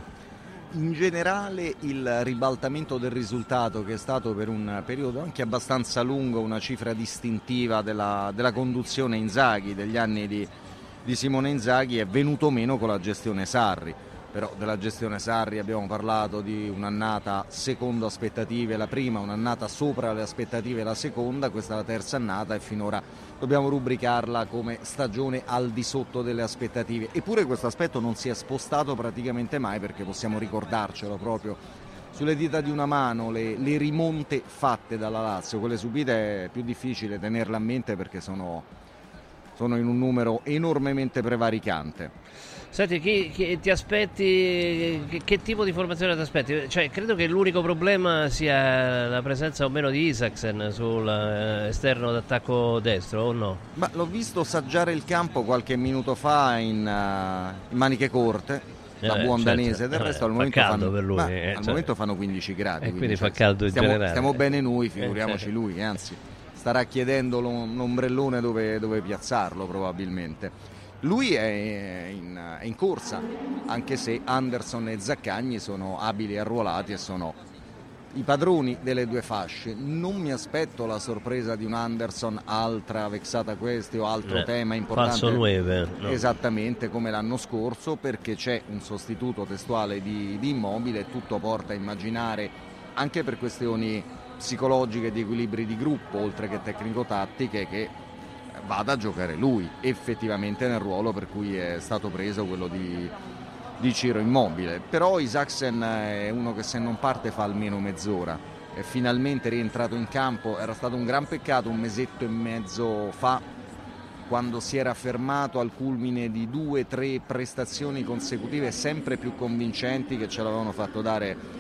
In generale il ribaltamento del risultato, che è stato per un periodo anche abbastanza lungo una cifra distintiva della, della conduzione Inzaghi, degli anni di, di Simone Inzaghi, è venuto meno con la gestione Sarri. Però della gestione Sarri abbiamo parlato di un'annata secondo aspettative la prima, un'annata sopra le aspettative la seconda, questa è la terza annata, e finora dobbiamo rubricarla come stagione al di sotto delle aspettative. Eppure questo aspetto non si è spostato praticamente mai, perché possiamo ricordarcelo proprio sulle dita di una mano le, le rimonte fatte dalla Lazio. Quelle subite è più difficile tenerle a mente perché sono, sono in un numero enormemente prevaricante. Senti, chi, chi ti aspetti, che, che tipo di formazione ti aspetti? Cioè, credo che l'unico problema sia la presenza o meno di Isaksen sull'esterno eh, d'attacco destro, o no? Ma l'ho visto saggiare il campo qualche minuto fa in, uh, in maniche corte, da eh, buon certo. danese. Del eh, resto al, fa momento caldo fanno, per lui, ma, eh, al cioè, momento fanno quindici gradi. E quindi, quindi cioè, fa caldo in stiamo, generale. Stiamo bene noi, figuriamoci eh, certo. lui, anzi starà chiedendo un ombrellone dove, dove piazzarlo probabilmente. Lui è in, è in corsa, anche se Anderson e Zaccagni sono abili arruolati e sono i padroni delle due fasce. Non mi aspetto la sorpresa di un Anderson, altra vexata questi o altro eh, tema importante, falso nueve, no. Esattamente come l'anno scorso, perché c'è un sostituto testuale di, di Immobile. Tutto porta a immaginare, anche per questioni psicologiche, di equilibri di gruppo oltre che tecnico-tattiche, che vada a giocare lui effettivamente nel ruolo per cui è stato preso, quello di, di Ciro Immobile. Però Isaksen è uno che se non parte fa almeno mezz'ora, è finalmente rientrato in campo. Era stato un gran peccato un mesetto e mezzo fa, quando si era fermato al culmine di due o tre prestazioni consecutive sempre più convincenti che ce l'avevano fatto dare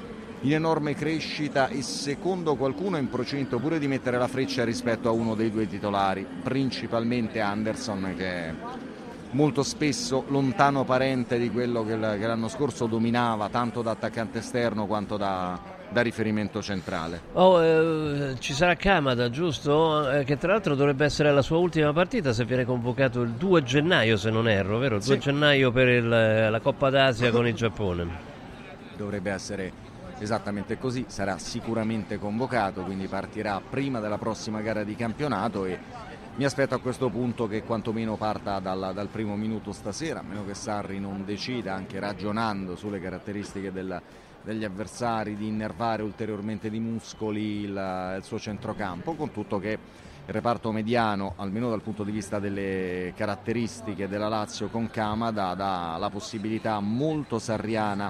in enorme crescita e secondo qualcuno è in procinto pure di mettere la freccia rispetto a uno dei due titolari, principalmente Anderson, che è molto spesso lontano parente di quello che l'anno scorso dominava tanto da attaccante esterno quanto da, da riferimento centrale. Oh, eh, ci sarà Kamada, giusto? Eh, che tra l'altro dovrebbe essere la sua ultima partita se viene convocato il due gennaio, se non erro, vero? Il due sì. gennaio per il, la Coppa d'Asia con il Giappone. Dovrebbe essere esattamente così, sarà sicuramente convocato, quindi partirà prima della prossima gara di campionato e mi aspetto a questo punto che quantomeno parta dal, dal primo minuto stasera, a meno che Sarri non decida, anche ragionando sulle caratteristiche del, degli avversari, di innervare ulteriormente di muscoli il, il suo centrocampo, con tutto che il reparto mediano, almeno dal punto di vista delle caratteristiche della Lazio con Kamada, dà la possibilità molto sarriana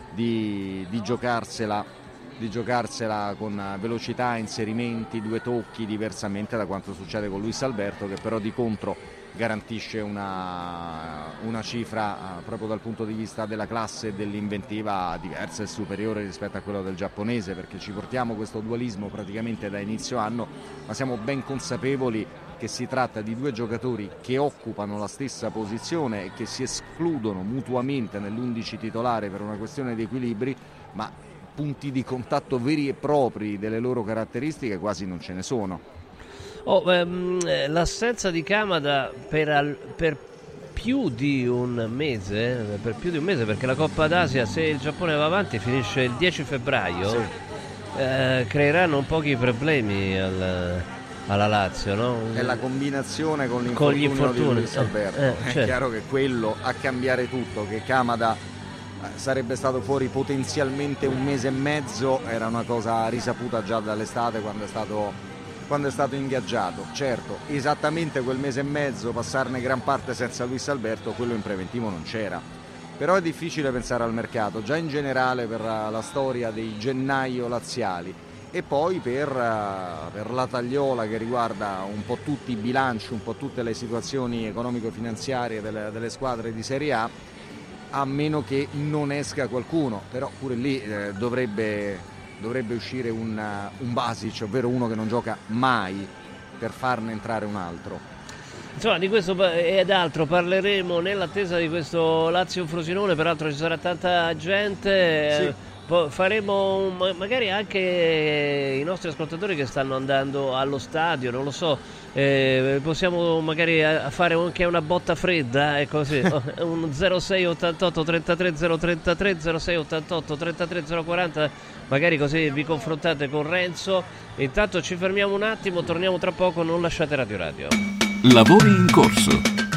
di, di giocarsela di giocarsela con velocità, inserimenti, due tocchi, diversamente da quanto succede con Luis Alberto, che però di contro garantisce una, una cifra eh, proprio dal punto di vista della classe e dell'inventiva diversa e superiore rispetto a quello del giapponese, perché ci portiamo questo dualismo praticamente da inizio anno, ma siamo ben consapevoli che si tratta di due giocatori che occupano la stessa posizione e che si escludono mutuamente nell'undici titolare per una questione di equilibri, ma punti di contatto veri e propri delle loro caratteristiche quasi non ce ne sono. Oh, ehm, l'assenza di Kamada per, al, per più di un mese, per più di un mese, perché la Coppa d'Asia, se il Giappone va avanti, finisce il dieci febbraio, sì. eh, creeranno un pochi problemi al, alla Lazio, no? È la combinazione con l'infortunio con gli infortuni di Luis Alberto. Eh, eh, è certo. chiaro che quello a cambiare tutto, che Kamada sarebbe stato fuori potenzialmente un mese e mezzo, era una cosa risaputa già dall'estate quando è stato, quando è stato ingaggiato. Certo, esattamente quel mese e mezzo, passarne gran parte senza Luis Alberto, quello in preventivo non c'era. Però è difficile pensare al mercato, già in generale per la storia dei gennaio laziali e poi per, per la tagliola che riguarda un po' tutti i bilanci, un po' tutte le situazioni economico-finanziarie delle, delle squadre di Serie A, a meno che non esca qualcuno, però pure lì eh, dovrebbe, dovrebbe uscire un, un Basic, ovvero uno che non gioca mai, per farne entrare un altro. Insomma, di questo ed altro parleremo nell'attesa di questo Lazio-Frosinone, peraltro ci sarà tanta gente. Sì. Eh, faremo magari anche i nostri ascoltatori che stanno andando allo stadio, non lo so, eh, possiamo magari fare anche una botta fredda, è così, un zero sei ottantotto trentatré zero trentatré zero sei ottantotto trentatré zero quaranta, magari così vi confrontate con Renzo. Intanto ci fermiamo un attimo, torniamo tra poco, non lasciate Radio Radio. Lavori in corso.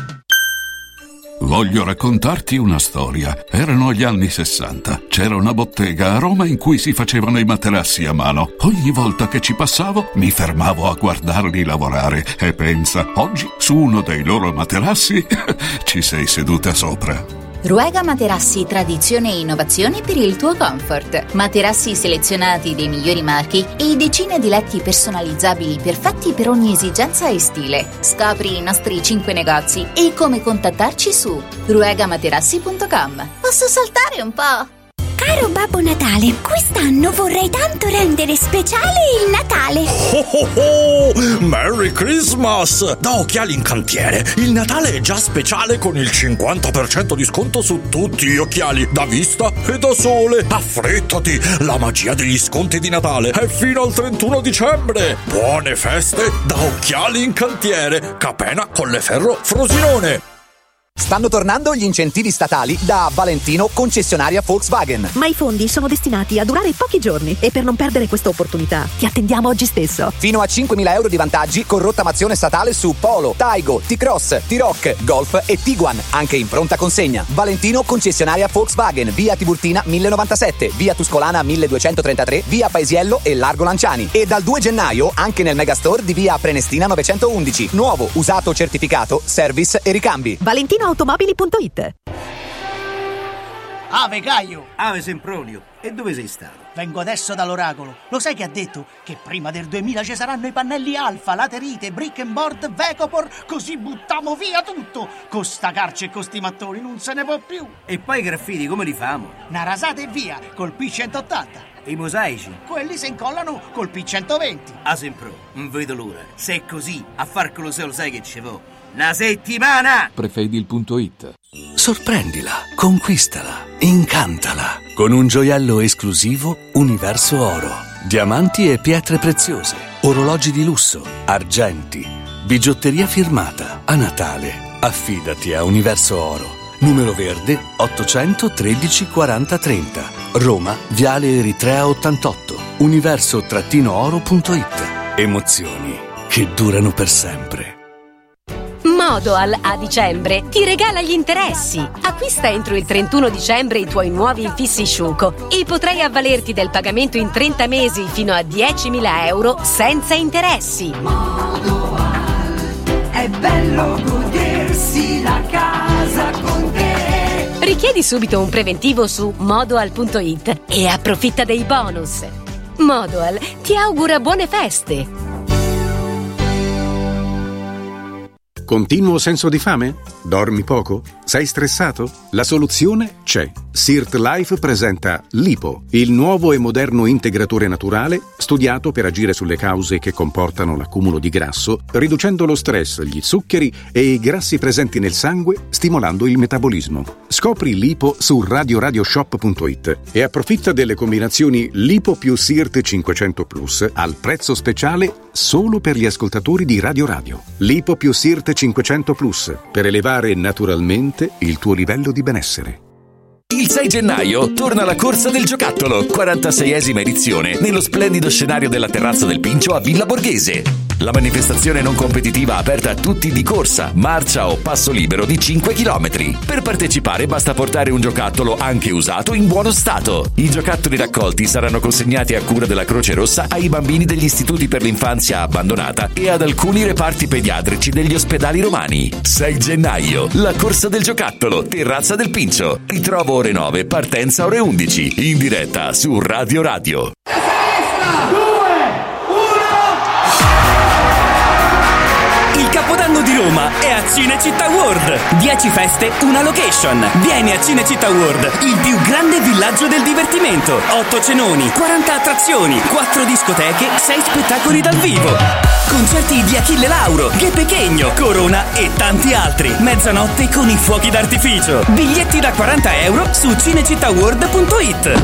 Voglio raccontarti una storia. Erano gli anni sessanta. C'era una bottega a Roma in cui si facevano i materassi a mano. Ogni volta che ci passavo mi fermavo a guardarli lavorare e pensa, oggi su uno dei loro materassi ci sei seduta sopra. Ruega Materassi, tradizione e innovazione per il tuo comfort. Materassi selezionati dei migliori marchi e decine di letti personalizzabili perfetti per ogni esigenza e stile. Scopri i nostri cinque negozi e come contattarci su ruega materassi punto com. Posso saltare un po'? Caro Babbo Natale, quest'anno vorrei tanto rendere speciale il Natale. Oh oh oh! Merry Christmas! Da Occhiali in Cantiere, il Natale è già speciale con il cinquanta per cento di sconto su tutti gli occhiali, da vista e da sole. Affrettati! La magia degli sconti di Natale è fino al trentuno dicembre. Buone feste da Occhiali in Cantiere, Capena, Colleferro, Frosinone. Stanno tornando gli incentivi statali da Valentino, concessionaria Volkswagen. Ma i fondi sono destinati a durare pochi giorni e per non perdere questa opportunità ti attendiamo oggi stesso. Fino a cinquemila euro di vantaggi con rottamazione statale su Polo, Taigo, T-Cross, T-Roc, Golf e Tiguan, anche in pronta consegna. Valentino, concessionaria Volkswagen, via Tiburtina mille novantasette, via Tuscolana milleduecentotrentatré, via Paesiello e Largo Lanciani. E dal due gennaio anche nel megastore di via Prenestina novecentoundici. Nuovo, usato, certificato, service e ricambi. Valentino automobili punto it. Ave Caio! Ave Sempronio, e dove sei stato? Vengo adesso dall'oracolo. Lo sai che ha detto? Che prima del duemila ci saranno i pannelli Alfa, laterite, brick and board, Vecopor, così buttiamo via tutto. Con sta carce e con sti mattoni non se ne può più. E poi i graffiti come li famo? Una rasata e via, col P centottanta. E i mosaici? Quelli si incollano col P centoventi. Asempro, non vedo l'ora. Se è così, a far Colosseo lo sai che ci vo'. Una settimana! Prefedil punto it. Sorprendila, conquistala, incantala con un gioiello esclusivo Universo Oro. Diamanti e pietre preziose, orologi di lusso, argenti, bigiotteria firmata. A Natale, affidati a Universo Oro. Numero verde ottocentotredici quaranta trenta. Roma, Viale Eritrea ottantotto. universo oro punto it. Emozioni che durano per sempre. Modoal a dicembre ti regala gli interessi. Acquista entro il trentuno dicembre i tuoi nuovi infissi Sciuco e potrai avvalerti del pagamento in trenta mesi fino a diecimila euro senza interessi. Modoal, è bello godersi la casa con te. Richiedi subito un preventivo su modoal punto it e approfitta dei bonus. Modoal ti augura buone feste. Continuo senso di fame? Dormi poco? Sei stressato? La soluzione c'è. Sirt Life presenta Lipo, il nuovo e moderno integratore naturale studiato per agire sulle cause che comportano l'accumulo di grasso, riducendo lo stress, gli zuccheri e i grassi presenti nel sangue, stimolando il metabolismo. Scopri Lipo su radio radio shop punto it e approfitta delle combinazioni Lipo più Sirt cinquecento plus al prezzo speciale solo per gli ascoltatori di Radio Radio. Lipo più Sirt cinquecento plus per elevare naturalmente il tuo livello di benessere. Il sei gennaio torna la Corsa del Giocattolo, quarantaseiesima edizione, nello splendido scenario della Terrazza del Pincio a Villa Borghese. La manifestazione non competitiva aperta a tutti di corsa, marcia o passo libero di cinque chilometri. Per partecipare basta portare un giocattolo anche usato in buono stato. I giocattoli raccolti saranno consegnati a cura della Croce Rossa ai bambini degli istituti per l'infanzia abbandonata e ad alcuni reparti pediatrici degli ospedali romani. sei gennaio, la Corsa del Giocattolo, Terrazza del Pincio. Ritrovo ore nove, partenza ore undici, in diretta su Radio Radio. Il Capodanno di Roma è a Cinecittà World. dieci feste, una location. Vieni a Cinecittà World, il più grande villaggio del divertimento. otto cenoni, quaranta attrazioni, quattro discoteche, sei spettacoli dal vivo. Concerti di Achille Lauro, Ghe Pechegno, Corona e tanti altri. Mezzanotte con i fuochi d'artificio. Biglietti da quaranta euro su cinecittà world punto it.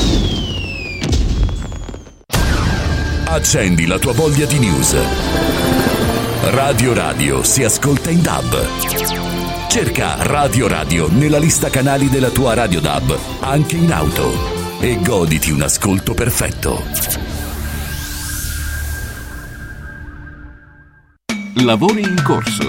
Accendi la tua voglia di news. Radio Radio si ascolta in D A B. Cerca Radio Radio nella lista canali della tua radio D A B, anche in auto, e goditi un ascolto perfetto. Lavori in corso.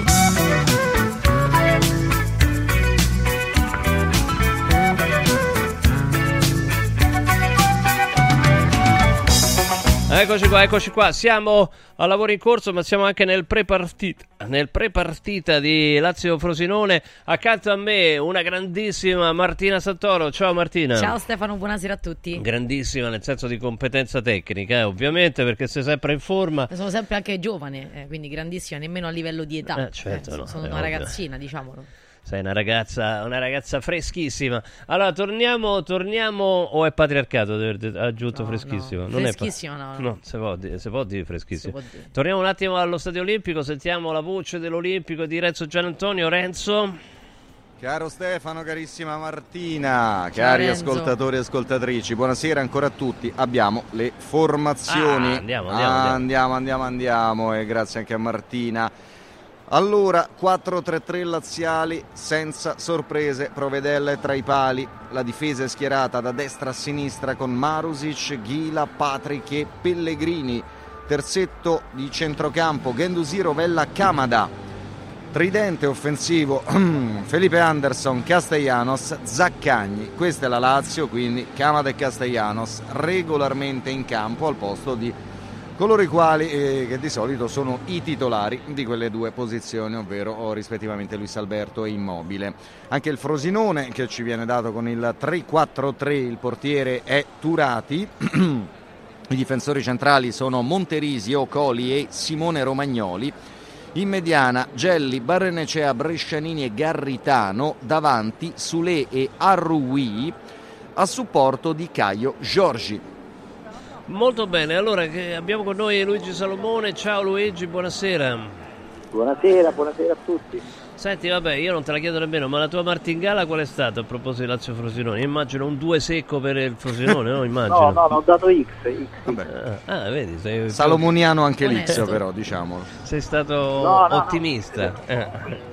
Eccoci qua, eccoci qua, siamo a lavoro in corso, ma siamo anche nel pre-partita, nel pre-partita di Lazio-Frosinone. Accanto a me una grandissima Martina Santoro. Ciao Martina. Ciao Stefano, buonasera a tutti. Grandissima nel senso di competenza tecnica, eh, ovviamente, perché sei sempre in forma. Sono sempre anche giovane, eh, quindi grandissima, nemmeno a livello di età. Eh, certo, eh, no, sono è una ovvio. ragazzina, diciamolo. Sei una ragazza, una ragazza freschissima. Allora, torniamo, torniamo o è patriarcato di aver aggiunto No, freschissimo? no. Non Freschissimo, è pa- no, no. No, si può dire, si può dire freschissimo. Si può dire. Torniamo un attimo allo Stadio Olimpico, sentiamo la voce dell'Olimpico di Renzo Gianantonio. Renzo. Caro Stefano, carissima Martina, cari Renzo. ascoltatori e ascoltatrici, buonasera ancora a tutti. Abbiamo le formazioni. Ah, andiamo, andiamo, Ah, andiamo. andiamo, andiamo, andiamo, e grazie anche a Martina. Allora, quattro tre tre laziali, senza sorprese, Provedella tra i pali. La difesa è schierata da destra a sinistra con Marusic, Ghila, Patrick e Pellegrini. Terzetto di centrocampo, Guendouzi, Rovella, Kamada. Tridente offensivo, Felipe Anderson, Castellanos, Zaccagni. Questa è la Lazio, quindi Kamada e Castellanos regolarmente in campo al posto di coloro i quali eh, che di solito sono i titolari di quelle due posizioni, ovvero oh, rispettivamente Luis Alberto e Immobile. Anche il Frosinone, che ci viene dato con il tre quattro tre, il portiere è Turati. I difensori centrali sono Monterisi, Ocoli e Simone Romagnoli. In mediana Gelli, Barrenecea, Brescianini e Garritano. Davanti Sule e Arrui, a supporto di Caio Giorgi. Molto bene, allora che abbiamo con noi Luigi Salomone. Ciao Luigi, buonasera. Buonasera, buonasera a tutti. Senti, vabbè, io non te la chiedo nemmeno, ma la tua martingala qual è stata a proposito di Lazio Frosinone? Immagino un due secco per il Frosinone, no? Immagino. No, no, no, ho dato X. X. Ah, ah, vedi, sei Salomoniano anche onesto. Lizio, però, diciamolo. Sei stato No, no, ottimista. no. Eh.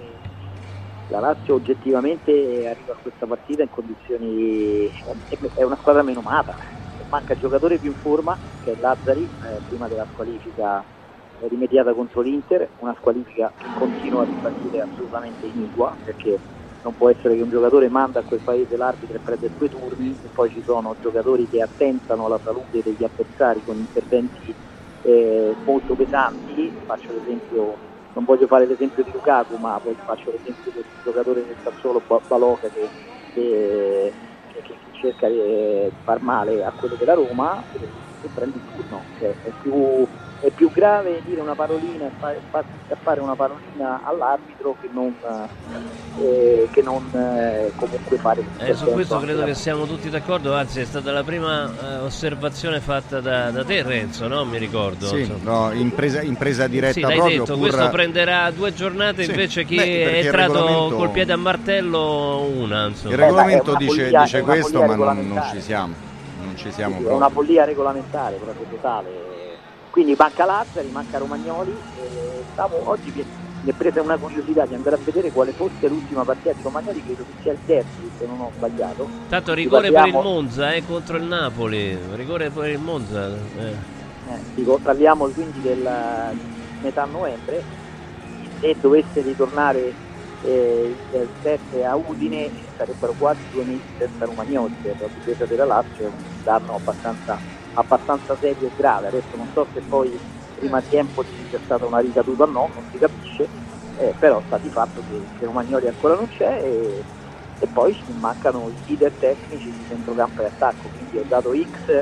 La Lazio oggettivamente arriva a questa partita in condizioni, è una squadra menomata, manca il giocatore più in forma che è Lazzari, eh, prima della squalifica rimediata contro l'Inter, una squalifica che continua a ripartire assolutamente iniqua, perché non può essere che un giocatore manda a quel paese l'arbitro e prende due turni e poi ci sono giocatori che attentano alla salute degli avversari con interventi eh, molto pesanti. Faccio l'esempio, non voglio fare l'esempio di Lukaku, ma poi faccio l'esempio del giocatore del Sassuolo Baloca che, che, che, che cerca di far male a quello della Roma e, e prende il turno. Cioè, è, più, è più grave dire una parolina e fare, farsi scappare una parolina all'arbitro che non, eh, che non eh, comunque fare eh, su questo credo che siamo tutti d'accordo, anzi è stata la prima eh, osservazione fatta da, da te Renzo, no? Mi ricordo. Sì, no, in presa, in presa diretta sì, l'hai proprio. detto, pur... questo prenderà due giornate, sì, invece chi beh, è entrato regolamento... col piede a martello una. Insomma. Il regolamento eh, dice, follia, dice questo, ma non, non ci siamo. Non ci siamo sì, proprio. È una follia regolamentare proprio totale. Quindi manca Lazzari, manca Romagnoli. E stavo, oggi mi è presa una curiosità di andare a vedere quale fosse l'ultima partita di Romagnoli, credo che sia il derby, se non ho sbagliato. Tanto rigore parliamo... per il Monza, eh, contro il Napoli, rigore per il Monza. Eh. Eh, dico, parliamo quindi del metà novembre. Se dovesse ritornare eh, il sette a Udine sarebbero quasi due mesi senza Romagnoli, per la difesa della Lazio è un danno abbastanza abbastanza serio e grave. Adesso non so se poi prima tempo ci sia stata una ricaduta o no, non si capisce, eh, però sta di fatto che, che Romagnoli ancora non c'è e, e poi ci mancano i leader tecnici di centrocampo e attacco, quindi ho dato X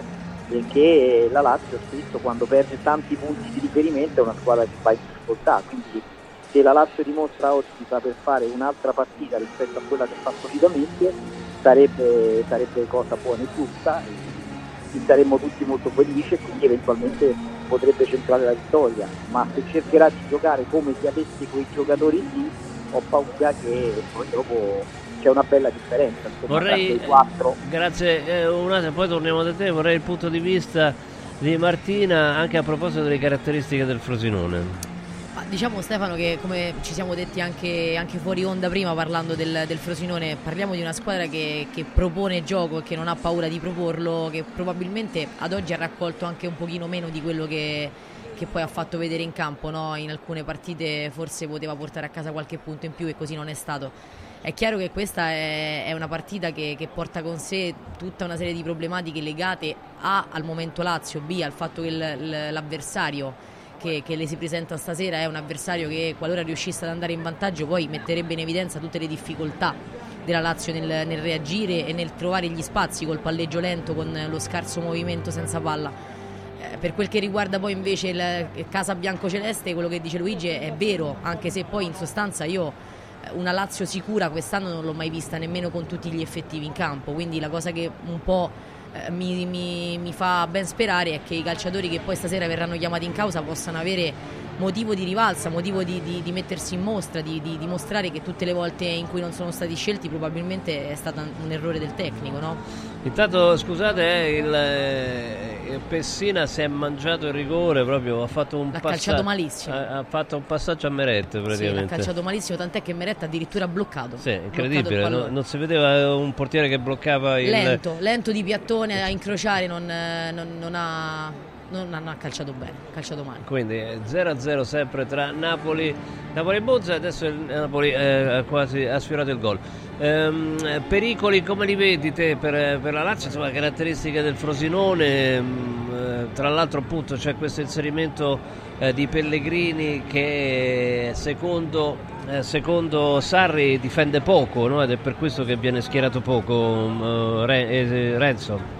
perché la Lazio spesso quando perde tanti punti di riferimento è una squadra che va in difficoltà, quindi se la Lazio dimostra oggi di saper fare un'altra partita rispetto a quella che fa solitamente sarebbe, sarebbe cosa buona e giusta, saremmo tutti molto felici e quindi eventualmente potrebbe centrare la vittoria, ma se cercherà di giocare come se avesse quei giocatori lì ho paura che poi dopo c'è una bella differenza. Insomma, vorrei, quattro. Grazie, eh, un attimo, poi torniamo da te, vorrei il punto di vista di Martina anche a proposito delle caratteristiche del Frosinone. Diciamo Stefano che come ci siamo detti anche, anche fuori onda prima parlando del, del Frosinone, parliamo di una squadra che, che propone gioco e che non ha paura di proporlo, che probabilmente ad oggi ha raccolto anche un pochino meno di quello che, che poi ha fatto vedere in campo, no? In alcune partite forse poteva portare a casa qualche punto in più e così non è stato. È chiaro che questa è, è una partita che, che porta con sé tutta una serie di problematiche legate A al momento Lazio, B al fatto che il, l'avversario Che, che le si presenta stasera è un avversario che qualora riuscisse ad andare in vantaggio poi metterebbe in evidenza tutte le difficoltà della Lazio nel, nel reagire e nel trovare gli spazi col palleggio lento, con lo scarso movimento senza palla. Eh, per quel che riguarda poi invece il, il casa biancoceleste, quello che dice Luigi è, è vero, anche se poi in sostanza io una Lazio sicura quest'anno non l'ho mai vista nemmeno con tutti gli effettivi in campo, quindi la cosa che un po' Mi, mi, mi fa ben sperare è che i calciatori che poi stasera verranno chiamati in causa possano avere motivo di rivalsa, motivo di, di, di mettersi in mostra, di, di dimostrare che tutte le volte in cui non sono stati scelti probabilmente è stato un errore del tecnico, no? Intanto scusate, eh, il, il Pessina si è mangiato il rigore, proprio ha fatto un l'ha passaggio, calciato malissimo, ha, ha fatto un passaggio a Meret praticamente. Sì, l'ha calciato malissimo, tant'è che Meret addirittura bloccato. Sì, incredibile, no, non si vedeva un portiere che bloccava il... Lento, lento di piattone a incrociare, non, non, non ha... non ha calciato bene, calciato male. Quindi zero a zero sempre tra Napoli Napoli e Monza, adesso il Napoli eh, quasi ha sfiorato il gol. Ehm, pericoli come li vedi te per, per la Lazio? Insomma, caratteristiche del Frosinone, ehm, tra l'altro appunto c'è questo inserimento eh, di Pellegrini che secondo, eh, secondo Sarri difende poco, no? Ed è per questo che viene schierato poco um, Re, eh, Renzo.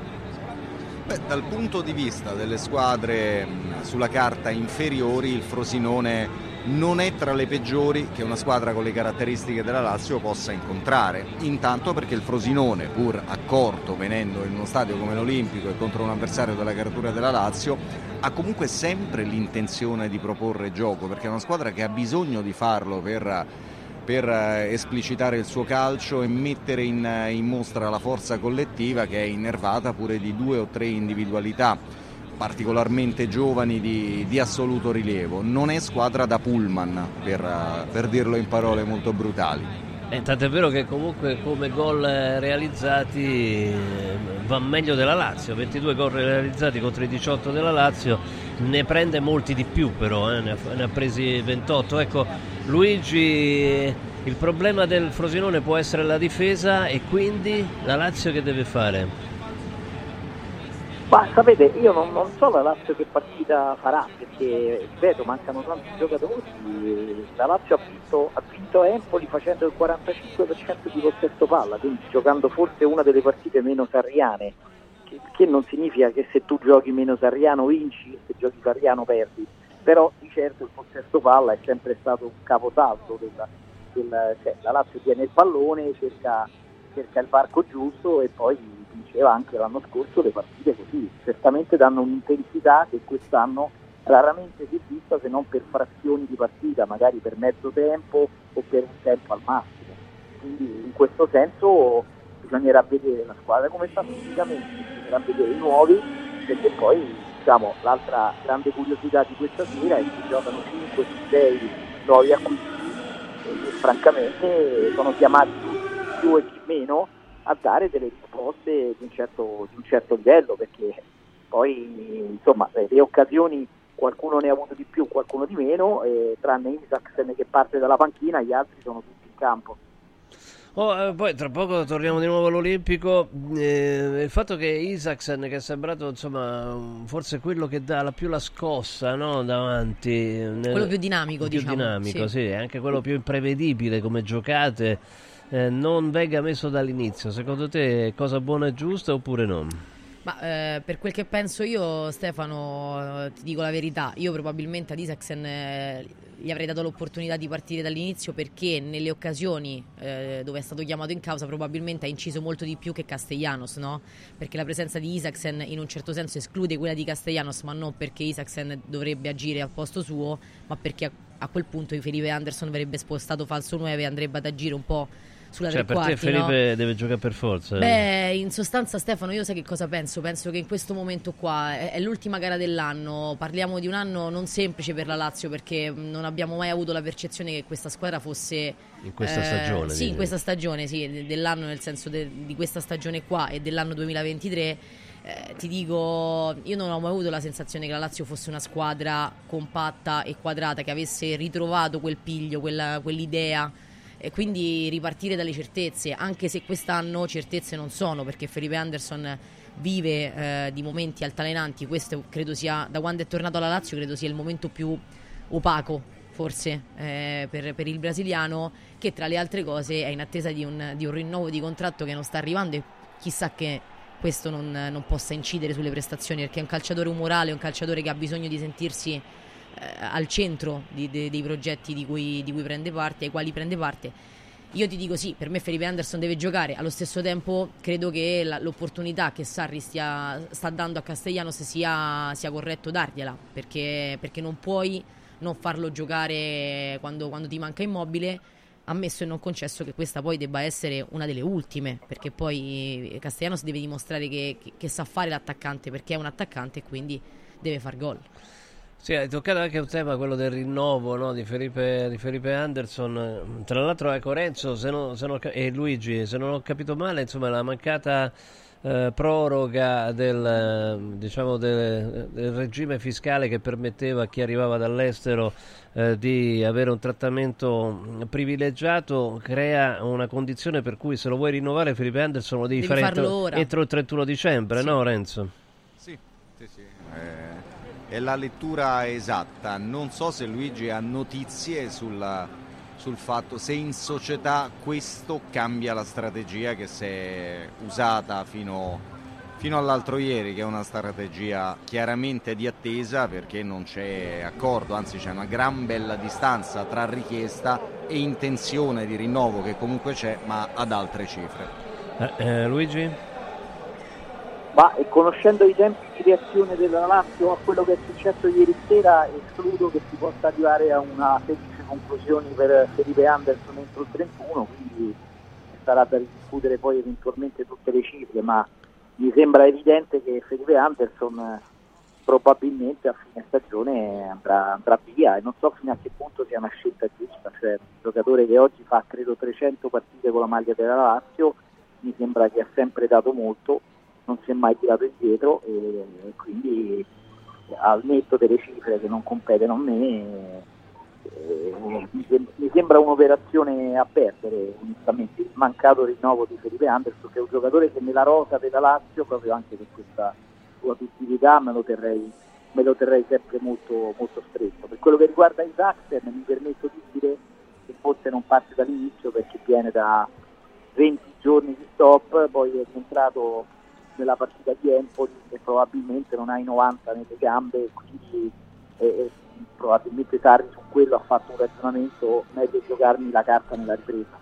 Beh, dal punto di vista delle squadre mh, sulla carta inferiori, il Frosinone non è tra le peggiori che una squadra con le caratteristiche della Lazio possa incontrare, intanto perché il Frosinone, pur accorto venendo in uno stadio come l'Olimpico e contro un avversario della caratura della Lazio, ha comunque sempre l'intenzione di proporre gioco, perché è una squadra che ha bisogno di farlo per, per esplicitare il suo calcio e mettere in, in mostra la forza collettiva, che è innervata pure di due o tre individualità particolarmente giovani di, di assoluto rilievo. Non è squadra da pullman, per, per dirlo in parole molto brutali. E tanto è vero che comunque come gol realizzati va meglio della Lazio, ventidue gol realizzati contro i diciotto della Lazio, ne prende molti di più però, eh? ne, ha, ne ha presi ventotto. Ecco Luigi, il problema del Frosinone può essere la difesa, e quindi la Lazio che deve fare? Ma sapete, io non, non so la Lazio che partita farà, perché ripeto, mancano tanti giocatori. La Lazio ha vinto, ha vinto a Empoli facendo il quarantacinque per cento di possesso palla, quindi giocando forse una delle partite meno sarriane, che, che non significa che se tu giochi meno sarriano vinci, se giochi sarriano perdi, però di certo il possesso palla è sempre stato un caposaldo della, del, cioè, la Lazio tiene il pallone, cerca, cerca il varco giusto e poi vinceva anche l'anno scorso le partite così. Certamente danno un'intensità che quest'anno raramente si è vista, se non per frazioni di partita, magari per mezzo tempo o per un tempo al massimo. Quindi in questo senso bisognerà vedere la squadra come sta fisicamente, bisognerà vedere i nuovi, perché poi diciamo l'altra grande curiosità di questa sera è che giocano cinque su sei nuovi acquisti e francamente sono chiamati tutti, più e chi meno, a dare delle risposte di un certo, di un certo livello, perché poi insomma le occasioni qualcuno ne ha avuto di più, qualcuno di meno, eh, tranne Isaksen che parte dalla panchina, gli altri sono tutti in campo. Oh, eh, poi tra poco torniamo di nuovo all'Olimpico. Eh, il fatto che Isaksen, che è sembrato insomma forse quello che dà la più la scossa, no, davanti, nel, quello più dinamico, più diciamo, dinamico, sì. sì, anche quello più imprevedibile come giocate, eh, non venga messo dall'inizio. Secondo te è cosa buona e giusta oppure no? Ma eh, per quel che penso io, Stefano, eh, ti dico la verità, io probabilmente ad Isaksen eh, gli avrei dato l'opportunità di partire dall'inizio, perché nelle occasioni eh, dove è stato chiamato in causa probabilmente ha inciso molto di più che Castellanos, no? Perché la presenza di Isaksen in un certo senso esclude quella di Castellanos, ma non perché Isaksen dovrebbe agire al posto suo, ma perché a, a quel punto Felipe Anderson verrebbe spostato falso nove e andrebbe ad agire un po' sulla cioè, tre per quarti, te Felipe no? deve giocare per forza? Beh, in sostanza, Stefano, io sai che cosa penso? Penso che in questo momento qua è, è l'ultima gara dell'anno, parliamo di un anno non semplice per la Lazio, perché non abbiamo mai avuto la percezione che questa squadra fosse in questa eh, stagione sì, dici. in questa stagione, sì, dell'anno nel senso de, di questa stagione qua e dell'anno duemilaventitré. Eh, ti dico, io non ho mai avuto la sensazione che la Lazio fosse una squadra compatta e quadrata, che avesse ritrovato quel piglio, quella, quell'idea, e quindi ripartire dalle certezze, anche se quest'anno certezze non sono, perché Felipe Anderson vive eh, di momenti altalenanti. Questo credo sia, da quando è tornato alla Lazio, credo sia il momento più opaco forse eh, per, per il brasiliano, che tra le altre cose è in attesa di un, di un rinnovo di contratto che non sta arrivando, e chissà che questo non, non possa incidere sulle prestazioni, perché è un calciatore umorale, un calciatore che ha bisogno di sentirsi al centro di, de, dei progetti di cui, di cui prende parte, ai quali prende parte. Io ti dico sì, per me Felipe Anderson deve giocare. Allo stesso tempo credo che la, l'opportunità che Sarri stia, sta dando a Castellanos sia, sia corretto dargliela, perché, perché non puoi non farlo giocare quando, quando ti manca Immobile, ammesso e non concesso che questa poi debba essere una delle ultime, perché poi Castellanos deve dimostrare che, che, che sa fare l'attaccante, perché è un attaccante e quindi deve far gol. Sì, hai toccato anche un tema, quello del rinnovo, no, di, Felipe, di Felipe Anderson. Tra l'altro, ecco, Renzo se non, se non, e Luigi, se non ho capito male, insomma, la mancata eh, proroga del, diciamo, del, del regime fiscale che permetteva a chi arrivava dall'estero eh, di avere un trattamento privilegiato crea una condizione per cui, se lo vuoi rinnovare Felipe Anderson, lo devi, devi fare entro, entro il trentuno dicembre, sì. No, Renzo? Sì, sì, sì. Eh... È la lettura esatta. Non so se Luigi ha notizie sulla, sul fatto se in società questo cambia la strategia che si è usata fino, fino all'altro ieri, che è una strategia chiaramente di attesa, perché non c'è accordo, anzi c'è una gran bella distanza tra richiesta e intenzione di rinnovo, che comunque c'è, ma ad altre cifre. Eh, eh, Luigi? Ma e conoscendo i tempi di reazione della Lazio a quello che è successo ieri sera, escludo che si possa arrivare a una semplice conclusione per Felipe Anderson entro il trentuno, quindi sarà da discutere poi eventualmente tutte le cifre, ma mi sembra evidente che Felipe Anderson eh, probabilmente a fine stagione andrà, andrà via, e non so fino a che punto sia una scelta giusta. Cioè, un giocatore che oggi fa credo trecento partite con la maglia della Lazio, mi sembra che ha sempre dato molto, non si è mai tirato indietro, e, e quindi al netto delle cifre che non competono a me, eh, mi, sem- mi sembra un'operazione a perdere, onestamente. Il mancato rinnovo di Felipe Anderson, che è un giocatore che nella rosa della Lazio, proprio anche per questa sua duttilità, me lo terrei, me lo terrei sempre molto, molto stretto. Per quello che riguarda Isaacsen, mi permetto di dire che forse non parte dall'inizio, perché viene da venti giorni di stop, poi è entrato nella partita di Empoli e probabilmente non ha i novanta nelle gambe, quindi eh, eh, probabilmente Sarri su quello ha fatto un ragionamento: meglio giocarmi la carta nella ripresa.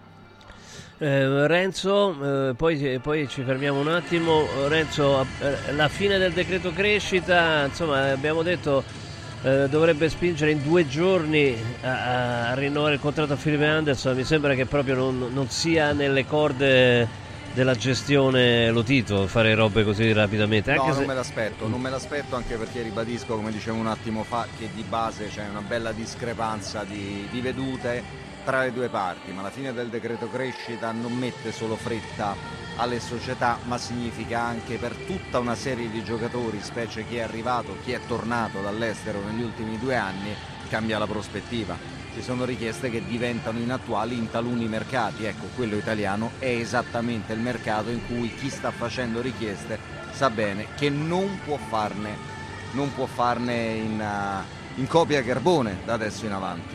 Eh, Renzo, eh, poi, poi ci fermiamo un attimo. Renzo, eh, la fine del decreto crescita, insomma, abbiamo detto eh, dovrebbe spingere in due giorni a, a rinnovare il contratto a Felipe Anderson. Mi sembra che proprio non, non sia nelle corde della gestione Lotito fare robe così rapidamente. Anche no, se... non me l'aspetto, non me l'aspetto anche perché ribadisco, come dicevo un attimo fa, che di base c'è una bella discrepanza di, di vedute tra le due parti, ma la fine del decreto crescita non mette solo fretta alle società, ma significa anche per tutta una serie di giocatori, specie chi è arrivato, chi è tornato dall'estero negli ultimi due anni, cambia la prospettiva. Ci sono richieste che diventano inattuali in taluni mercati. Ecco, quello italiano è esattamente il mercato in cui chi sta facendo richieste sa bene che non può farne, non può farne in, uh, in copia carbone da adesso in avanti.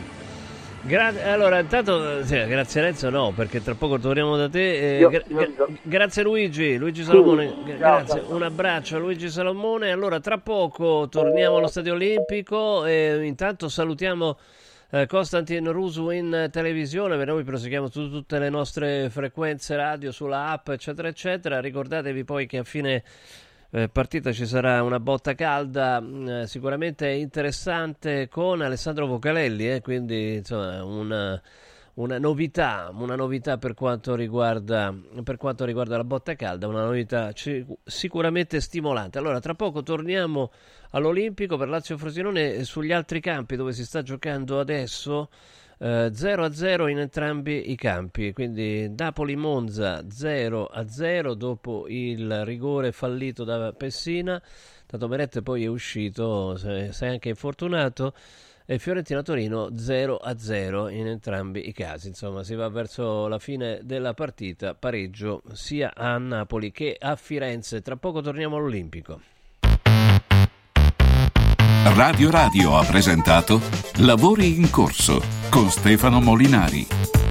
Gra- allora, intanto sì, grazie Renzo, no, perché tra poco torniamo da te. Eh, Io, gra- io gra- grazie Luigi, Luigi Salomone, sì, gra- ciao, grazie, ciao, ciao. un abbraccio a Luigi Salomone. Allora, tra poco torniamo allo Stadio Olimpico e intanto salutiamo eh, Konstantin Rusu in televisione, per noi proseguiamo su tutte le nostre frequenze radio, sulla app, eccetera, eccetera. Ricordatevi poi che a fine Eh, partita ci sarà una botta calda eh, sicuramente interessante con Alessandro Vocalelli, eh, quindi insomma una, una novità, una novità per quanto riguarda per quanto riguarda la botta calda, una novità ci, sicuramente stimolante. Allora tra poco torniamo all'Olimpico per Lazio Frosinone e sugli altri campi dove si sta giocando adesso. Uh, zero a zero in entrambi i campi, quindi Napoli-Monza zero a zero dopo il rigore fallito da Pessina. Tanto Meret poi è uscito, sei anche infortunato, e Fiorentina-Torino zero a zero in entrambi i casi. Insomma, si va verso la fine della partita, pareggio sia a Napoli che a Firenze. Tra poco torniamo all'Olimpico. Radio Radio ha presentato Lavori in corso con Stefano Molinari.